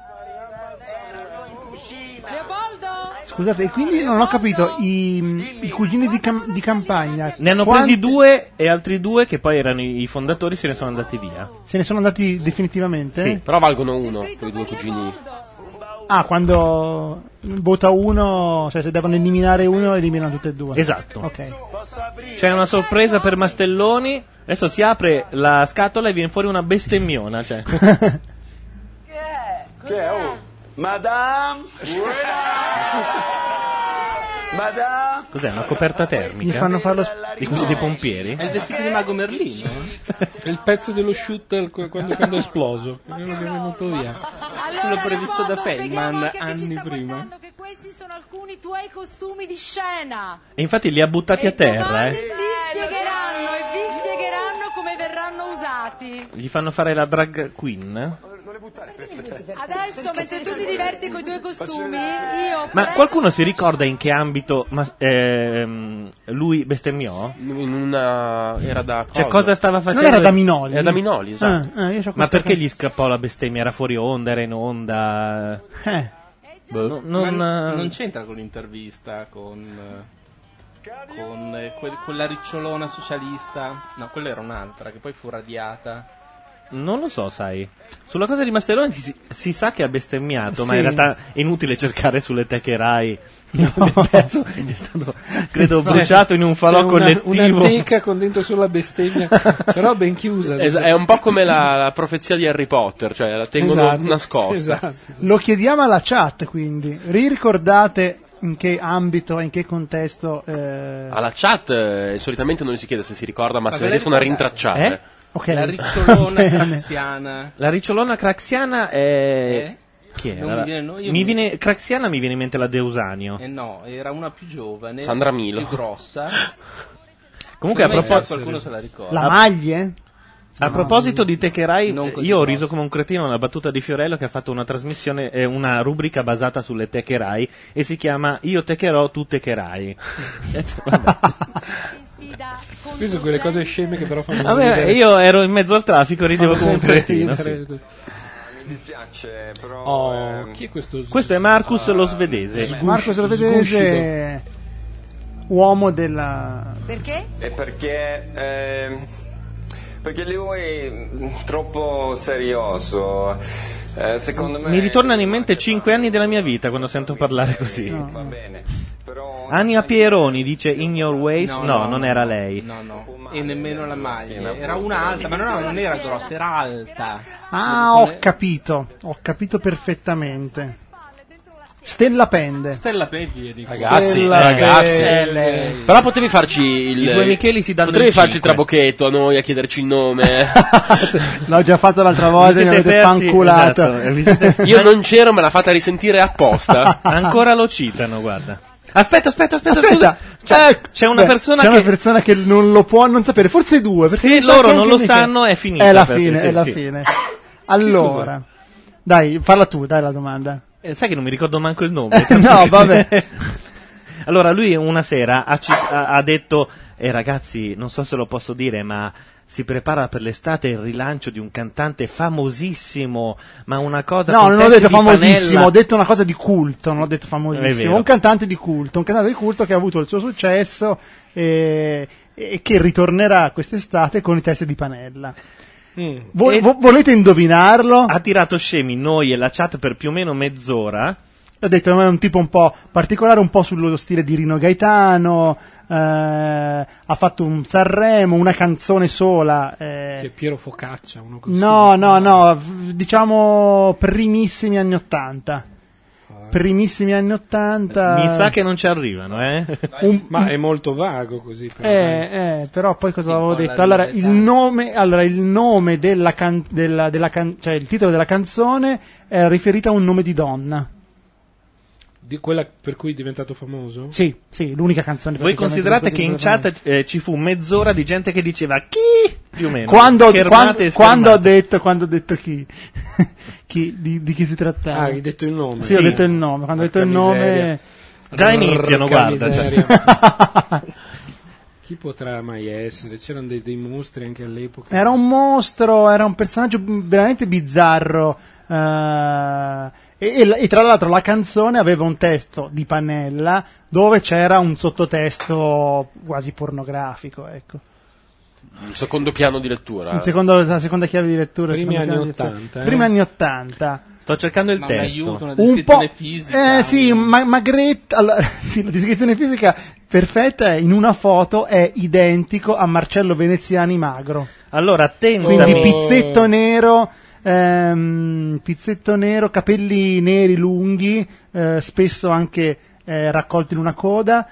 Leopoldo? Scusate, e quindi non ho capito, i cugini di campagna... Ne hanno presi 2 e altri 2 che poi erano i fondatori se ne sono andati via. Se ne sono andati definitivamente? Sì. Però valgono uno, quei 2 cugini. Ah, quando vota uno, cioè se devono eliminare uno, eliminano tutte e 2. Esatto. Ok. C'è una sorpresa per Mastelloni, adesso si apre la scatola e viene fuori una bestemmiona, cioè. Che è? Oh. Madame? Madame? Cos'è, una coperta termica? Gli fanno fare di quelli dei pompieri? È il vestito di Mago Merlino? È il pezzo dello shooter quando è esploso. Quello che è venuto via. Quello previsto da Feynman anni prima. Che questi sono alcuni tuoi costumi di scena. E infatti li ha buttati a terra, Domani ti spiegheranno come verranno usati. Gli fanno fare la drag queen? Adesso, mentre tu ti diverti con i tuoi costumi, io... Ma qualcuno si ricorda in che ambito lui bestemmiò? In una... era da... Cioè cosa stava facendo? Non era da Minoli? Era da Minoli, esatto. io c'ho Ma questa perché gli scappò la bestemmia? Era fuori onda, era in onda? Non c'entra con l'intervista, con quella ricciolona socialista. No, quella era un'altra che poi fu radiata. Non lo so, sai. Sulla cosa di Masteloni si sa che ha bestemmiato, Sì. ma in realtà è inutile cercare sulle teche Rai. Il pezzo è stato, credo, bruciato in un falò collettivo. Una teca con dentro solo la bestemmia, però ben chiusa. È un po' come la profezia di Harry Potter, cioè la tengono Esatto, nascosta. esatto. Lo chiediamo alla chat, quindi. Ricordate in che ambito, in che contesto... Alla chat solitamente non si chiede se si ricorda, ma se ve riescono a le rintracciare. Ok. La ricciolona Bene. craxiana. La ricciolona craxiana è... Chi era? Non mi viene- no, io Craxiana mi viene in mente la Deusanio. No, era una più giovane, Sandra Milo. più grossa. Comunque, a Secondo me proposito, qualcuno se la ricorda. La maglie? A proposito di Techerai, Non così io ho riso come un cretino nella battuta di Fiorello che ha fatto una trasmissione, una rubrica basata sulle Techerai e si chiama Io techerò, tu techerai. Queste sono quelle cose sceme che però fanno Vabbè, ridere. io ero in mezzo al traffico e ridevo come un cretino. Sì. Mi dispiace, però... Oh, chi è questo? Questo è Marcus lo svedese. Marco Svedese, uomo della... Perché? È perché lui è troppo serioso. Secondo me... Mi ritornano in mente 5 anni della mia vita quando sento parlare così. Va bene. Ania Pieroni dice In Your Ways, no, non era lei. No. E nemmeno la maglia. Era una alta, ma non era grossa, era alta. Ah, ho capito perfettamente. Stella Pende. Stella Peggi. Ragazzi, Pelle. però potevi farci il... I suoi Micheli si danno Potevi il farci il 5. trabocchetto a noi, a chiederci il nome. L'ho già fatto l'altra volta e mi avete fanculato. Esatto. Io non c'ero, me l'ha fatta risentire apposta. Ancora lo citano, guarda. Aspetta, scusa. C'è una persona c'è che... una persona che non lo può non sapere, forse due. perché Se mi sa loro che non anche lo Michele- sanno, è finita È la per te, fine, sì, è la sì. fine. Allora, dai, falla tu, dai la domanda. Sai che non mi ricordo manco il nome. No, vabbè. Allora, lui una sera ha detto, ragazzi, non so se lo posso dire, ma si prepara per l'estate il rilancio di un cantante famosissimo, ma una cosa... No, con non ho testi detto di famosissimo, Panella. ho detto una cosa di culto, non ho detto È famosissimo. vero. Un cantante di culto che ha avuto il suo successo e che ritornerà quest'estate con i testi di Panella. Volete indovinarlo? Ha tirato scemi noi e la chat per più o meno mezz'ora. Ho detto, è un tipo un po' particolare, un po' sullo stile di Rino Gaetano, ha fatto un Sanremo, una canzone sola. Che è Piero Focaccia, uno così. No, diciamo primissimi anni '80. Primissimi anni '80. Mi sa che non ci arrivano, Ma è molto vago così. Però, però poi cosa Sì, avevo un po' detto? la Allora, libertà. il nome cioè il titolo della canzone è riferito a un nome di donna. di quella per cui è diventato famoso? Sì, l'unica canzone. Voi considerate che in chat ci fu mezz'ora di gente che diceva chi? Più o meno. Quando Schermate. ho detto chi? Di chi si trattava? Ah, hai detto il nome? Sì, ho detto il nome. Quando ho detto il nome... Già iniziano, guarda. Chi potrà mai essere? C'erano dei mostri anche all'epoca. Era un mostro, era un personaggio veramente bizzarro. E tra l'altro la canzone aveva un testo di Panella dove c'era un sottotesto quasi pornografico, ecco. Un secondo piano di lettura. La seconda chiave di lettura. Primi secondo anni piano di lettura. 80. Primi anni 80. Sto cercando il Ma testo. un aiuto, una Un po', descrizione fisica. sì, Magretta, allora, sì, la descrizione fisica perfetta è in una foto è identico a Marcello Veneziani magro. Allora, attentami. Quindi pizzetto nero, capelli neri lunghi, spesso anche raccolti in una coda.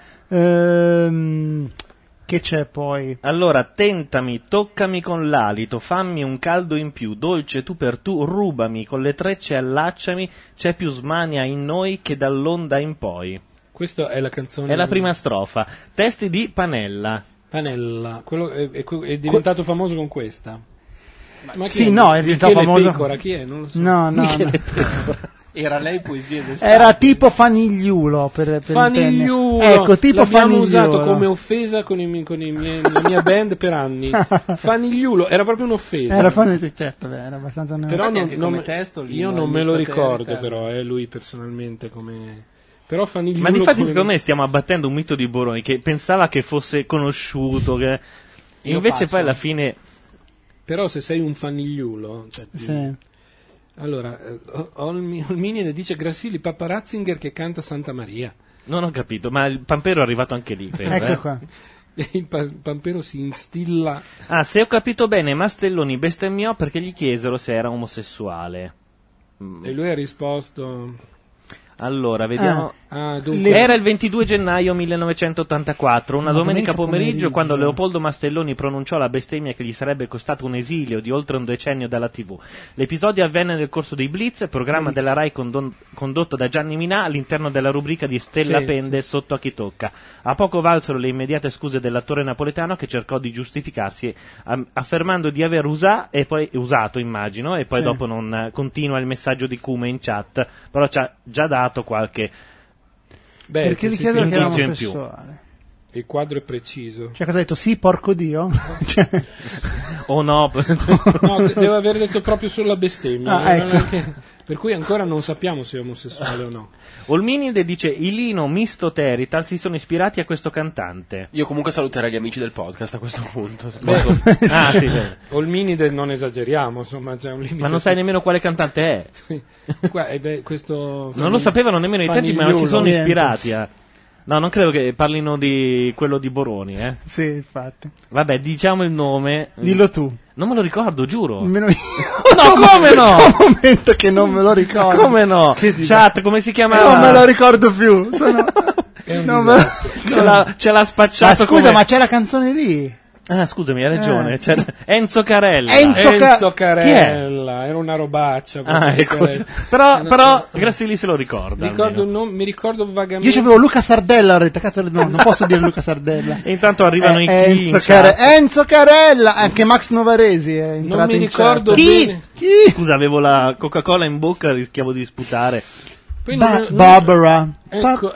Che c'è poi? Allora, tentami, toccami con l'alito, fammi un caldo in più, dolce tu per tu, rubami, con le trecce allacciami, c'è più smania in noi che dall'onda in poi. Questa è la canzone. È la prima strofa. Testi di Panella. Panella, quello è diventato famoso con questa. Ma chi Sì, è? no, è diventato Michele famoso. Pecora, chi è? Non lo so. No. Michele Pecora. Era lei poesia d'estate. Era tipo fanigliulo per Fanigliulo, intendere. Ecco, tipo l'abbiamo fanigliulo. usato come offesa con la mia band per anni. Fanigliulo, era proprio un'offesa. Era certo, era abbastanza Però Anche come testo lì, io no, non me lo esaterica. ricordo, però, lui personalmente come. Però Fanigliulo. Ma difatti come- secondo me stiamo abbattendo un mito di Boroni che pensava che fosse conosciuto, che invece poi alla fine... Però se sei un fanigliulo, cioè, Sì. allora Olminide dice Grassilli, Papa Ratzinger che canta Santa Maria. Non ho capito, ma il Pampero è arrivato anche lì, credo. Ecco qua. E il Pampero si instilla. Ah, se ho capito bene, Mastelloni bestemmiò perché gli chiesero se era omosessuale. E lui ha risposto. Allora, vediamo. Dunque. Era il 22 gennaio 1984, una domenica pomeriggio, quando Leopoldo Mastelloni pronunciò la bestemmia che gli sarebbe costato un esilio di oltre un decennio dalla TV. L'episodio avvenne nel corso dei Blitz, programma della Rai condotto da Gianni Minà all'interno della rubrica di Stella Sì, Pende sotto a chi tocca. A poco valsero le immediate scuse dell'attore napoletano che cercò di giustificarsi affermando di aver usato, immagino, e poi Sì. dopo non continua il messaggio di Cume in chat, però ci ha già dato qualche Perché gli chiedono che era indizio in più. omosessuale. Il quadro è preciso. Cioè, cosa ha detto? Sì, porco Dio? Cioè, O no? No, devo aver detto proprio solo la bestemmia. Ah, ecco. Non è che- per cui ancora non sappiamo se è omosessuale o no. Olminide dice Ilino, Misto, Terital si sono ispirati a questo cantante. Io comunque saluterei gli amici del podcast a questo punto. Ah, sì, bene. Olminide non esageriamo, insomma, c'è un limite. Ma non sai nemmeno quale cantante è. Questo Non lo sapevano nemmeno i tempi, ma non si sono Niente. ispirati a... No, non credo che parlino di quello di Boroni, eh. sì, infatti. Vabbè, diciamo il nome. Dillo tu. Non me lo ricordo, giuro. Nemmeno io. No, come no? C'è un momento che non me lo ricordo. Come no? Chat, come si chiamava? Non me lo ricordo più. Non me lo- Ce l'ha Ma spacciato scusa, come... ma c'è la canzone lì. Ah, scusami, hai ragione. C'era Enzo Carella. Enzo Chi è? Carella, era una robaccia. Ah, ecco. proprio. Però Grassilli se lo ricorda. Ricordo almeno. il nome, mi ricordo vagamente. Io c'avevo Luca Sardella, ho detto, cazzo, no, non posso dire Luca Sardella. E intanto arrivano i chi Enzo, in chat. Enzo Carella, anche Max Novaresi è entrato mi in ricordo chat. bene. Chi? Scusa, avevo la Coca-Cola in bocca, rischiavo di sputare. Poi non- Barbara. Ecco.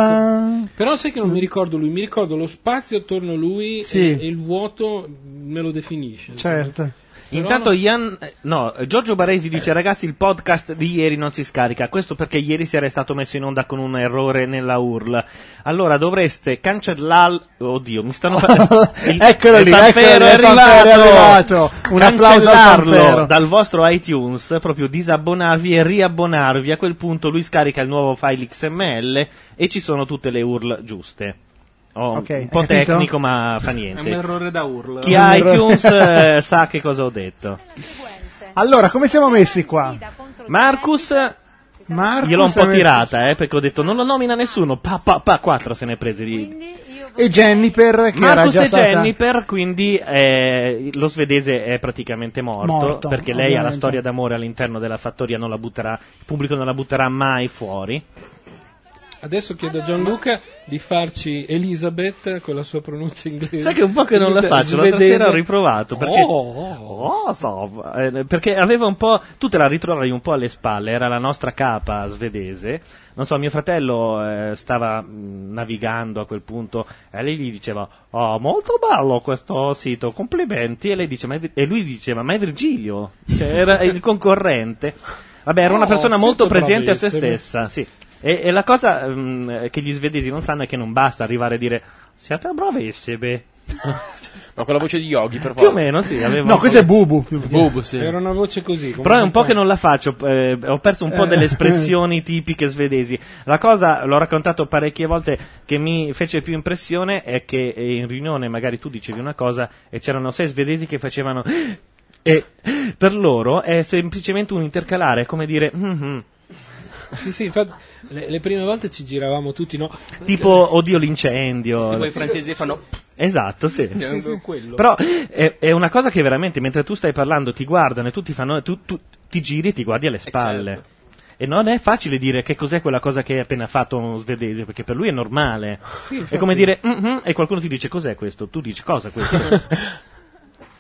Però sai che non mi ricordo lui, mi ricordo lo spazio attorno a lui Sì. e il vuoto me lo definisce. Certo. Intanto Giorgio Baresi dice ragazzi il podcast di ieri non si scarica, questo perché ieri si era stato messo in onda con un errore nella URL. Allora dovreste cancellare, oddio mi stanno facendo Eccolo lì, Pampero è eccolo lì, Pampero è arrivato. Un applauso al Cancellarlo Pampero. dal vostro iTunes, proprio disabbonarvi e riabbonarvi, a quel punto lui scarica il nuovo file XML e ci sono tutte le URL giuste. Ok, un po' hai capito? tecnico ma fa È niente. un errore da URL. Chi ha iTunes sa che cosa ho detto. Allora, come siamo messi qua? Marcus Marcus gliel'ho un po' è messo- tirata, perché ho detto non lo nomina nessuno, 4 se ne è prese di... E Jennifer, che era Marcus già e stata... Jennifer, quindi lo svedese è praticamente morto, perché lei ha la ovviamente. storia d'amore all'interno della fattoria, non la butterà, il pubblico non la butterà mai fuori. Adesso chiedo a Gianluca di farci Elizabeth con la sua pronuncia inglese. Sai che un po' che non la faccio, l'altra Svedese. sera ho riprovato, perché... Oh. Perché aveva un po', tu te la ritrovavi un po' alle spalle, era la nostra capa svedese, non so, mio fratello stava navigando a quel punto e lei gli diceva oh molto bello questo sito, complimenti, e lei dice e lui diceva ma è Virgilio, cioè era il concorrente. Vabbè, era una persona siete molto presente a se bravissimi. stessa, sì. E la cosa che gli svedesi non sanno è che non basta arrivare a dire siete bravissimi. Ma con la voce di Yogi, per Più o forza. meno, sì. aveva No, un questo po' è Bubu. Bubu, sì. Era una voce così. Però è un po' che non la faccio, ho perso un po' delle espressioni tipiche svedesi. La cosa, l'ho raccontato parecchie volte, che mi fece più impressione è che in riunione magari tu dicevi una cosa e c'erano 6 svedesi che facevano e per loro è semplicemente un intercalare, è come dire Sì, infatti le prime volte ci giravamo tutti, no? tipo oddio l'incendio. E poi i francesi fanno... Esatto, sì. Quello. Però è una cosa che veramente mentre tu stai parlando ti guardano e tutti fanno tu ti giri e ti guardi alle spalle. Certo. E non è facile dire che cos'è quella cosa che hai appena fatto uno svedese, perché per lui è normale. Sì, è infatti. come dire e qualcuno ti dice cos'è questo, tu dici cosa è questo.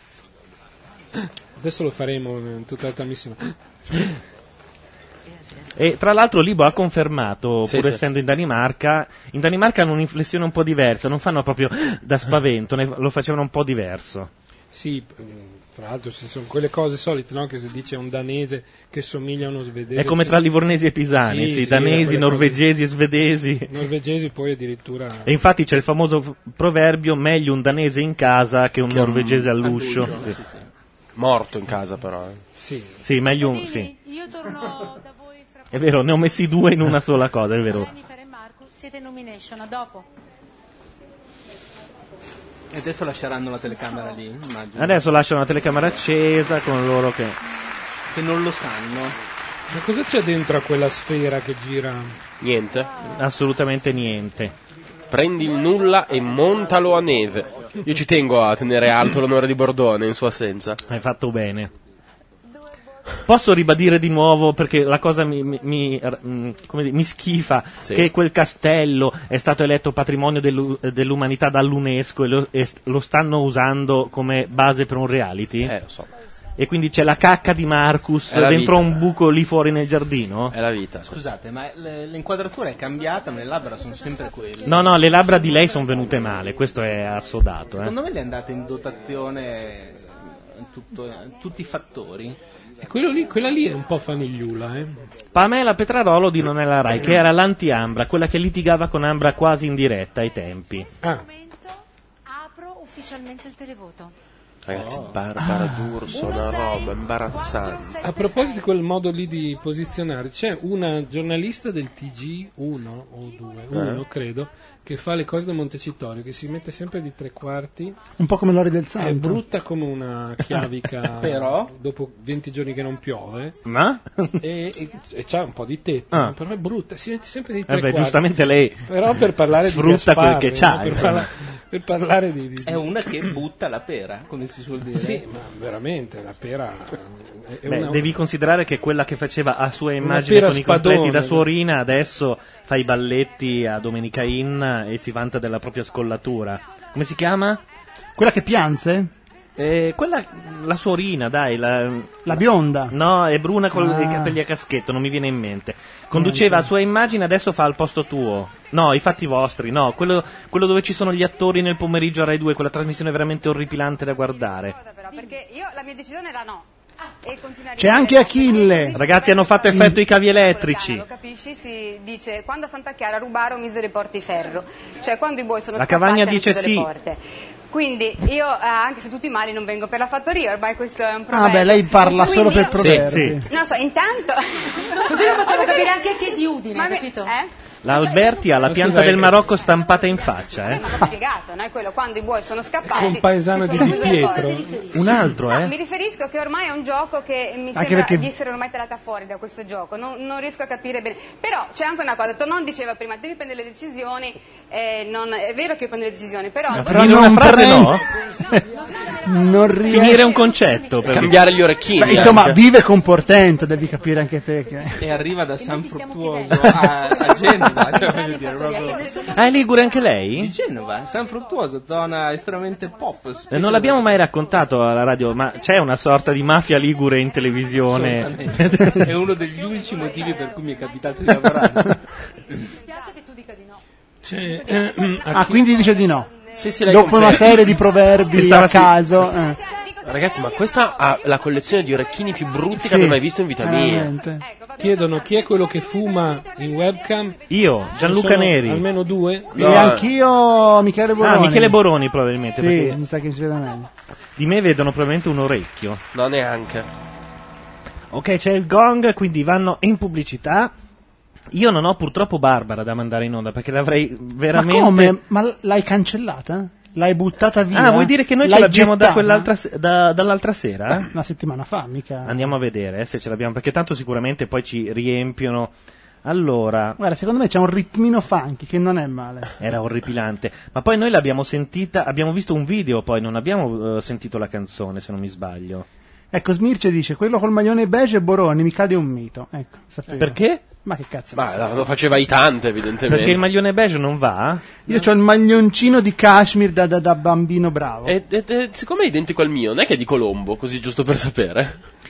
Adesso lo faremo in tutta la trasmissione. E tra l'altro Libo ha confermato, Sì, pur sì. essendo in Danimarca hanno un'inflessione un po' diversa, non fanno proprio da spavento, lo facevano un po' diverso. Sì, tra l'altro se sono quelle cose solite, no? Che si dice un danese che somiglia a uno svedese. È come tra livornesi e pisani, sì, danesi, quelle norvegesi e svedesi. cose. Norvegesi poi addirittura... E infatti c'è il famoso proverbio: meglio un danese in casa che un norvegese all'uscio. Sì. Morto in casa però. Sì, meglio un... Sì. È vero, ne ho messi 2 in una sola cosa, è vero. Jennifer e Marcus siete in nomination, a dopo. E adesso lasceranno la telecamera lì, immagino. Adesso lasciano la telecamera accesa con loro che non lo sanno. Ma cosa c'è dentro a quella sfera che gira? Niente. Assolutamente niente. Prendi il nulla e montalo a neve. Io ci tengo a tenere alto l'onore di Bordone in sua assenza. Hai fatto bene. Posso ribadire di nuovo, perché la cosa mi schifa, Sì. che quel castello è stato eletto patrimonio dell'umanità dall'UNESCO e lo stanno usando come base per un reality? Lo so. E quindi c'è la cacca di Marcus È la dentro vita. un buco lì fuori nel giardino? È la vita. Scusate, ma l'inquadratura è cambiata, ma le labbra sono sempre quelle. No, le labbra di lei sono venute male, questo è assodato. Secondo me le è andata in dotazione tutti i fattori. E quella lì è un po' fanigliula, Pamela Petrarolo di Non è la Rai, che era l'anti-Ambra, quella che litigava con Ambra quasi in diretta ai tempi. Apro ufficialmente il televoto. Ragazzi, Barbara D'Urso, una roba imbarazzante. A proposito di quel modo lì di posizionare, c'è una giornalista del TG 1 o 2, credo, che fa le cose da Montecitorio, che si mette sempre di 3/4. Un po' come Lori del Santo. È brutta come una chiavica, Però? dopo 20 giorni che non piove. Ma? E c'ha un po' di tetto, Ah. però è brutta, si mette sempre di 3/4. Vabbè, giustamente lei Però per parlare sfrutta di Gasparri, quel che c'ha, no? insomma. Per parlare di... È una che butta la pera, come si suol dire. Sì, ma veramente la pera è Beh, una... devi considerare che quella che faceva a sua Una immagine pera con i completi spadone, da suorina adesso fa i balletti a Domenica Inn e si vanta della propria scollatura. Come si chiama? Quella che pianse? Quella, la suorina, dai. La bionda? No, è bruna con Ah. i capelli a caschetto, non mi viene in mente. Conduceva a sua immagine, adesso fa al posto tuo. No, i fatti vostri, no. Quello dove ci sono gli attori nel pomeriggio a Rai 2, quella trasmissione veramente orripilante da guardare. Però, perché io la mia decisione era no. E continuare C'è anche Achille. Ragazzi, hanno fatto effetto i cavi elettrici. Lo capisci? Si dice quando a Santa Chiara rubarono misero i porti ferro. Cioè quando i buoi sono La scappati Cavagna hanno dice chiuso sì. le porte. Quindi io, anche se tutti i mali, non vengo per la fattoria, ormai questo è un proverbio. Ah, beh, lei parla Quindi solo per io- proverbi. Non so, intanto... Così lo facciamo capire anche a chi è di Udine, Ma me- capito? La Alberti ha la pianta del Marocco stampata in faccia, Ma l'ho spiegato, no? È quello, quando i buoi sono scappati... Un paesano si di sono Di chiuse le porte. Pietro. Un altro, No, mi riferisco che ormai è un gioco che mi Anche sembra perché- di essere ormai talata fuori da questo gioco, non riesco a capire bene. Però c'è anche una cosa, non diceva prima, devi prendere le decisioni, è vero che io prendo le decisioni, però... Però Finire una non frase prende- no? Non riesce. Finire un concetto. Per Cambiare gli orecchini. Beh, insomma, anche. vive con portento, devi capire anche te. Che... E arriva da San Fruttuoso a Genova. Cioè, voglio dire, proprio... Ah, è ligure anche lei? Di Genova, San Fruttuoso, zona estremamente pop. Non l'abbiamo mai raccontato alla radio, ma c'è una sorta di mafia ligure in televisione. Assolutamente. È uno degli unici motivi per cui mi è capitato di lavorare. Mi dispiace che tu dica di no. Ah, quindi dice di no. Sì, sì, lei Dopo una conferma. serie di proverbi a caso. Ragazzi, ma questa ha la collezione di orecchini più brutti Sì, che abbia mai visto in vita mia. veramente. Chiedono chi è quello che fuma in webcam. Io, Gianluca Ce ne sono Neri. Almeno 2. E anch'io Michele Boroni. Ah, Michele Boroni probabilmente. Sì, Perché mi sa che si vede meglio. di me vedono probabilmente un orecchio. No, neanche. Ok, c'è il gong, quindi vanno in pubblicità. Io non ho purtroppo Barbara da mandare in onda perché l'avrei veramente... Ma come? Ma l'hai cancellata? L'hai buttata via? Ah, vuoi dire che noi ce L'hai l'abbiamo da gettata? quell'altra dall'altra sera? Una settimana fa, mica. Andiamo a vedere se ce l'abbiamo, perché tanto sicuramente poi ci riempiono. Allora, Guarda, secondo me c'è un ritmino funky che non è male. era orripilante. Ma poi noi l'abbiamo sentita, abbiamo visto un video, poi non abbiamo sentito la canzone, se non mi sbaglio. Ecco, Smirce dice, quello col maglione beige e Boroni, mi cade un mito. Ecco, sapevo. Perché? Ma che cazzo? Ma lo faceva Itante, evidentemente. Perché il maglione beige non va? Io ho il maglioncino di cashmere da bambino bravo. Siccome è identico al mio, non è che è di Colombo, così giusto per sapere.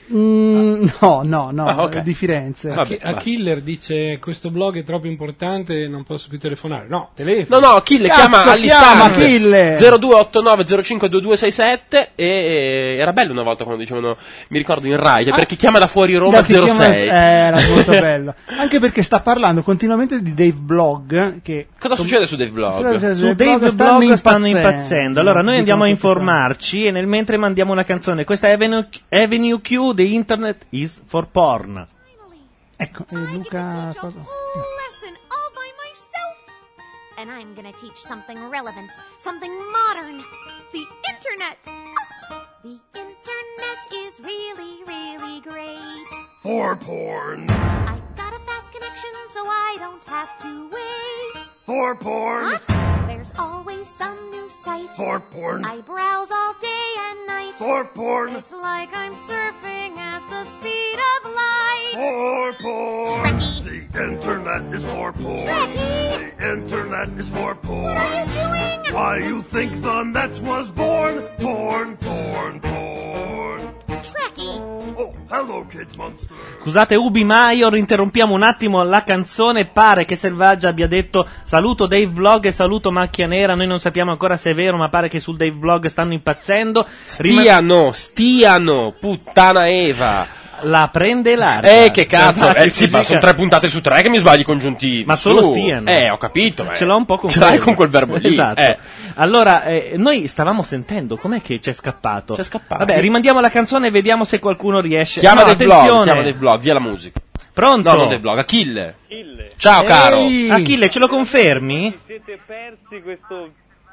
No, ok. di Firenze. A Killer dice questo blog è troppo importante, non posso più telefonare. No, telefono. No, Killer chiama all'istante Killer. 0289052267 e era bello una volta quando dicevano, mi ricordo in Rai, per chi chiama da fuori Roma 06. Era molto bello. Anche perché sta parlando continuamente di Dave Blog. Cosa succede su Dave Blog? Su Dave Blog stanno impazzendo. Allora noi andiamo a informarci e nel mentre mandiamo una canzone. Questa è Avenue Q, The Internet is for Porn. Ecco, Luca cosa? Lesson all by myself. And I'm gonna teach something relevant, something modern. The internet. The internet is really, really great. For porn. I got a fast connection so I don't have to wait. For porn. What? There's always some new site. For porn. I browse all day and night. For porn. It's like I'm surfing at the speed of light. For porn. Trekkie. The internet is for porn. Trekkie. The internet is for porn. What are you doing? Why you think the net was born? Porn, porn, porn. Trekkie. Oh, hello, Kid Monster. Scusate Ubi Maior, interrompiamo un attimo la canzone. Pare che Selvaggia abbia detto saluto Dave Vlog e saluto Macchia Nera. Noi non sappiamo ancora se è vero, ma pare che sul Dave Vlog stanno impazzendo. Stiano, puttana Eva. La prende larga. Che cazzo, sì, ma sono 3 puntate su 3 che mi sbagli i congiuntivi. Ma solo stiano. Ho capito. Ce l'ho un po' con ce l'hai con quel verbo lì. Esatto. Allora, noi stavamo sentendo, com'è che c'è scappato? Vabbè, rimandiamo la canzone e vediamo se qualcuno riesce. Chiama Dave Blog, via la musica. Pronto? No, non Dave Blog, Achille. Ciao caro. Achille, ce lo confermi? Siete persi questo...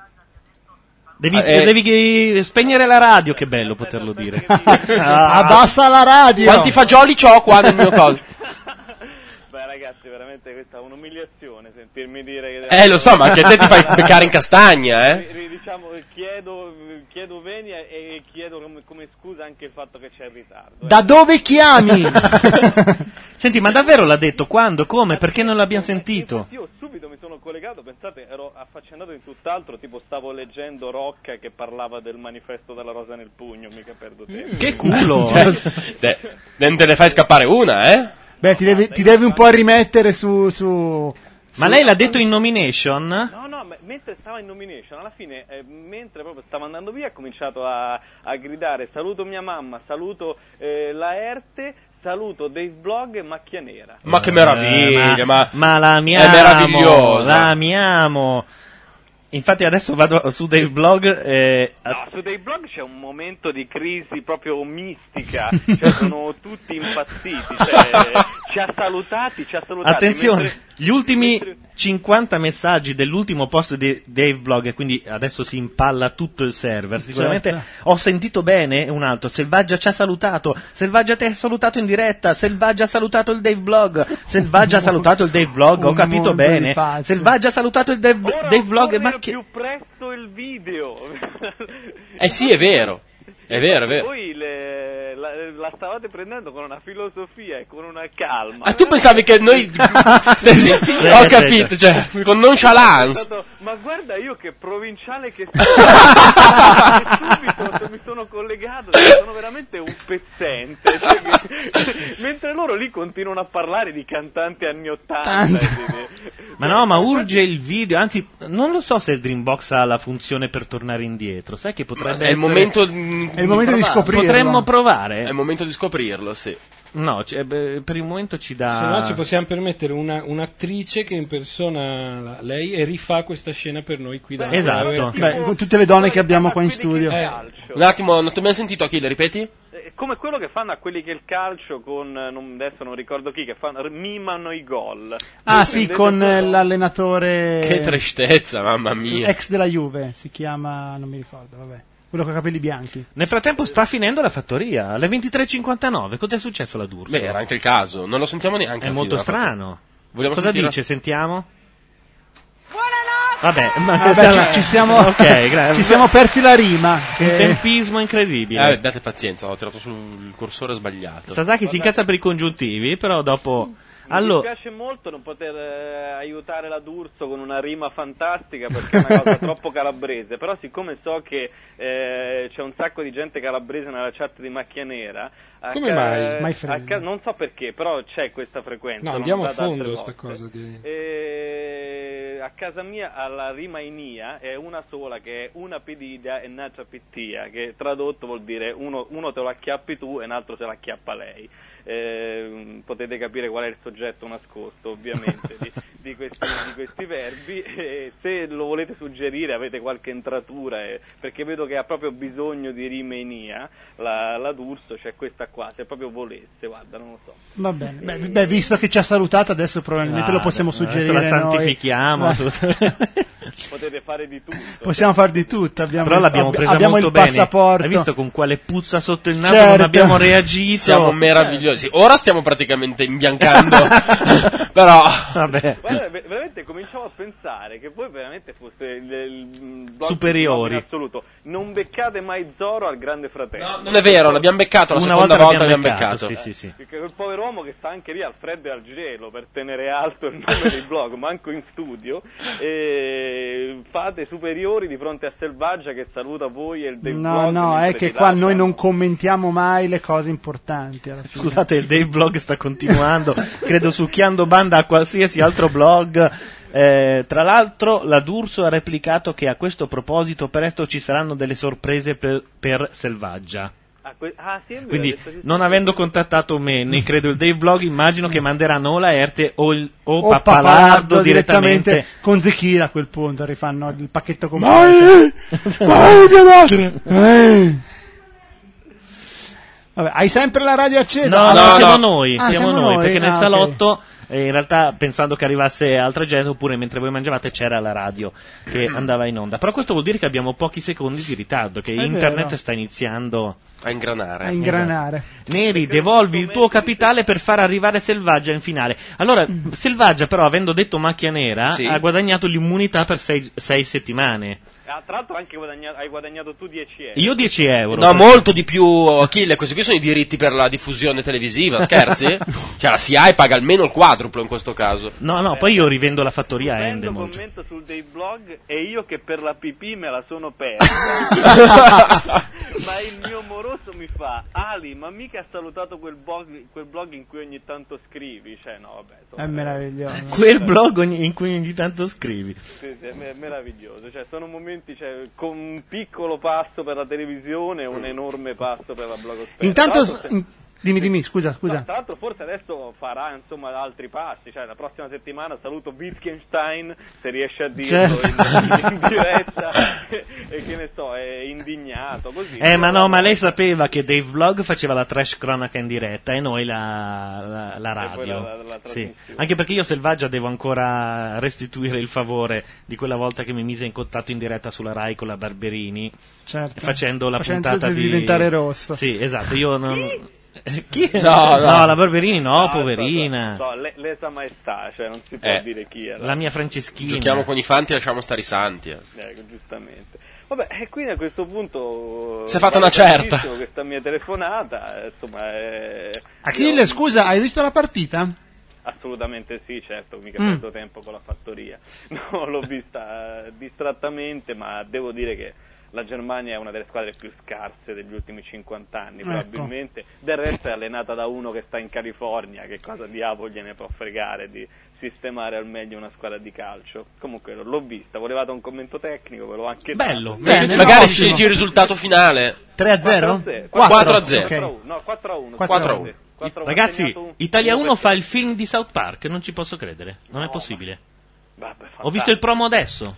Devi spegnere la radio, che bello poterlo dire. Abbassa la radio. Quanti fagioli c'ho qua nel mio coso? Beh ragazzi, veramente questa è un'umiliazione sentirmi dire che... Lo so, ma anche a te ti fai beccare in castagna, Diciamo, chiedo venia e chiedo come scusa anche il fatto che c'è il ritardo. Da dove chiami? Senti, ma davvero l'ha detto? Quando? Come? Perché non l'abbiamo sentito? Io subito mi sono collegato, pensate, ero affaccendato in tutt'altro, tipo stavo leggendo Rocca che parlava del manifesto della rosa nel pugno, mica perdo tempo. Che culo! Te ne fai scappare una, Beh, ti devi un po' rimettere su... Ma lei l'ha detto in nomination? No, mentre stava in nomination, alla fine, mentre proprio stavo andando via, ho cominciato a gridare saluto mia mamma, saluto Laerte, saluto Dave Blog e Macchia Nera. Ma che meraviglia, ma la amiamo, è meravigliosa. La amiamo. Infatti adesso vado su Dave Blog. No, su Dave Blog c'è un momento di crisi proprio mistica, cioè sono tutti impazziti, ci ha salutati. Attenzione, gli ultimi 50 messaggi dell'ultimo post di Dave Blog, e quindi adesso si impalla tutto il server, sicuramente. Certo. Ho sentito bene un altro, Selvaggia ci ha salutato, Selvaggia ti ha salutato in diretta, Selvaggia ha salutato il Dave Blog, Selvaggia ha salutato il Dave Blog, ho capito bene, Selvaggia ha salutato il Dave Blog, ma più presto il video. Sì, è vero. È vero. Voi la stavate prendendo con una filosofia e con una calma. Tu pensavi che noi ho capito, cioè, con nonchalance. Ma guarda io che provinciale che sono. Subito mi sono collegato, sono veramente un pezzente. Mentre loro lì continuano a parlare di cantanti anni 80. Ma no, ma urge il video, anzi non lo so se il Dreambox ha la funzione per tornare indietro, sai che potrebbe essere... È il momento di scoprirlo. Potremmo provare. È il momento di scoprirlo, sì. No, per il momento ci dà... Se no ci possiamo permettere un'attrice che impersona lei e rifà questa scena per noi qui davanti. Esatto. Con tutte le donne che abbiamo qua in studio. Un attimo, non ti abbiamo sentito, Achille, ripeti? Come quello che fanno a quelli che il calcio con, adesso non ricordo chi, che mimano i gol. Sì, con l'allenatore... Che tristezza, mamma mia. Ex della Juve, si chiama, non mi ricordo, vabbè. Quello con i capelli bianchi. Nel frattempo sta finendo la fattoria, alle 23:59. Cos'è successo alla D'Urso? Beh, era anche il caso, non lo sentiamo neanche. È molto strano. Vogliamo cosa sentire? dice? Sentiamo? Ci siamo persi la rima. Un tempismo incredibile. Date pazienza, ho tirato sul cursore sbagliato. Sasaki si incazza per i congiuntivi, però dopo... Mi dispiace molto non poter aiutare la D'Urso con una rima fantastica perché è una cosa troppo calabrese, però siccome so che c'è un sacco di gente calabrese nella chat di Macchia Nera, come mai? Non so perché, però c'è questa frequenza. No, andiamo a fondo questa cosa di... A casa mia alla rima inia è una sola, che è una pedidia e un'altra pittia, che tradotto vuol dire uno te lo acchiappi tu e un altro se l'acchiappa lei. Potete capire qual è il soggetto nascosto ovviamente di questi verbi, e se lo volete suggerire avete qualche entratura, perché vedo che ha proprio bisogno di rime inia la D'Urso, c'è questa qua, se proprio volesse, guarda, non lo so. Va bene, beh, visto che ci ha salutato adesso probabilmente lo possiamo suggerire la santifichiamo. Potete fare di tutto. Possiamo fare di tutto, però l'abbiamo presa abbiamo molto il bene. passaporto. Hai visto con quale puzza sotto il naso Certo. non abbiamo reagito? Siamo meravigliosi. Ora stiamo praticamente imbiancando. Però vabbè. Guarda, veramente cominciamo a pensare che voi veramente foste il blog superiori in assoluto. Non beccate mai Zoro al Grande Fratello. No, non è vero, l'abbiamo beccato la seconda volta l'abbiamo beccato. Sì. Perché quel povero uomo che sta anche lì al freddo e al gelo per tenere alto il nome del blog, manco in studio, e fate superiori di fronte a Selvaggia che saluta voi e il Dave Blog. No, è che qua noi non commentiamo mai le cose importanti. Scusate, il Dave Blog sta continuando, credo succhiando banda a qualsiasi altro blog. Tra l'altro la D'Urso ha replicato che a questo proposito presto ci saranno delle sorprese per Selvaggia. Quindi non avendo contattato me né credo il Dave Blog, immagino che manderanno o Laerte o Pappalardo direttamente con Zechira a quel punto rifanno il pacchetto completo. Vabbè, hai sempre la radio accesa? No, siamo noi perché nel okay. salotto in realtà pensando che arrivasse altra gente, oppure mentre voi mangiavate c'era la radio che andava in onda, però questo vuol dire che abbiamo pochi secondi di ritardo, che internet sta iniziando a ingranare. Esatto. Neri, devolvi il tuo capitale per far arrivare Selvaggia in finale. Allora, Selvaggia però, avendo detto Macchia Nera, ha guadagnato l'immunità per 6 settimane. Tra l'altro hai guadagnato tu 10 euro. Io 10 euro. No, molto di più, Achille. Questi qui sono i diritti per la diffusione televisiva, scherzi? Cioè la SIAE paga almeno il quadruplo in questo caso. No, poi io rivendo la fattoria a Endemol. Commento sul Dave Blog e io che per la pipì me la sono persa. Ma il mio moroso mi fa: Ali, ma mica ha salutato quel blog in cui ogni tanto scrivi? Cioè, no, vabbè. È meraviglioso. Quel blog in cui ogni tanto scrivi. Sì, è meraviglioso. Cioè, sono momenti, con un piccolo passo per la televisione e un enorme passo per la blogosfera. Intanto dimmi, scusa. No, tra l'altro forse adesso farà altri passi, cioè la prossima settimana saluto Wittgenstein, se riesce a dirlo in diretta, e che ne so, è indignato così. Ma lei sapeva che Dave Blog faceva la trash cronaca in diretta e noi la radio. La sì. Anche perché io Selvaggia devo ancora restituire il favore di quella volta che mi mise in contatto in diretta sulla Rai con la Barberini, facendo la puntata di diventare rosso. Sì, esatto, io non... Chi? No, la Barberini no, poverina. Lesa maestà, cioè non si può dire chi era. La mia Franceschina. Giochiamo con i fanti e lasciamo stare i santi. Giustamente. Vabbè, e quindi a questo punto si è fatta una certa questa mia telefonata, insomma, Achille, scusa, hai visto la partita? Assolutamente sì, certo, mica perdo tempo con la fattoria. No, l'ho vista distrattamente, ma devo dire che la Germania è una delle squadre più scarse degli ultimi 50 anni, probabilmente. Del resto è allenata da uno che sta in California, che cosa diavolo gliene può fregare di sistemare al meglio una squadra di calcio. Comunque l'ho vista, volevate un commento tecnico, ve l'ho anche dato. Bene, magari ci dici il risultato finale. 3-0? 4-0. Okay. No, 4-1. 4-1. Ragazzi, Italia 1 fa il film di South Park, non ci posso credere, non è possibile. Vabbè, ho visto il promo adesso.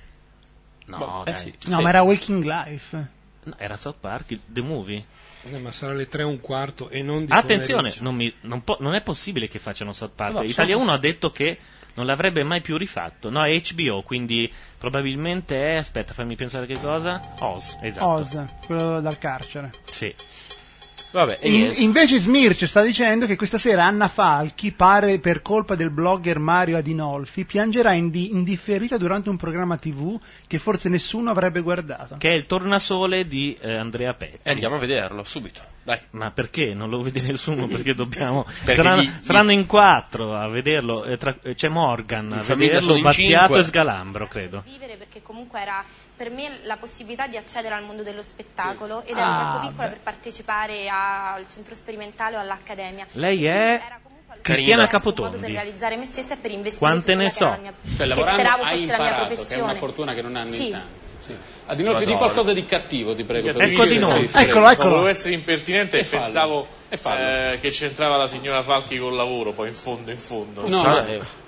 No, ma era Waking Life. No, era South Park, The Movie. Ma sarà le 3:15 e non di attenzione, non è possibile che facciano South Park. No, Italia 1 ha detto che non l'avrebbe mai più rifatto. No, è HBO, quindi probabilmente è, aspetta, fammi pensare che cosa. Oz, esatto. Oz, quello dal carcere. Sì. Vabbè, e niente. Invece Smirch sta dicendo che questa sera Anna Falchi, pare per colpa del blogger Mario Adinolfi, piangerà in differita durante un programma TV che forse nessuno avrebbe guardato. Che è il tornasole di Andrea Pezzi. Andiamo a vederlo subito. Dai. Ma perché? Non lo vede nessuno, perché dobbiamo... Perché saranno in 4 a vederlo, c'è Morgan a vederlo, Battiato e Sgalambro, credo. Vivere, perché comunque era per me la possibilità di accedere al mondo dello spettacolo ed ero troppo piccola per partecipare al centro sperimentale o all'accademia. Lei è Cristiana un modo Capotondi. per realizzare me stessa e per investire Quante su ne quella che era so? la mia, Cioè, che lavorando speravo hai fosse la mia imparato, che è professione. una fortuna che non hanno Sì. in tanti. Sì. Adinolfi, di qualcosa di cattivo, ti prego. Ecco di noi. Sì, prego. Eccolo, eccolo. Volevo essere impertinente e fallo. pensavo E fallo. che c'entrava la signora Falchi col lavoro, poi in fondo. No,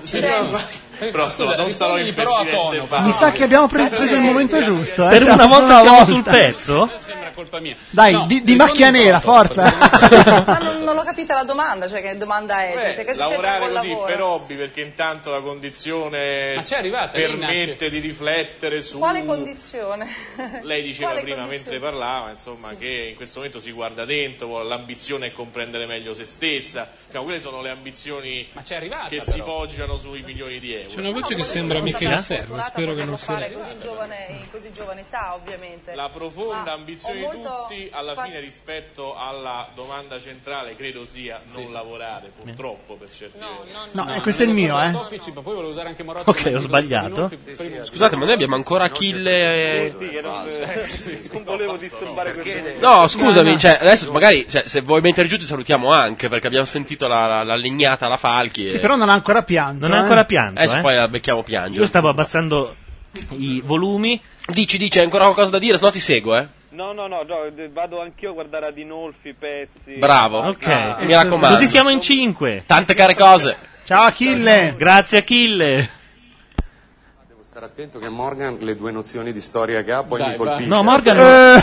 Però non sarò impertinente. Mi sa che abbiamo preso il momento giusto. Per una volta siamo sul pezzo? sembra colpa mia. Dai, No, di macchia nera, forza. Ma non l'ho capita la domanda, cioè che domanda è? Cioè, che c'entra lavorare col così lavoro? per hobby, perché intanto la condizione Ma c'è arrivata, lei permette di riflettere su... Quale condizione? Lei diceva Quale prima condizione? mentre parlava, insomma, che in questo momento si guarda dentro, l'ambizione è comprendere meglio se stessa, diciamo, quelle sono le ambizioni che si poggiano sui milioni di euro. C'è una voce che sembra Michele Serra, spero che non sia. Fare in così giovane età, ovviamente. La profonda Ma ambizione ho di molto tutti, alla fine rispetto alla domanda centrale, credo sia non lavorare, purtroppo, per certi versi. No, questo è il mio, eh. Poi volevo usare anche Moratti. Ok, ho sbagliato. Scusate, ma noi abbiamo ancora Achille. Non volevo disturbare questo. No, scusami, cioè, adesso magari se vuoi mettere giù ti salutiamo anche, perché abbiamo sentito la legnata alla Falchi. Sì, però non ha ancora pianto. Non ha ancora pianto. Adesso poi la becchiamo piangere. Io stavo abbassando i volumi. Dici, hai ancora qualcosa da dire, se no ti seguo, eh. No, vado anch'io a guardare Adinolfi, pezzi. Bravo. Ok, mi raccomando. Così siamo in 5. Tante care cose. Ciao Achille. Grazie Achille. Devo stare attento che Morgan le due nozioni di storia che ha poi mi colpisce. No, Morgan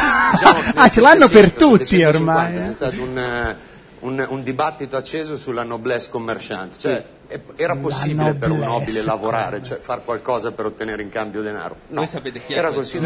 ce l'hanno per tutti ormai. C'è stato un dibattito acceso sulla noblesse commerciante, cioè era possibile per un nobile lavorare, cioè far qualcosa per ottenere in cambio denaro? No, Voi sapete chi è era questo?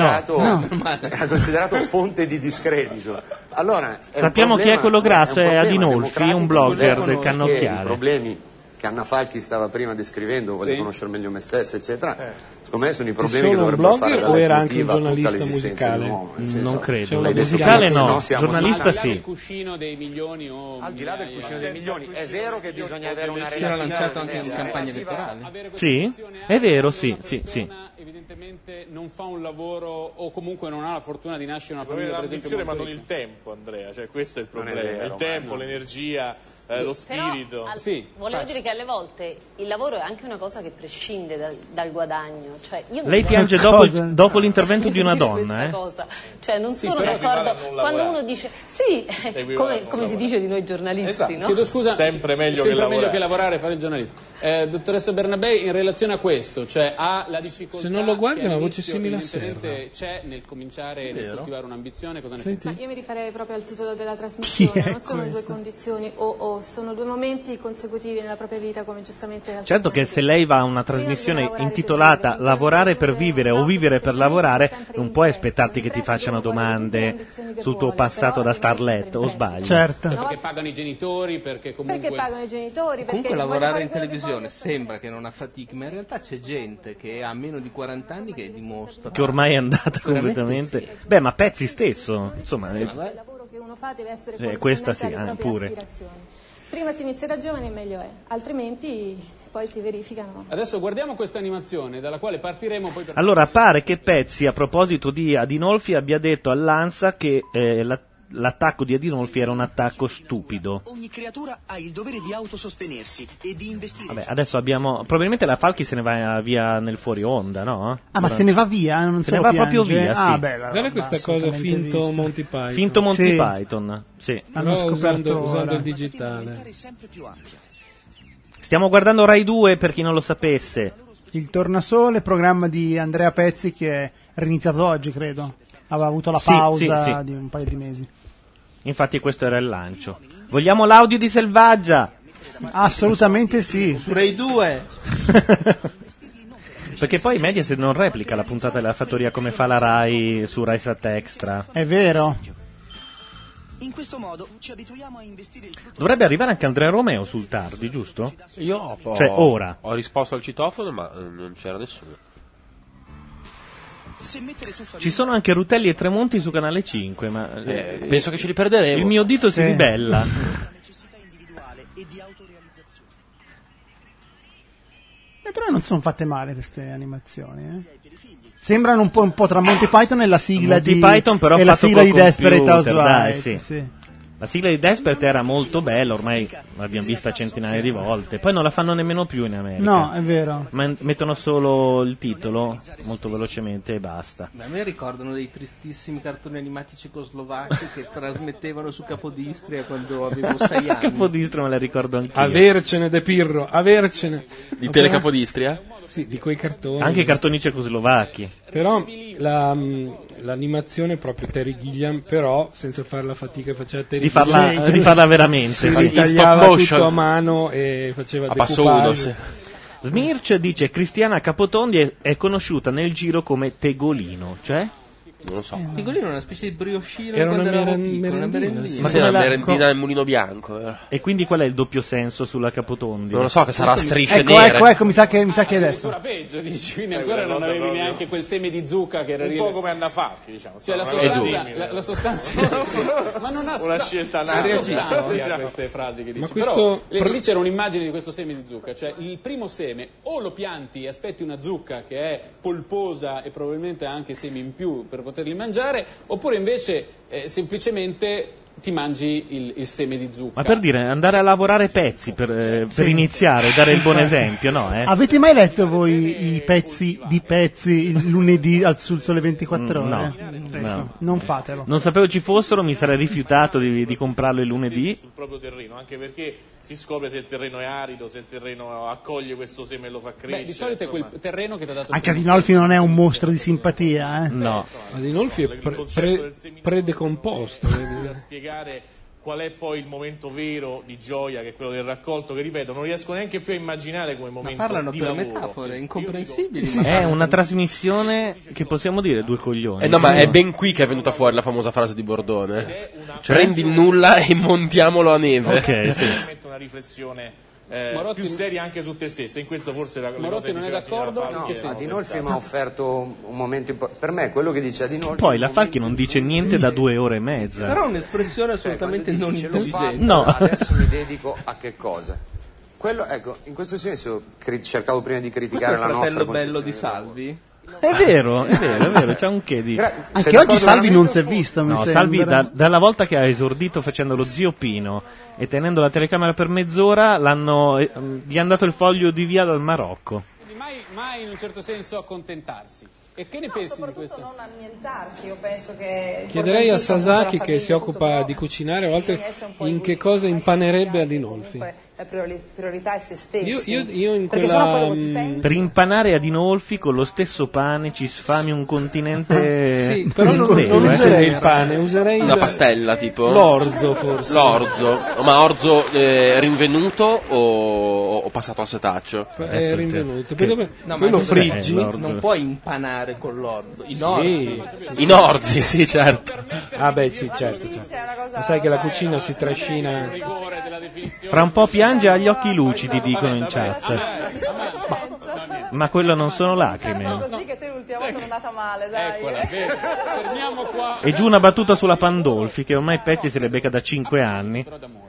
considerato fonte di discredito. Allora, sappiamo chi è quello grasso, è Adinolfi, un blogger del I Cannocchiale. problemi che Anna Falchi stava prima descrivendo, voglio conoscere meglio me stessa, eccetera. Secondo me sono i problemi che solo un dovrebbero fare blogger da o era anche un leitmotiv a tutta giornalista l'esistenza musicale? dell'uomo. Nel Non senso, credo. l'hai detto Musicale prima, no, siamo giornalista Al di là sì. del cuscino dei milioni o al di là del cuscino dei milioni, è vero che bisogna avere una Si era lanciato anche in relazione campagna elettorale. Sì, è vero, sì. Evidentemente non fa un lavoro o comunque non ha la fortuna di nascere in una famiglia, per esempio, L'ambizione, ma molto non ricca. il tempo, Andrea, cioè questo è il Non è problema, vero, il tempo, l'energia, lo spirito. Volevo dire che alle volte il lavoro è anche una cosa che prescinde dal guadagno. Cioè, io Lei mi piange dopo l'intervento di una donna, cosa. Cioè, non sono però d'accordo equivale a non quando lavorare. uno dice sì, Equivale a come si dice di noi giornalisti, Esatto. no? Chiedo scusa, Sempre meglio che lavorare. fare il giornalista. Dottoressa Bernabé, in relazione a questo, cioè ha la difficoltà. Se non lo guardi che è una voce all'inizio simile a evidentemente c'è nel cominciare a coltivare un'ambizione, cosa ne pensi? Ma io mi rifarei proprio al titolo della Chi trasmissione, è non sono due questa? condizioni o sono due momenti consecutivi nella propria vita, come giustamente ha Certo che se lei va a una trasmissione intitolata Lavorare per vivere o vivere per lavorare, non puoi aspettarti che ti facciano domande sul tuo passato da starlet, o sbaglio? Certo. Perché pagano i genitori, perché comunque... Perché pagano i genitori, Comunque perché lavorare in televisione sembra che non affaticchi, ma in realtà c'è gente che ha meno di 40 anni che dimostra Che ormai è andata Veramente completamente. Beh, ma Pezzi stesso, insomma. il lavoro che uno fa deve essere Questa corrispondente sì, alle proprie pure. aspirazioni. Prima si inizia da giovani meglio è, altrimenti poi si verificano. Adesso guardiamo questa animazione dalla quale partiremo poi per... Allora, pare che Pezzi, a proposito di Adinolfi, abbia detto all'ANSA che l'attacco di Adinolfi era un attacco stupido. Ogni creatura ha il dovere di autosostenersi e di investire. Vabbè, adesso abbiamo. Probabilmente la Falchi se ne va via nel fuori onda, no? Ah, ma se ne va via? Non se ne va proprio piange? via, sì. Ah, beh, Guarda questa cosa finto Monty Python. Finto Monty Sì. Python, sì. Hanno Però scoperto usando ora. il digitale. Stiamo guardando Rai 2 per chi non lo sapesse. Il Tornasole, programma di Andrea Pezzi che è riniziato oggi, credo. Aveva avuto la Sì, pausa sì. di un paio di mesi. Infatti questo era il lancio. Vogliamo l'audio di Selvaggia? Assolutamente sì. Su Rai 2. Perché poi Mediaset non replica la puntata della Fattoria come fa la Rai su Rai 7 Extra. È vero. In questo modo ci abituiamo a investire il frutto. Dovrebbe arrivare anche Andrea Romeo sul tardi, giusto? Io Cioè, ora. ho risposto al citofono, ma non c'era nessuno. Ci sono anche Rutelli e Tremonti su Canale 5, ma penso che ce li perderemo. Il mio dito si ribella. Però non sono fatte male queste animazioni, Sembrano un po' tra Monty Python e la sigla Monty Python, però e la fatto sigla col di Desperate computer, Housewives. dai, sì. La sigla di Desperate era molto bella, ormai l'abbiamo vista centinaia di volte. Poi non la fanno nemmeno più in America. No, è vero. Ma mettono solo il titolo molto velocemente e basta. A me ricordano dei tristissimi cartoni animati cecoslovacchi che trasmettevano su Capodistria quando avevo 6 anni. Capodistria me la ricordo anch'io. Avercene De Pirro, avercene. Di Telecapodistria? Sì, di quei cartoni. Anche i cartoni cecoslovacchi. Però l'animazione è proprio Terry Gilliam, però senza fare la fatica che faceva Terry di farla veramente. Si Sì. ritagliava In stop motion. tutto a mano e faceva A passo uno, decoupage. Smirch dice Cristiana Capotondi è conosciuta nel giro come Tegolino, cioè? Non lo so. Tigolino era una specie di briochino Era quando una eravamo piccoli, una merendina, merendina. Sì, una merendina nel Mulino Bianco. E quindi qual è il doppio senso sulla Capotondi? Non lo so, che sarà a strisce nere. Ecco, mi sa che adesso. Ancora peggio, dici, quindi ancora non avevi neanche quel seme di zucca che era Un po' come Annafacchi, diciamo. Cioè la sostanza, ma non ha una scelta sostanza queste frasi che dici. Ma questo- Però lì c'era un'immagine di questo seme di zucca, cioè il primo seme o lo pianti e aspetti una zucca che è polposa e probabilmente ha anche semi in più per poterli mangiare, oppure invece semplicemente ti mangi il seme di zucca. Ma per dire, andare a lavorare pezzi per iniziare, dare il buon esempio, no? Avete mai letto voi i pezzi di pezzi il lunedì sul Sole 24 Ore? No, Ecco, no. non fatelo. Non sapevo ci fossero, mi sarei rifiutato di comprarlo il lunedì. Sul proprio terreno, anche perché si scopre se il terreno è arido, se il terreno accoglie questo seme e lo fa crescere. Beh, di solito è quel terreno che ti ha dato Anche Adinolfi non è un mostro di simpatia, No. Adinolfi è predecomposto. Per spiegare qual è poi il momento vero di gioia, che è quello del raccolto, che ripeto, non riesco neanche più a immaginare come momento parlano di per lavoro. metafore incomprensibili. È una trasmissione che possiamo dire due coglioni. No, ma è ben qui che è venuta fuori la famosa frase di Bordone. Prendi il nulla e montiamolo a neve. Ok, sì. Veramente una riflessione più seria anche su te stessa. In questo forse la Morotti non è d'accordo? No, Adinolfi mi ha offerto un momento per me quello che dice Adinolfi. Poi la Falchi non dice niente da 2 ore e mezza. Però è un'espressione assolutamente non intelligente. No. Adesso mi dedico a che cosa? Quello, ecco, in questo senso cercavo prima di criticare la Questo è il nostra fratello bello di concezione. Salvi? È vero, c'è un che di... Anche oggi Salvi non si è visto, mi No, sembra. Salvi dalla volta che ha esordito facendo lo zio Pino e tenendo la telecamera per mezz'ora gli hanno dato il foglio di via dal Marocco. Mai in un certo senso accontentarsi. E che ne pensi di questo? Non annientarsi, io penso che Chiederei a importantissimo Sasaki, per la che si famiglia, occupa di cucinare, a volte bisogna essere un po' in che egoisti, cosa impanerebbe Adinolfi. la priorità è se stessi. Io in Perché quella... sennò poi dopo ti penti. Per impanare Adinolfi con lo stesso pane ci sfami un continente Sì, però non intero, userei il pane, userei Una pastella tipo? l'orzo forse. L'orzo, ma orzo rinvenuto o passato a setaccio? È rinvenuto. Che- No, ma quello cos'è friggi. l'orzo? Non puoi impanare con l'orzo. In orzo. In orzi, sì, certo. Ah beh, sì, certo. Ma sai che la cucina si trascina. Fra un po' piange agli occhi lucidi, dicono in chat. Ma quello non sono lacrime. Così che te l'ultima volta non è andata male, dai. Fermiamo qua. E giù una battuta sulla Pandolfi, che ormai Pezzi se le becca da 5 anni.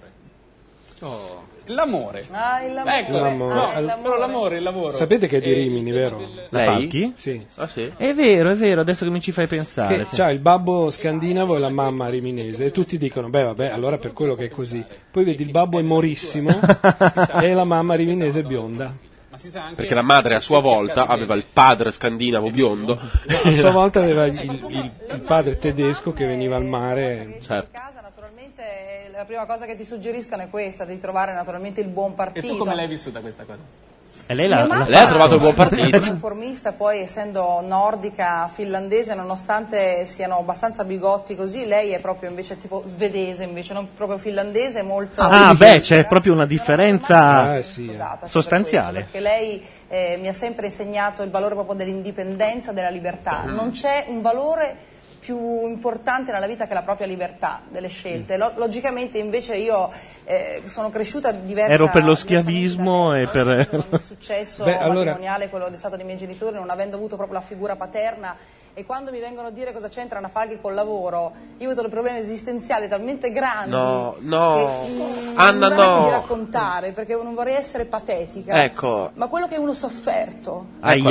L'amore. Ah, il lavoro. Ecco, L'amore. no, però l'amore, il lavoro. Sapete che è di Rimini, vero? La Lei? Falchi? Sì. Ah, sì? È vero, adesso che mi ci fai pensare. Che sì. c'ha il babbo scandinavo e la mamma riminese e tutti dicono beh vabbè allora per quello che è così, poi vedi il babbo è morissimo e la mamma riminese bionda. Ma si sa anche Perché la madre a sua volta aveva il padre scandinavo biondo. A sua volta aveva il padre tedesco che veniva al mare. Certo. Casa naturalmente la prima cosa che ti suggeriscono è questa, di trovare naturalmente il buon E partito. tu come l'hai vissuta questa cosa? E lei Mia mamma- Lei ha trovato il buon partito. Conformista, poi essendo nordica, finlandese, nonostante siano abbastanza bigotti così, lei è proprio invece tipo svedese, invece non proprio finlandese, molto... Ah, beh, c'è proprio una differenza Scusate, sostanziale. perché lei mi ha sempre insegnato il valore proprio dell'indipendenza, della libertà. Non c'è un valore più importante nella vita che la propria libertà delle scelte. Logicamente invece io sono cresciuta diversa. Ero per lo schiavismo e per il successo matrimoniale, quello del stato dei miei genitori, non avendo avuto proprio la figura paterna. E quando mi vengono a dire cosa c'entra una Falchi col lavoro, io ho avuto dei problemi esistenziali talmente grandi No, che Anna, non no. di raccontare, perché non vorrei essere patetica. Ecco. Ma quello che uno sofferto.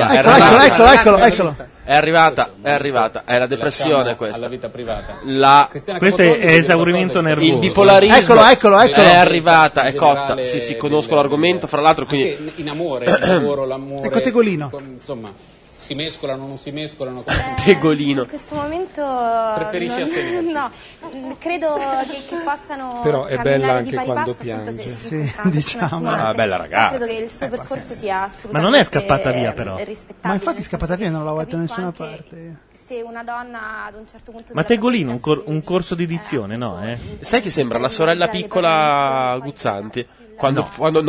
Eccolo. È arrivata, è la depressione questa. Alla vita privata. Questo è esaurimento nervoso. Il bipolarismo. Eccolo. È arrivata, è In cotta. generale, Sì, conosco l'argomento, fra l'altro, quindi Anche in amore, il lavoro, l'amore. Ecco Tegolino. Insomma, si mescolano, non si mescolano. Tegolino. In questo momento Preferisci non- astenerti? No, credo che possano Però è bella camminare anche di pari quando passo, appunto, piange. se Sì, incontrano diciamo. persone stimolanti. Ah, bella ragazza. Credo che il suo percorso sia assolutamente Ma non è scappata via, però. rispettabile, Ma infatti nel scappata senso via, non l'ho che letto da nessuna capisco anche parte. Se una donna ad un certo punto Ma della Tegolino, propria un corso di dizione, no? Sai che sembra la sorella piccola Guzzanti? Quando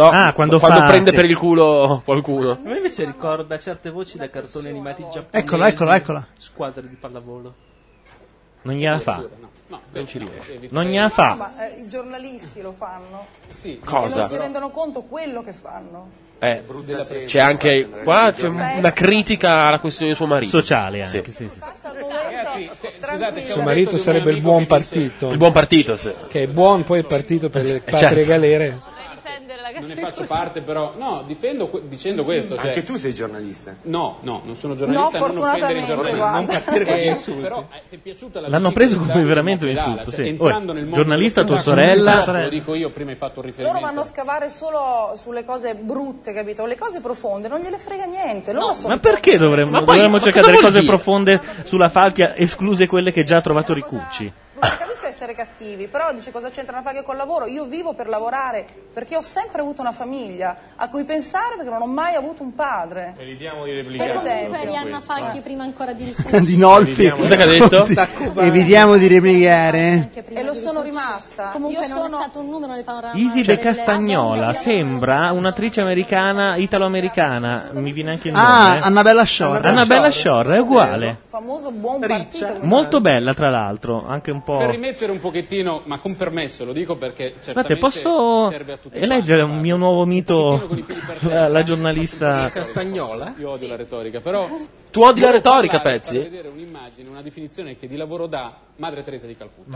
prende sì. per il culo qualcuno. A me invece ricorda certe voci da cartoni animati giapponesi. Eccola. Squadre di pallavolo. Non gliela fa. Non ci riesce. Non gliela fa. Ma i giornalisti lo fanno. Sì. E Cosa? non si rendono conto quello che fanno. C'è anche qua c'è una critica alla questione di suo marito. Sociale anche, sì. Ragazzi, scusate, Suo marito sarebbe il buon partito. Il buon partito, sì. Che è buon, poi il partito per le patrie certo. galere. Non ne faccio parte, però. No, difendo dicendo questo. Cioè, Anche tu sei giornalista? No, non sono giornalista, No, non offendere i fortunatamente, giornalisti. guarda. Però ti è piaciuta la L'hanno preso come veramente un insulto, sì. Entrando nel mondo Giornalista, dello tua spettacolo, sorella. lo dico io, prima hai fatto un Loro riferimento. vanno a scavare solo sulle cose brutte, capito? Le cose profonde non gliele frega niente. Loro sono Ma perché dovremmo cercare delle cose profonde sulla Falchia, escluse quelle che già ha trovato Ricucci? Non capisco essere cattivi, però dice cosa c'entra una Falchi col lavoro? Io vivo per lavorare perché ho sempre avuto una famiglia a cui pensare perché non ho mai avuto un padre. Evitiamo di Per replicare. esempio. Arianna Falchi prima ancora di Di Nolfi. Cosa che ha detto? Evitiamo di replicare. E lo sono rimasta. Comunque Io non sono è stato un numero nel panorama. Isi De Castagnola sembra un'attrice americana, italo-americana, mi viene anche il nome. Annabella Shore. Annabella Shore, è uguale. famoso buon partito. Molto bella, tra l'altro, anche un po'. Per rimettere un pochettino, ma con permesso, lo dico perché Guardate, certamente posso serve a tutti eleggere un mio nuovo mito, la giornalista Castagnola? Io odio la retorica, però Tu odi la retorica, far Pezzi? vedere un'immagine, una definizione che di lavoro dà Madre Teresa di Calcutta.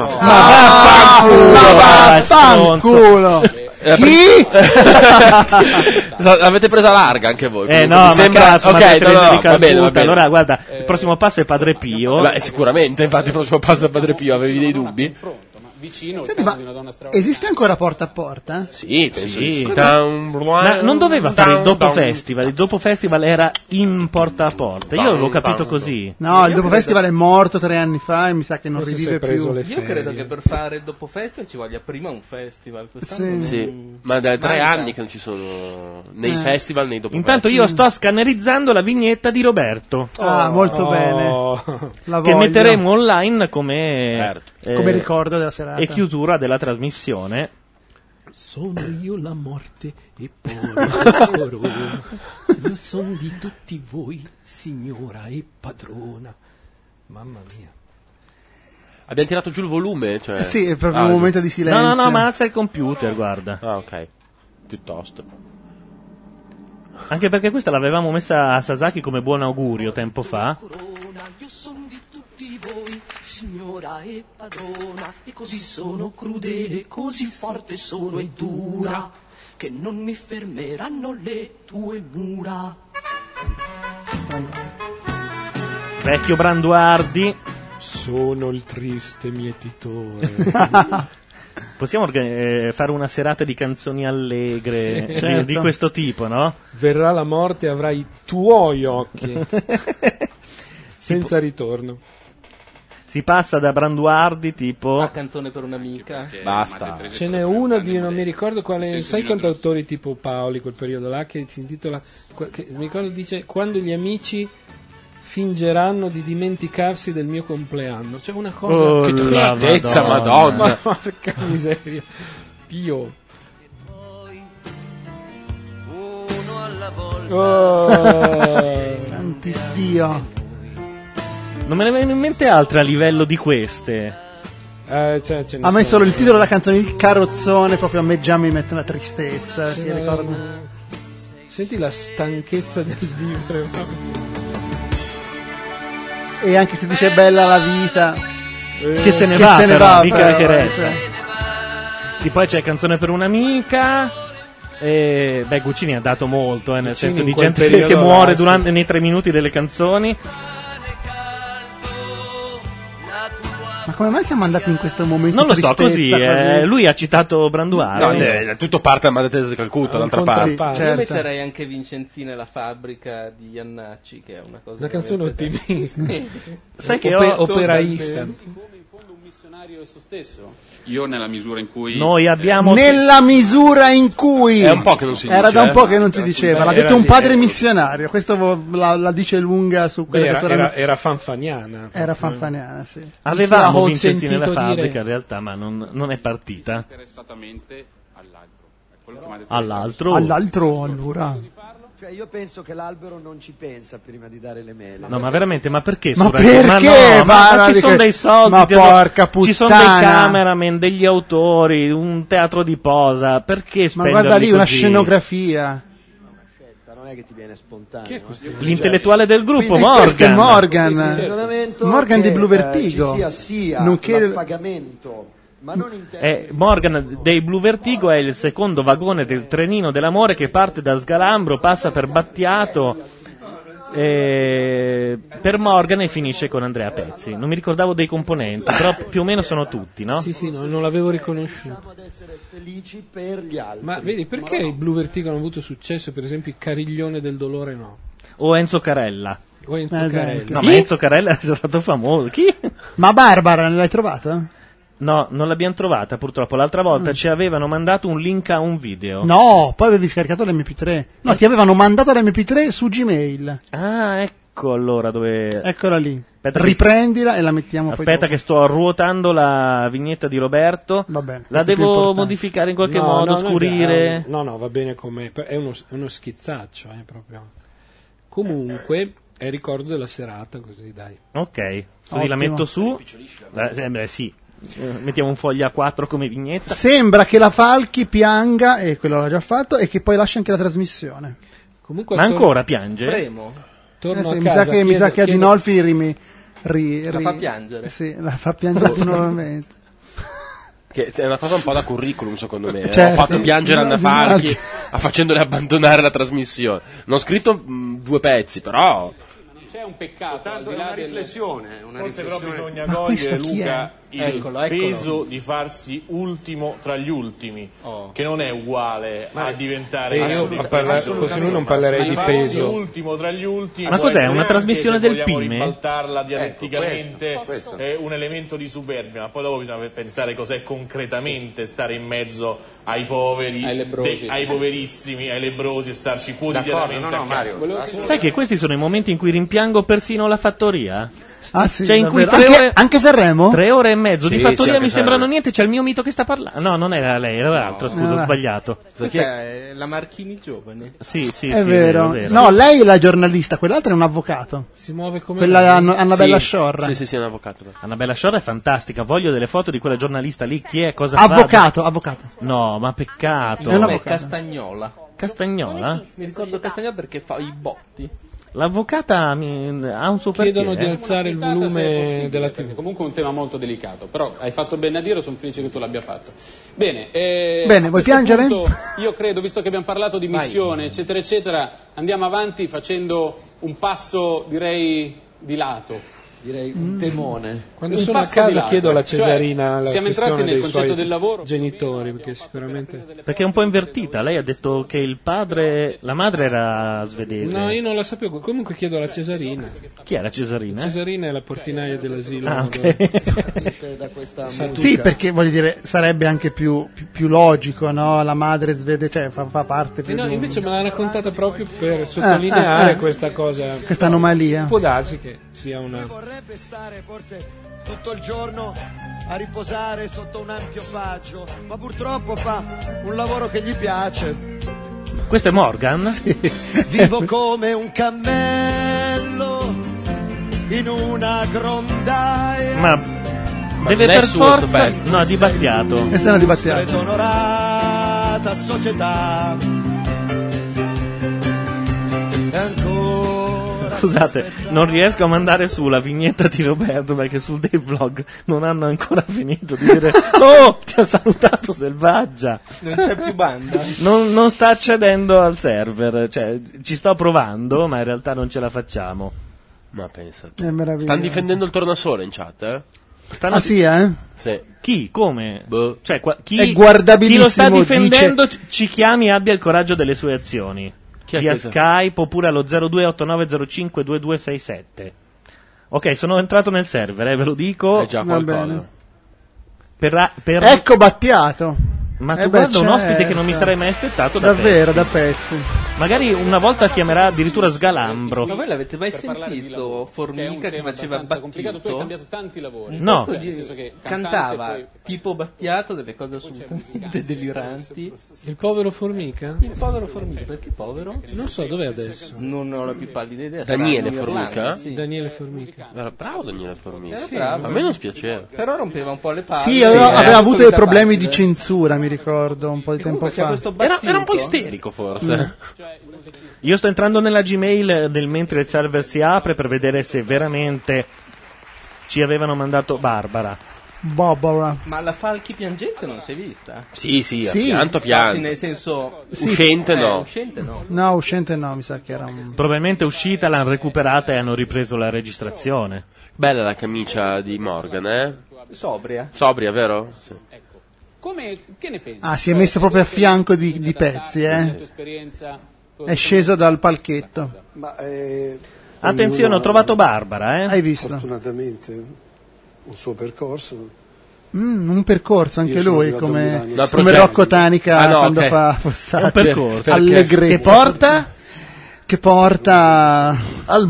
Vaffanculo! Chi? L'avete presa larga anche voi. No, Mi ma sembra cazzo, Madre ok, Teresa di va bene, va Calcutta. bene. Allora, guarda, il prossimo passo è Padre Pio. Beh, sicuramente, infatti il prossimo passo è Padre Pio, avevi dei dubbi? Vicino il Senti, caso ma di una donna straordinaria. esiste ancora Porta a Porta? Sì, penso di sì. Ma non doveva fare il dopo festival, il dopo festival era in porta a porta. Io l'avevo capito così. No, il dopo festival è morto 3 anni fa e mi sa che non Forse rivive si è preso più. le Io credo che per fare il dopo festival ci voglia prima un festival. Quest'anno Sì, ma da 3 anni che non ci sono nei festival, nei dopo Intanto io sto scannerizzando la vignetta di Roberto. Ah, molto bene. La Che voglio. metteremo online come, Come ricordo della serata. e chiusura della trasmissione. Sono io la morte e poi io sono di tutti voi, signora e padrona. Mamma mia. Abbiamo tirato giù il volume, cioè. Sì, è proprio un momento di silenzio. No, ma alza il computer, guarda. Ah, ok. Piuttosto. Anche perché questa l'avevamo messa a Sasaki come buon augurio tempo fa. Io sono di tutti voi, signora e padrona, e così sono crudele, così forte sono e dura, che non mi fermeranno le tue mura. Vecchio Branduardi. Sono il triste mietitore. Possiamo fare una serata di canzoni allegre Sì, certo. di questo tipo, no? Verrà la morte e avrai i tuoi occhi. Senza ritorno. Si passa da Branduardi tipo a Canzone per un'amica. Basta. Ce n'è uno di non mi ricordo quale, sai quanti autori tipo Paoli, quel periodo là, che si intitola, mi ricordo, dice quando gli amici fingeranno di dimenticarsi del mio compleanno. C'è una cosa Oh, che la tristezza, Madonna. Madonna. Ma porca miseria. Pio. Santi Dio. Non me ne vengono in mente altre a livello di queste. Ha messo solo il titolo della canzone, Il carrozzone, proprio a me già mi mette una tristezza. Sì, che ricorda... Senti la stanchezza del vivere. E anche se dice bella la vita, che se ne va, mica che resta. Sì, poi c'è Canzone per un'amica. Guccini ha dato molto, nel Guccini senso di in quel gente che periodo muore nei 3 minuti delle canzoni. Ma come mai siamo andati in questo momento? Non lo so, tristezza, così. Lui ha citato Branduardi. No, tutto parte da Madre Teresa di Calcutta, d'altra parte. Io certo. metterei anche Vincenzina e la fabbrica di Iannacci, che è una cosa. Una canzone ottimista. Sai che operaista. Esso stesso. Io nella misura in cui noi abbiamo nella misura in cui è un po' che non si dice, era da un po' che non si diceva, l'ha detto un padre missionario, questo la dice lunga su quelle che saranno. Era fanfaniana. Era fanfaniana, sì. Avevamo Vincenzi nella fabbrica in realtà, ma non è partita. Interessatamente all'altro allora. Cioè io penso che l'albero non ci pensa prima di dare le mele. No, ma veramente, ma perché? Ma perché? Ma ci sono dei soldi, ma porca puttana. Ci sono dei cameraman, degli autori, un teatro di posa, perché spenderli Ma guarda lì, così? una scenografia. Non è che ti viene spontaneo. L'intellettuale del gruppo, Quindi Morgan. questo è Morgan. Sì, certo. Morgan di Blue Vertigo. Ci sia nonché l'appagamento. Ma non in Morgan dei Blue Vertigo è il secondo vagone del trenino dell'amore che parte da Sgalambro, passa per Battiato per Morgan e finisce con Andrea Pezzi. Non mi ricordavo dei componenti, però più o meno sono tutti, no? Sì, non l'avevo riconosciuto. felici per gli altri. Ma vedi, perché i Blue Vertigo hanno avuto successo, per esempio il Cariglione del dolore no? O Enzo Carella. Carella. No, ma Enzo Carella è stato famoso. Chi? Ma Barbara, l'hai trovata? No, non l'abbiamo trovata purtroppo. L'altra volta ci avevano mandato un link a un video. No, poi avevi scaricato l'MP3. No, ti avevano mandato l'MP3 su Gmail. Ah, ecco allora dove... Eccola lì. Aspetta, riprendila e la mettiamo poi aspetta dopo. che sto ruotando la vignetta di Roberto. Va bene, la questo è più devo importante. modificare in qualche modo, scurire. No, va bene com'è. È uno schizzaccio, proprio. Comunque, è il ricordo della serata, così dai. Ok, così la metto su. Sì. Mettiamo un foglio A4 come vignetta. Sembra che la Falchi pianga, e quello l'ha già fatto, e che poi lascia anche la trasmissione. Comunque ma ancora piange? Fremo. Torno a mi casa, sa che Adinolfi la fa piangere. Sì, la fa piangere nuovamente. Che è una cosa un po' da curriculum, secondo me. Certo. Ho fatto piangere Anna Falchi facendole abbandonare la trasmissione. Non ho scritto 2 pezzi, però c'è un peccato. Soltanto una riflessione. Forse però bisogna cogliere, Luca, il Eccolo. peso di farsi ultimo tra gli ultimi, che non è uguale a diventare così non parlerei di farsi peso. ultimo tra gli ultimi. Ma cos'è, una trasmissione del Vogliamo Pime? ribaltarla dialetticamente, questo. è un elemento di superbia, ma poi dopo bisogna pensare cos'è concretamente stare in mezzo ai poveri, ai lebrosi, ai poverissimi, ai lebrosi e starci quotidianamente. D'accordo, no, Mario. Sai che questi sono i momenti in cui rimpiango persino la fattoria? Ah, sì, cioè in cui davvero. 3 ore, anche Sanremo? 3 ore e mezzo di Sì, fattoria sì, mi sembrano Sanremo. niente. C'è il mio mito che sta parlando. No, non era lei, era l'altro. Scusa, ho sbagliato. Perché la Marchini giovane. Sì, È vero. No, lei è la giornalista, quell'altra è un avvocato. Si muove come Quella Annabella Sciorra. Sì, è un avvocato. Annabella Sciorra è fantastica. Voglio delle foto di quella giornalista lì. Chi è? Cosa Avvocato. fa? No, ma peccato. Il nome è Castagnola. Castagnola? Mi ricordo Castagnola perché fa i botti. L'avvocata ha un suo perché. Chiedono di alzare il volume della TV. Comunque è un tema molto delicato, però hai fatto bene a dirlo, sono felice che tu l'abbia fatto. Bene, Bene, vuoi piangere? Io credo, visto che abbiamo parlato di missione, eccetera, eccetera, andiamo avanti facendo un passo, direi, di lato. Direi un temone. Quando Un sono a passo di casa lato. chiedo alla Cioè, Cesarina la siamo entrati questione nel dei concetto suoi del lavoro. genitori, perché sicuramente... Perché è un po' invertita. Lei ha detto che il padre, la madre era svedese. No, io non la sapevo. Comunque chiedo alla Cesarina. Chi è la Cesarina? Cesarina è la portinaia dell'asilo. Ah, ok. Da questa Sì, perché voglio dire, sarebbe anche più logico, no? La madre svede, cioè fa parte più No, di- invece me l'ha raccontata proprio per sottolineare questa cosa. questa anomalia. Può darsi che sia una... vorrebbe stare forse tutto il giorno a riposare sotto un ampio faggio, ma purtroppo fa un lavoro che gli piace. Questo è Morgan? Vivo come un cammello in una grondaia. Ma deve per forza... No, di Battiato. Questa è una di Battiato. Onorata società. E ancora. Scusate, non riesco a mandare su la vignetta di Roberto perché sul dei vlog non hanno ancora finito di dire "Oh, ti ha salutato Selvaggia". Non c'è più banda. Non sta accedendo al server, cioè ci sto provando, ma in realtà non ce la facciamo. Ma pensa. È meraviglioso. Stanno difendendo il tornasole in chat, eh? Ah sì, eh? Sì. Chi? Come? Cioè, chi, È guardabilissimo, chi lo sta difendendo ci chiami e abbia il coraggio delle sue azioni. Chi è Via che- Skype oppure allo 0289052267. Ok, sono entrato nel server, ve lo dico. È già Va qualcosa. bene. Per... Ecco Battiato. Ma tu beh, guarda un ospite certo. che non mi sarei mai aspettato da Davvero, pezzi. da pezzi. Magari una volta chiamerà addirittura Sgalambro. Ma voi l'avete mai Per parlare di sentito lavoro, Formica che tema faceva abbastanza complicato. Tu hai Battiato? cambiato tanti lavori. No. Nel senso che Cantava cantante, tipo Battiato delle cose assolutamente deliranti. Il povero Formica? Il povero Formica, perché povero? Non so, dov'è adesso? Non ho la più pallida idea. sarà Daniele in Irlanda, Formica? sì. Daniele Formica. Era bravo Daniele Formica. Era bravo. A me non spiaceva. Però rompeva un po' le palle. Sì, aveva avuto dei problemi di censura, mi ricordo, un po' di tempo fa. Era un po' isterico forse. Io sto entrando nella Gmail mentre il server si apre per vedere se veramente ci avevano mandato Barbara. Barbara. Ma la Falchi piangente non si è vista? Sì, Sì. pianto Sì, pianto. nel senso... Uscente no. Uscente no. No, uscente no, mi sa che era un... Probabilmente uscita, l'hanno recuperata e hanno ripreso la registrazione. Bella la camicia di Morgan, eh? Sobria. Sobria, vero? Sì. che ne pensi? Ah, si è messo proprio a fianco di pezzi, La tua eh. esperienza? È sceso dal palchetto. Attenzione, ho trovato Barbara, Hai visto? Fortunatamente un suo percorso. Un percorso, anche Io sono lui, arrivato a come, Milano. No, come prosegue. Rocco Tanica Ah, no, quando ok. fa Fossati. Un percorso. Allegrezza. Che porta? Che porta al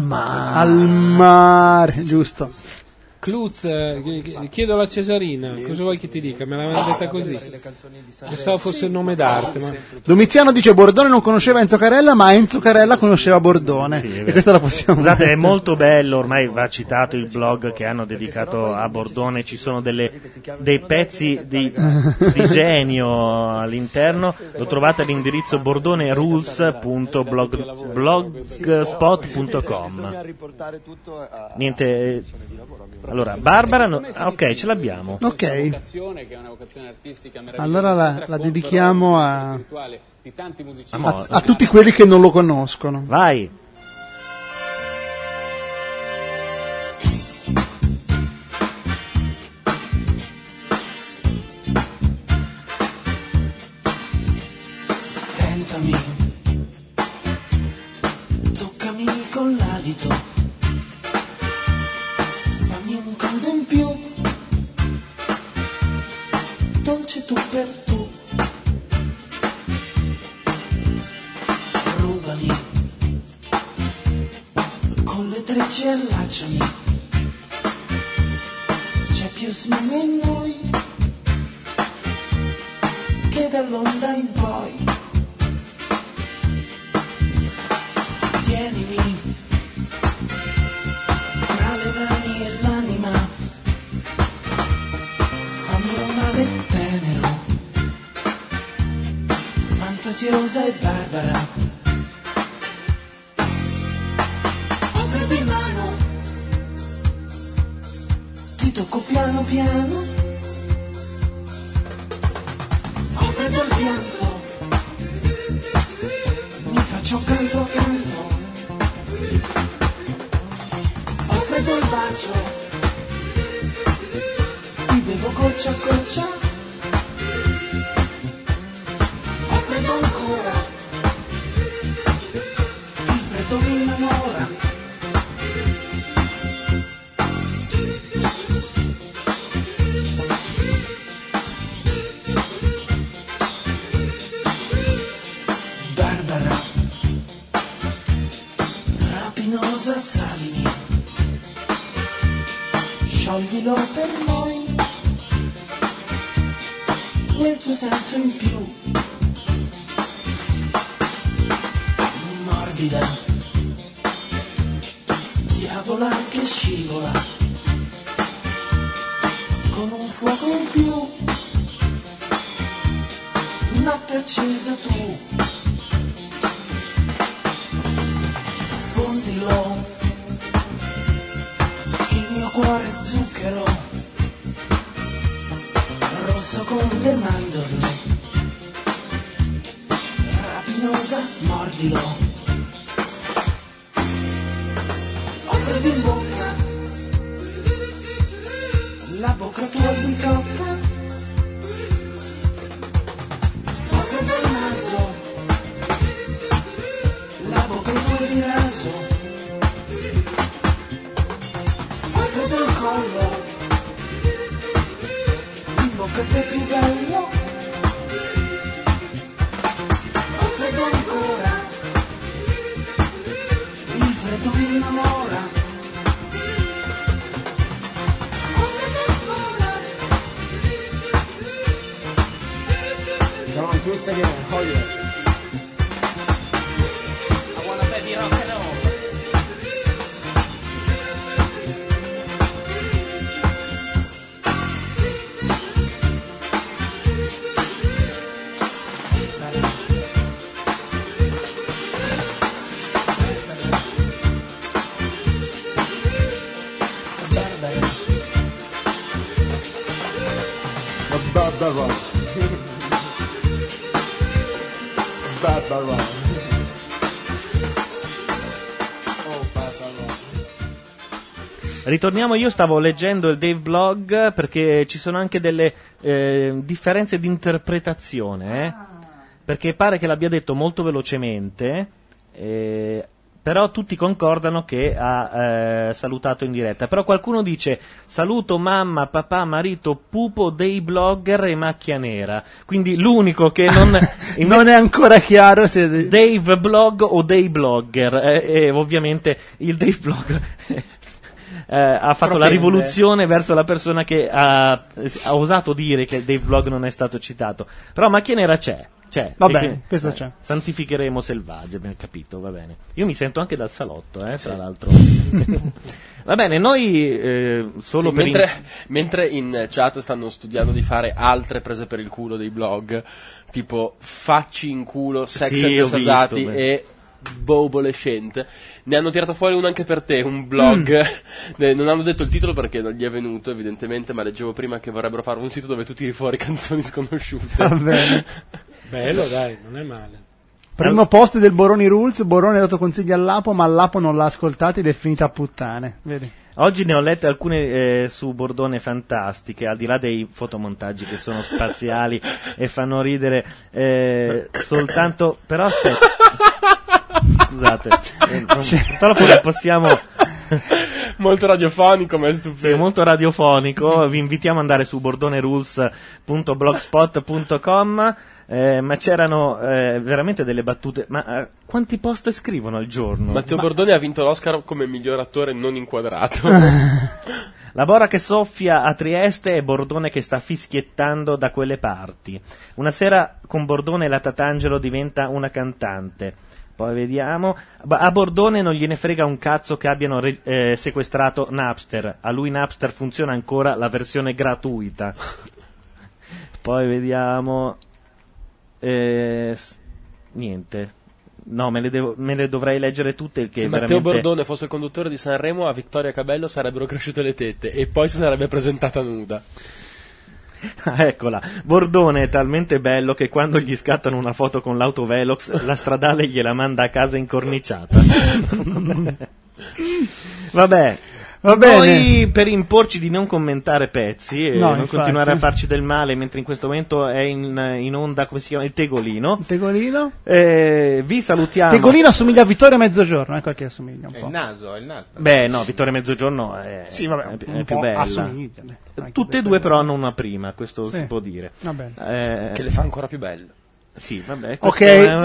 mare, giusto. Cluz, chiedo alla Cesarina, cosa vuoi che ti dica? Me l'avevano detta così. Pensavo fosse il nome d'arte. Ma... Domiziano dice Bordone non conosceva Enzo Carella, ma Enzo Carella conosceva Bordone. E questa la possiamo Scusate, è molto bello, ormai va citato il blog che hanno dedicato a Bordone, ci sono dei pezzi di genio all'interno, lo trovate all'indirizzo bordonerules.blogspot.com. Niente, allora, Barbara, ok, ce l'abbiamo. Ok. Vocazione, che è una vocazione artistica meravigliosa. Allora la dedichiamo Di tanti musicisti. a tutti quelli che non lo conoscono. Vai. Tentami, toccami con l'alito, fammi un codo in più, dolce tu per tu, rubami, con le trecce allacciami, c'è più smania in noi, che dall'onda in poi. Tienimi tra le mani e l'anima, fammi un male tenero, fantasiosa e barbara. Apriti mano, ti tocco piano piano, ho freddo al pianto, mi faccio canto a canto. Ho freddo il bacio, ti bevo goccia a goccia. Ho freddo ancora, il freddo mi innamora. Barbara, rapinosa salimi, scioglilo per noi, quel tuo senso in più, morbida, diavola che scivola, con un fuoco in più, notte accesa tu, fondilo, il mio cuore zucchero, rosso come le mandorle, rapinosa, mordilo. Ho freddo in bocca, la bocca tua è bicocca, ho freddo al naso, la bocca tua è di raso, ho freddo al collo, in bocca te più bello, ho freddo ancora, il freddo mi innamora. Come on, twist again, hold it. I wanna baby rock and roll. Barbara. Barbara. Oh, Barbara. Ritorniamo, io stavo leggendo il Dave Blog perché ci sono anche delle differenze di interpretazione, perché pare che l'abbia detto molto velocemente, però tutti concordano che ha salutato in diretta. Però qualcuno dice saluto mamma, papà, marito, pupo, dei blogger e macchia nera. Quindi l'unico che non non è ancora chiaro se Dave Blog o dei blogger. E ovviamente il Dave Blog ha fatto la rivoluzione verso la persona che ha osato dire che il Dave Blog non è stato citato. Però macchia nera c'è. Va bene, questo c'è. Santificheremo Selvaggi, abbiamo capito, va bene. Io mi sento anche dal salotto, tra l'altro. Va bene, noi solo sì, per mentre in chat stanno studiando di fare altre prese per il culo dei blog, tipo facci in culo, sex and Sasati e Bobolescente, ne hanno tirato fuori uno anche per te, un blog. Non hanno detto il titolo perché non gli è venuto evidentemente, ma leggevo prima che vorrebbero fare un sito dove tu tiri fuori canzoni sconosciute. Va bene. Bello, dai, non è male. Primo post del Boroni Rules, Boroni ha dato consigli all'Apo, ma l'Apo non l'ha ascoltato ed è finita a puttane. Vedi? Oggi ne ho lette alcune su Bordone fantastiche, al di là dei fotomontaggi che sono spaziali e fanno ridere, soltanto... Però aspetta, scusate, purtroppo non possiamo... Molto radiofonico, ma è stupendo. Sì, molto radiofonico. Vi invitiamo ad andare su bordonerules.blogspot.com. Ma c'erano veramente delle battute. Ma quanti post scrivono al giorno? Matteo Bordone ha vinto l'Oscar come miglior attore non inquadrato. La Bora che soffia a Trieste e Bordone che sta fischiettando da quelle parti. Una sera con Bordone la Tatangelo diventa una cantante. Poi vediamo. A Bordone non gliene frega un cazzo che abbiano sequestrato Napster. A lui Napster funziona ancora la versione gratuita. Poi vediamo. Niente. No, me le dovrei leggere tutte. Che se veramente... Matteo Bordone fosse il conduttore di Sanremo, a Vittoria Cabello sarebbero cresciute le tette e poi si sarebbe presentata nuda. Eccola, Bordone è talmente bello che quando gli scattano una foto con l'autovelox la stradale gliela manda a casa incorniciata. Vabbè, Va bene. Noi per imporci di non commentare pezzi e No, non infatti. continuare a farci del male mentre in questo momento è in onda, come si chiama, il Tegolino. Tegolino? Vi salutiamo. Tegolino assomiglia a Vittorio Mezzogiorno, ecco a chi assomiglia un È po'. il naso. Beh, no, Vittorio Mezzogiorno è, Sì, vabbè, è un più po' bella. assomiglia, Tutte e due però hanno una prima, questo Sì. si può dire. Va bene. Che le fa ancora più belle. Sì, vabbè. Ok,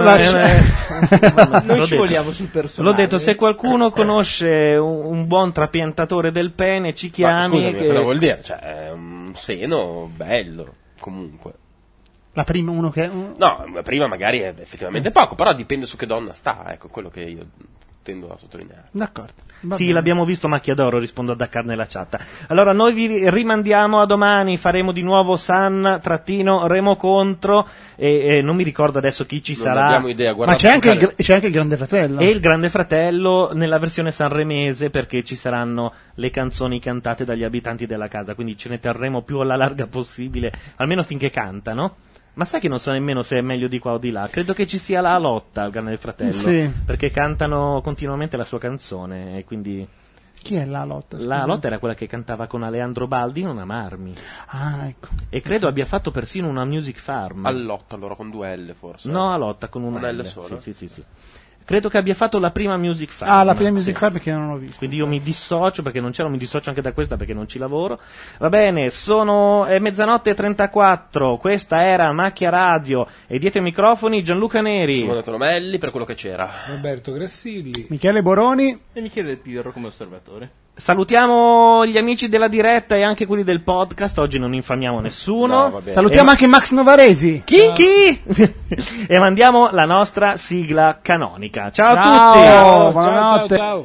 Noi L'ho ci detto. vogliamo sul personale. L'ho detto, se qualcuno conosce un buon trapiantatore del pene, ci Ma chiami. scusami, cosa vuol dire? Cioè, è un seno bello, comunque. La prima, uno che... No, prima magari è effettivamente poco, però dipende su che donna sta, ecco, quello che io... tendo a sottolineare. D'accordo. Sì, l'abbiamo visto Macchia d'Oro, rispondo a Dakar nella chat. Allora, noi vi rimandiamo a domani, faremo di nuovo San-Remo contro, e non mi ricordo adesso chi ci sarà. Non abbiamo idea, Ma c'è anche il Grande Fratello. E il Grande Fratello nella versione sanremese, perché ci saranno le canzoni cantate dagli abitanti della casa, quindi ce ne terremo più alla larga possibile, almeno finché cantano. Ma sai che non so nemmeno se è meglio di qua o di là. Credo che ci sia la lotta al Grande Fratello. Sì. Perché cantano continuamente la sua canzone. E quindi. Chi è la lotta? La scusa? lotta era quella che cantava con Aleandro Baldi, Non amarmi. Ah, ecco. E credo abbia fatto persino una Music Farm. A lotta allora, con 2 L forse. No, a lotta con una L L sola? Sì. Credo che abbia fatto la prima Music Farm. Ah, la prima Music Farm perché non l'ho vista. Quindi io mi dissocio, perché non c'ero, mi dissocio anche da questa perché non ci lavoro. Va bene, è 00:34, questa era Macchia Radio e dietro i microfoni Gianluca Neri. Simone Tolomelli per quello che c'era. Roberto Grassilli. Michele Boroni. E Michele Del Pirro come osservatore. Salutiamo gli amici della diretta e anche quelli del podcast, oggi non infamiamo nessuno. No, Salutiamo anche Max Novaresi. Chi? E mandiamo la nostra sigla canonica. Ciao a tutti! Buonanotte. Ciao.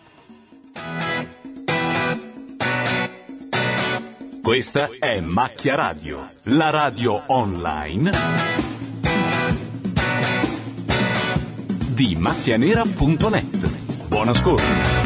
Questa è Macchia Radio, la radio online di macchianera.net. Buon ascolto.